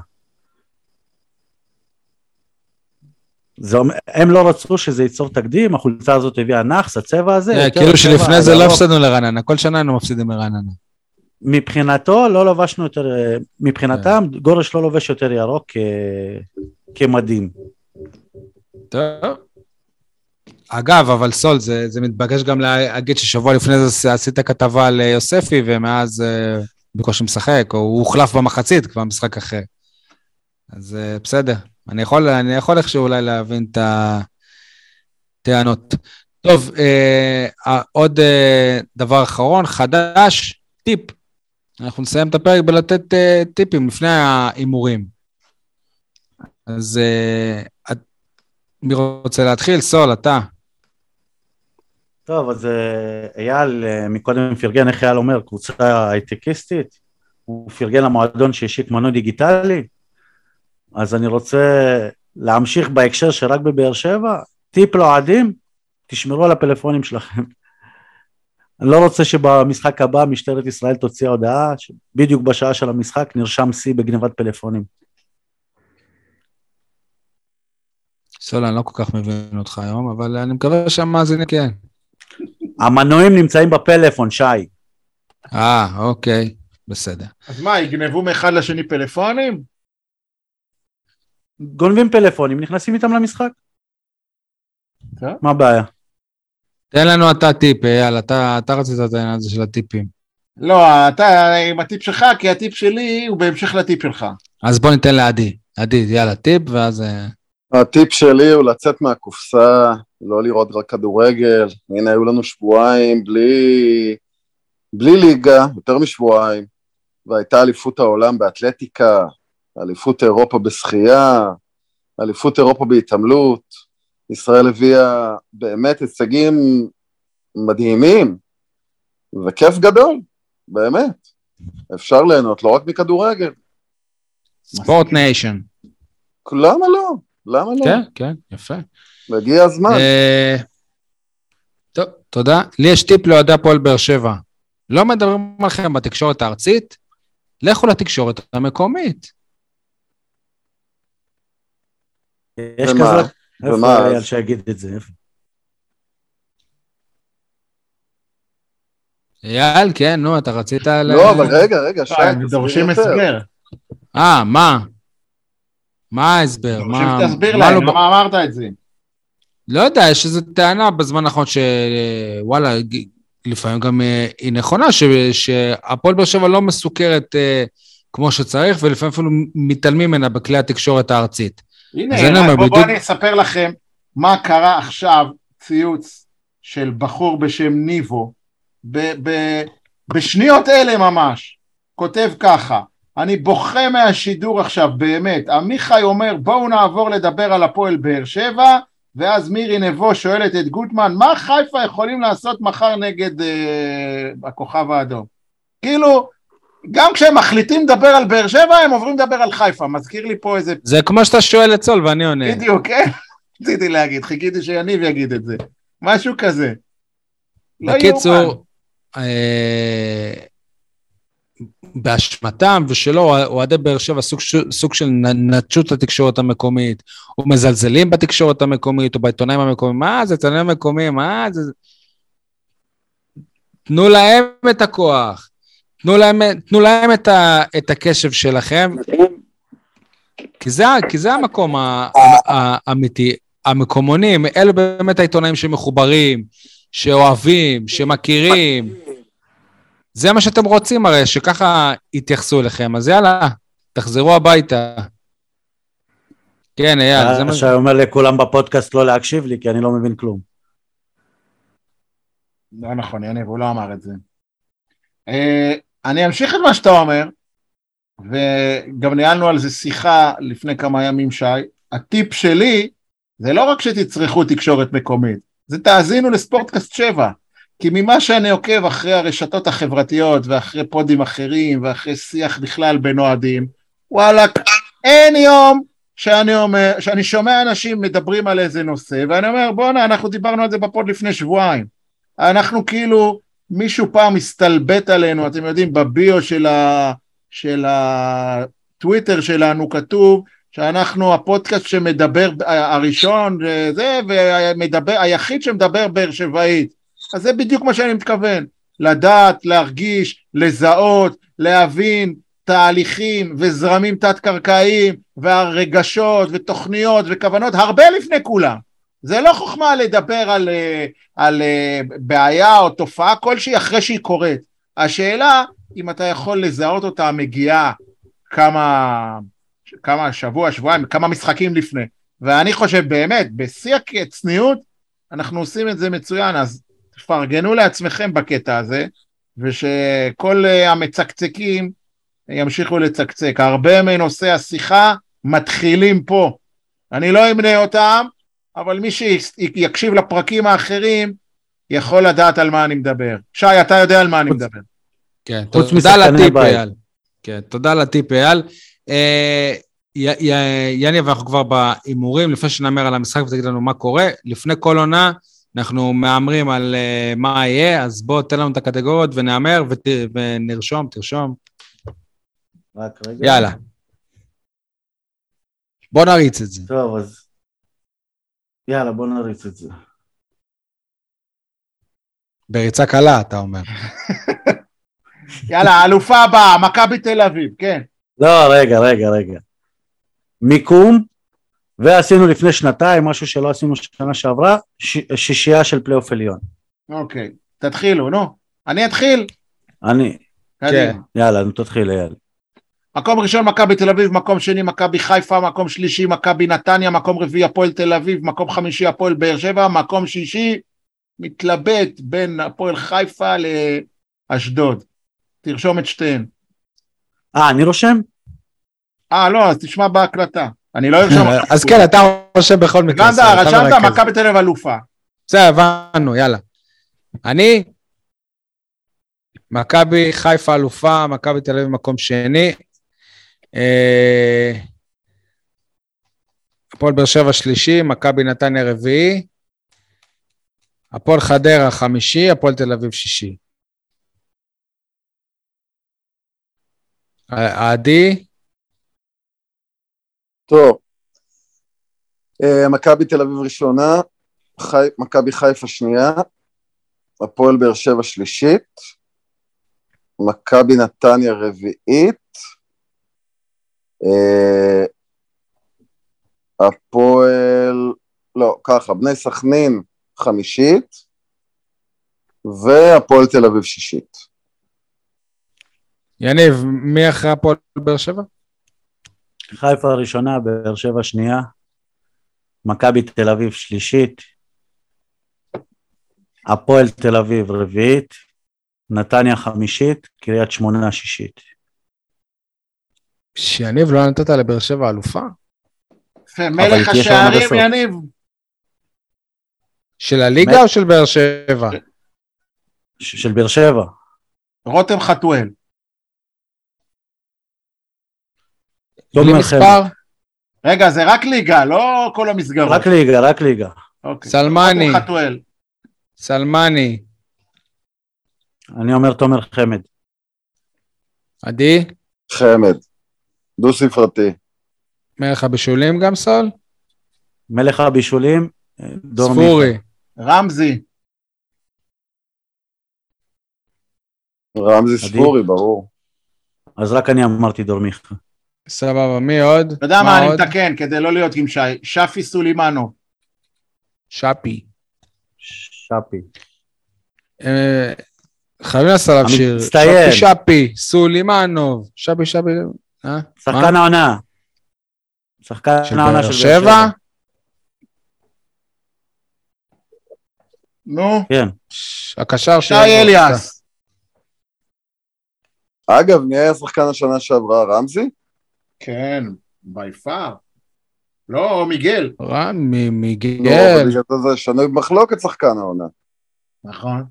הם לא רצו שזה ייצור תקדים, החולצה הזאת הביאה נחס, הצבע הזה. כאילו שלפני זה לא הפסדנו לרעננה, כל שנה היינו מפסידים לרעננה. מבחינתו לא לבשנו יותר, מבחינתם גורש לא לובש יותר ירוק כמדים. טוב. אגב, אבל סול, זה מתבקש גם להגיד ששבוע לפני זה עשית כתבה על יוספי, ומאז בקושי משחק, או הוא הוחלף במחצית כבר משחק אחר. אז בסדר. אני יכול איכשהו אולי להבין את הטענות. טוב, עוד דבר אחרון, חדש, טיפ. אנחנו נסיים את הפרק בלתת טיפים לפני האימורים. אז מי רוצה להתחיל? סול, אתה. טוב, אז אייל מקודם פרגן, איך אייל אומר, קבוצה הייטקיסטית, הוא פרגן למועדון שהשיק מנוי דיגיטלי, אז אני רוצה להמשיך בהקשר שרק בבאר שבע, טיפ לאוהדים, תשמרו על הפלאפונים שלכם. אני לא רוצה שבמשחק הבא משטרת ישראל תוציא הודעה, בדיוק בשעה של המשחק נרשם C בגנבת פלאפונים. סול, אני לא כל כך מבין אותך היום, אבל אני מקווה שהמאזינים כן. המנויים נמצאים בפלאפון, שי. אוקיי, בסדר. אז מה, יגנבו מאחד לשני פלאפונים? גונבים פלאפונים, נכנסים איתם למשחק. מה הבעיה? תן לנו אתה טיפ, יאללה, אתה רצית את העניין הזה של הטיפים. לא, אתה עם הטיפ שלך, כי הטיפ שלי הוא בהמשך לטיפ שלך. אז בוא ניתן לעדי. עדי, יאללה, טיפ, ואז... הטיפ שלי הוא לצאת מהקופסה, לא לראות רק כדורגל. הנה, היו לנו שבועיים בלי ליגה, יותר משבועיים, והייתה אליפות העולם באתלטיקה, אליפות אירופה בשחייה, אליפות אירופה בהתעמלות, ישראל הביאה באמת הישגים מדהימים, וכיף גדול, באמת. אפשר ליהנות, לא רק מכדורגל. ספורט ניישן. למה לא? למה לא? כן, כן, יפה. מגיע הזמן. טוב, תודה. לי יש טיפ לאוהדי הפועל באר שבע. לא מדברים עליכם בתקשורת הארצית, לכו לתקשורת המקומית. יש כזה? איפה אייל שיגיד את זה? אייל, כן, נו, אתה רצית... לא, אבל רגע, שי, הם דורשים הסבר. מה? מה ההסבר? תסביר להם, למה אמרת את זה? לא יודע, יש איזו טענה בזמן האחרון שוואלה, לפעמים גם היא נכונה, שהפועל באר שבע לא מסוכרת כמו שצריך, ולפעמים אפילו מתעלמים ממנה בכלי התקשורת הארצית. הנה, בואו אני אספר לכם מה קרה עכשיו, ציוץ של בחור בשם ניבו, בשניות אלה ממש, כותב ככה, אני בוכה מהשידור עכשיו באמת, עמיחי אומר בואו נעבור לדבר על הפועל באר שבע, ואז מירי נבו שואלת את גוטמן, מה חיפה יכולים לעשות מחר נגד הכוכב האדום? כאילו, גם כשהם מחליטים לדבר על באר שבע, הם עוברים לדבר על חיפה, מזכיר לי פה איזה... זה כמו שאתה שואל את סול ואני עונה. בדיוק, כן? רציתי להגיד, חיכיתי שיניב יגיד את זה. משהו כזה. בקיצור, באשמתם ושלא, אוהדי באר שבע סוג של נטשות התקשורת המקומית, או מזלזלים בתקשורת המקומית, או בעיתונאים המקומיים, מה זה, עיתונאים המקומיים, מה זה... תנו להם את הכוח, תנו להם את הקשב שלכם, כי זה המקום האמיתי, המקומונים, אלו באמת העיתונאים שמחוברים, שאוהבים, שמכירים, זה מה שאתם רוצים הרי, שככה יתייחסו אליכם, אז יאללה, תחזרו הביתה. כן, אייל, זה מה... שאני אומר לכולם בפודקאסט לא להקשיב לי, כי אני לא מבין כלום. לא נכון, יניב, הוא לא אמר את זה. אני אמשיך את מה שאתה אומר, וגם ניהלנו על זה שיחה לפני כמה ימים, שי. הטיפ שלי, זה לא רק שתצרכו תקשורת מקומית, זה תאזינו לספורטקאסט 7, כי ממה שאני עוקב אחרי הרשתות החברתיות, ואחרי פודים אחרים, ואחרי שיח בכלל בין אוהדים, וואלה, אין יום שאני שומע אנשים מדברים על איזה נושא, ואני אומר, בוא'נה, אנחנו דיברנו על זה בפוד לפני שבועיים, אנחנו כאילו, מישהו פעם מסתלבט עלינו, אתם יודעים, בביו של הטוויטר שלנו כתוב, שאנחנו הפודקאסט שמדבר, הראשון, זה, היחיד שמדבר באר שבעית, אז זה בדיוק מה שאני מתכוון, לדעת, להרגיש, לזהות, להבין תהליכים וזרמים תת-קרקעיים, והרגשות ותוכניות וכוונות, הרבה לפני כולם. זה לא חוכמה לדבר על בעיה או תופעה כלשהי אחרי שהיא קורית. השאלה, אם אתה יכול לזהות אותה מגיעה כמה שבועיים, כמה משחקים לפני. ואני חושב באמת, בשיא הצניעות, אנחנו עושים את זה מצוין, אז תפרגנו לעצמכם בקטע הזה, ושכל המצקצקים ימשיכו לצקצק. הרבה מנושאי השיחה מתחילים פה. אני לא אמנה אותם, אבל מי שיקשיב לפרקים האחרים, יכול לדעת על מה אני מדבר. שי, אתה יודע על מה אני מדבר. כן, תודה לטיפ, אייל. כן, תודה לטיפ, אייל. יניב, אנחנו כבר באימורים, לפני שנאמר על המשחק ותגיד לנו מה קורה, לפני כל עונה, אנחנו מאמרים על מה יהיה, אז בוא תן לנו את הקטגוריות ונאמר ונרשום, תרשום. רק רגע. יאללה. בוא נריץ את זה. טוב, אז יאללה, בוא נריץ את זה. בריצה קלה, אתה אומר. יאללה, האלופה הבאה, מכבי תל אביב, כן. לא, רגע. מיקום, ועשינו לפני שנתיים, משהו שלא עשינו שנה שעברה, שישייה של פלייאוף עליון. אוקיי, תתחילו, נו. אני אתחיל. כן. יאללה, תתחיל, יאללה. מקום ראשון מכבי תל אביב, מקום שני מכבי חיפה, מקום שלישי מכבי נתניה, מקום רביעי הפועל תל אביב, מקום חמישי הפועל באר שבע, מקום שישי מתלבט בין הפועל חיפה לאשדוד. תרשום את שתיהן. אני רושם? לא, אז תשמע בהקלטה. אני לא ארשום. אז כן, אתה חושב בכל מקרה. גנדה, רשמת מכבי תל אביב אלופה. זה הבנו, יאללה. אני, מכבי חיפה אלופה, מכבי תל אביב מקום שני, הפועל באר שבע שלישי, מכבי נתניה רביעי, הפועל חדרה חמישי, הפועל תל אביב שישי. עדי? טוב, מכבי תל אביב ראשונה, מכבי חיפה שנייה, הפועל באר שבע שלישית, מכבי נתניה רביעית, הפועל, לא, ככה, בני סכנין חמישית, והפועל תל אביב שישית. יניב, מי אחרי הפועל באר שבע? חיפה הראשונה, באר שבע שנייה, מכבי תל אביב שלישית, הפועל תל אביב רביעית, נתניה חמישית, קריית שמונה שישית. שיניב, לא נתת לבאר שבע אלופה? מלך השערים, יניב. של הליגה או של באר שבע? של באר שבע. רותם חתואל. בלי מספר? רגע, זה רק ליגה, לא כל המסגרות. רק ליגה. סלמני. רותם חתואל. סלמני. אני אומר תומר חמד. עדי? חמד. דו ספרתי. מלך הבישולים גם סול? מלך הבישולים, דור מיכה. ספורי. רמזי. רמזי ספורי, ברור. אז רק אני אמרתי דור מיכה. סבבה, מי עוד? אתה יודע מה, אני מתקן, כדי לא להיות עם שי. שפי סולימנו. שפי. שפי. חייבים לעשות עליו שיר. מצטיין. שפי, סולימנוב. שפי. שחקן העונה. שחקן העונה של באר שבע. נו. כן. הקשר שי אליאס. אגב, מי היה שחקן השנה שעברה? רמזי? כן, ביפר. לא, מיגל. מיגל. לא, בגלל זה שנוי במחלוקת שחקן העונה. נכון.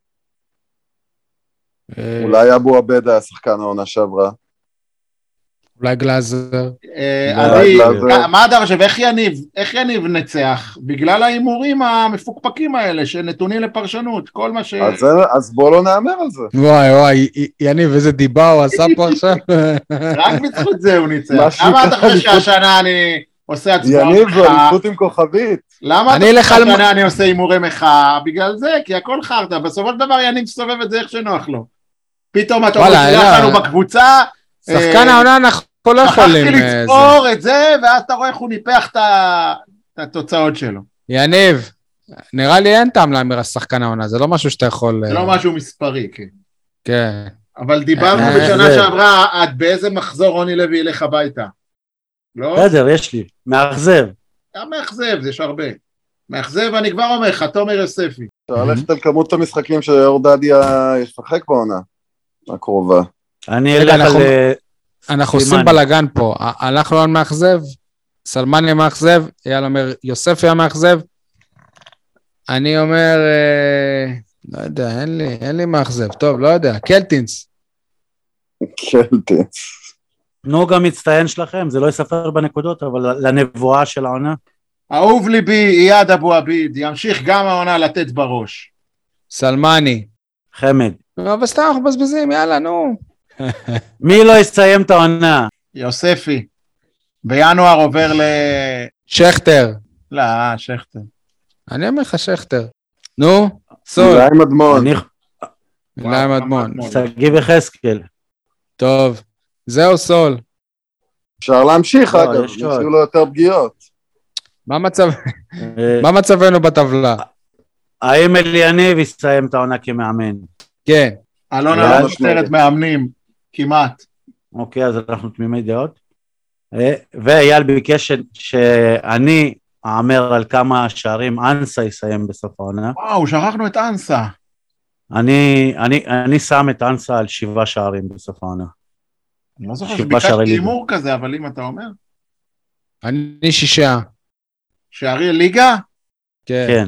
אולי אבו עבד היה שחקן העונה שעברה. אולי גלאזר. מה אתה חושב, איך יניב נצח? בגלל האימורים המפוקפקים האלה שנתונים לפרשנות, כל מה ש... אז בוא לא נאמר על זה. וואי, יניב, איזה דיבה הוא עשה פה עכשיו. רק בזכות זה הוא ניצח. למה אתה חושב שהשנה אני עושה הצבעות מחאה? יניב, זו אליפות עם כוכבית. למה אתה חושב שהשנה אני עושה אימורי מחאה? בגלל זה, כי הכל חרטה. בסופו של דבר יניב סובב את זה איך שנוח לו. פתאום אתה מוצלח לנו בקבוצה. שחקן העונה אנחנו לא יכולים. שכחתי לצפור את זה, ואז אתה רואה איך הוא ניפח את התוצאות שלו. יניב, נראה לי אין טעם להמיר השחקן העונה, זה לא משהו שאתה יכול... זה לא משהו מספרי, כן. כן. אבל דיברנו בשנה שעברה, עד באיזה מחזור רוני לוי ילך הביתה. לא? בסדר, יש לי. מאכזב. גם מאכזב, יש הרבה. מאכזב, אני כבר אומר לך, תומר יוספי. אפשר ללכת על כמות המשחקים שאור דדיה ישחק בעונה הקרובה. אני אלך על... אנחנו עושים בלגן פה, אנחנו לא מאכזב, סלמני מאכזב, אייל אומר יוספי המאכזב, אני אומר, לא יודע, אין לי מאכזב, טוב, לא יודע, קלטינס. נו גם מצטיין שלכם, זה לא יספר בנקודות, אבל לנבואה של העונה. אהוב ליבי, אייד אבו עביד, ימשיך גם העונה לתת בראש. סלמני. חמד. אבל סתם אנחנו בזבזים, יאללה, נו. מי לא יסיים את העונה? יוספי. בינואר עובר שכטר. לא, שכטר. אני אומר לך שכטר. נו, סול. אולי מדמון. אולי מדמון. סגי וחסקל. טוב, זהו סול. אפשר להמשיך אגב, נשאיר לו יותר פגיעות. מה מצבנו בטבלה? האם אליניב יסיים את העונה כמאמן? כן. אלונה משטרת מאמנים, כמעט. אוקיי, אז אנחנו תמימי דעות. ואייל ביקש שאני אאמר על כמה שערים אנסה יסיים בסוף העונה. וואו, שכחנו את אנסה. אני שם את אנסה על 7 שערים בסוף העונה. אני לא זוכר 7 שביקשתי שערי ליגה. הימור כזה, אבל אם אתה אומר. אני 6. שערי ליגה? כן. כן.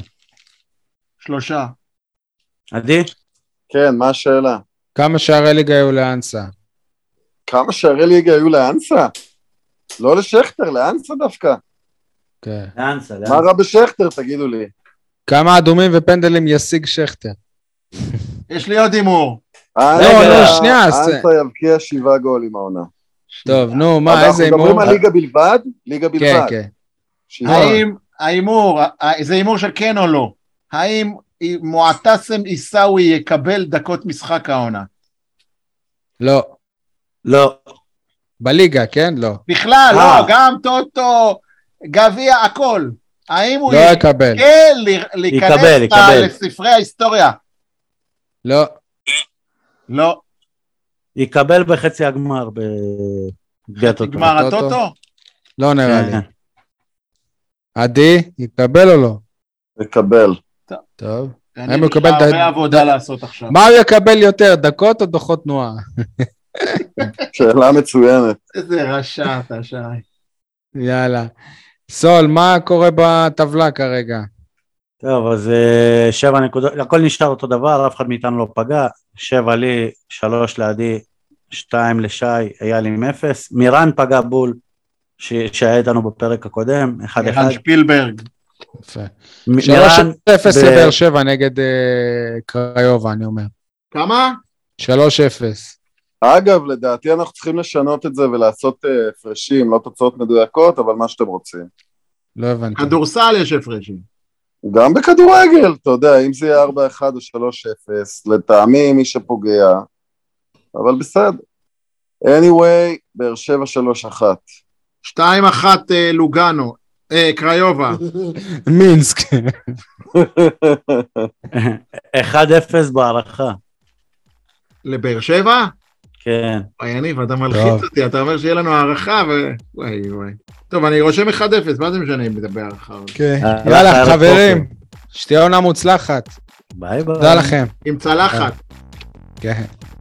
3. עדי? כן, מה השאלה? כמה שערי ליגה היו לאנסה? כמה שערי ליגה היו לאנסה? לא לשכטר, לאנסה דווקא. כן. לאנסה. מה רע בשכטר, תגידו לי? כמה אדומים ופנדלים ישיג שכטר? יש לי עוד הימור. שנייה, אנסה יבקיע 7 גולים העונה. טוב, נו, מה, איזה אנחנו הימור? מדברים על ליגה בלבד? ליגה כן, בלבד. כן. 7. האם ההימור, זה הימור של כן או לא? האם מועתסם עיסאווי יקבל דקות משחק העונה? לא. לא. בליגה, כן? לא. בכלל, לא, גם טוטו, גביע, הכל. האם הוא לא יקבל. יזכה להיכנס יקבל. לספרי ההיסטוריה? לא. לא. יקבל בחצי הגמר בגביע טוטו. גמר הטוטו? לא נראה לי. כן. עדי, יקבל או לא? יקבל. טוב. אני הוא יקבל הרבה עבודה לעשות עכשיו. מה הוא יקבל יותר, דקות או דוחות תנועה? שאלה מצוינת. איזה רשע אתה, שי. יאללה. סול, מה קורה בטבלה כרגע? טוב, אז 7 נקודות, הכל נשאר אותו דבר, אף אחד מאיתנו לא פגע, 7 לי, 3 לעדי, 2 לשי, אייל עם 0, מירן פגע בול, שהיה איתנו בפרק הקודם, 1-1. מירן שפילברג. יפה. מירן 3-0 לבאר שבע נגד קריובה, אני אומר. כמה? 3-0. אגב, לדעתי אנחנו צריכים לשנות את זה ולעשות הפרשים, לא תוצאות מדויקות, אבל מה שאתם רוצים. לא הבנתי. כדורסל יש הפרשים. גם בכדורגל, אתה יודע, אם זה יהיה 4-1 או 3-0, לטעמי מי שפוגע, אבל בסדר. anyway, באר שבע 3-1. 2-1 לוגנו, קריובה. מינסק. 1-0 בהערכה. לבאר שבע? כן. יניב, אתה מלחיץ אותי, אתה אומר שיהיה לנו הערכה, וואי. טוב, אני רושם 1-0, מה זה משנה אם נדבר הערכה? כן. יאללה, חברים, שתהיה עונה מוצלחת. ביי ביי. תודה לכם. עם צלחת. כן.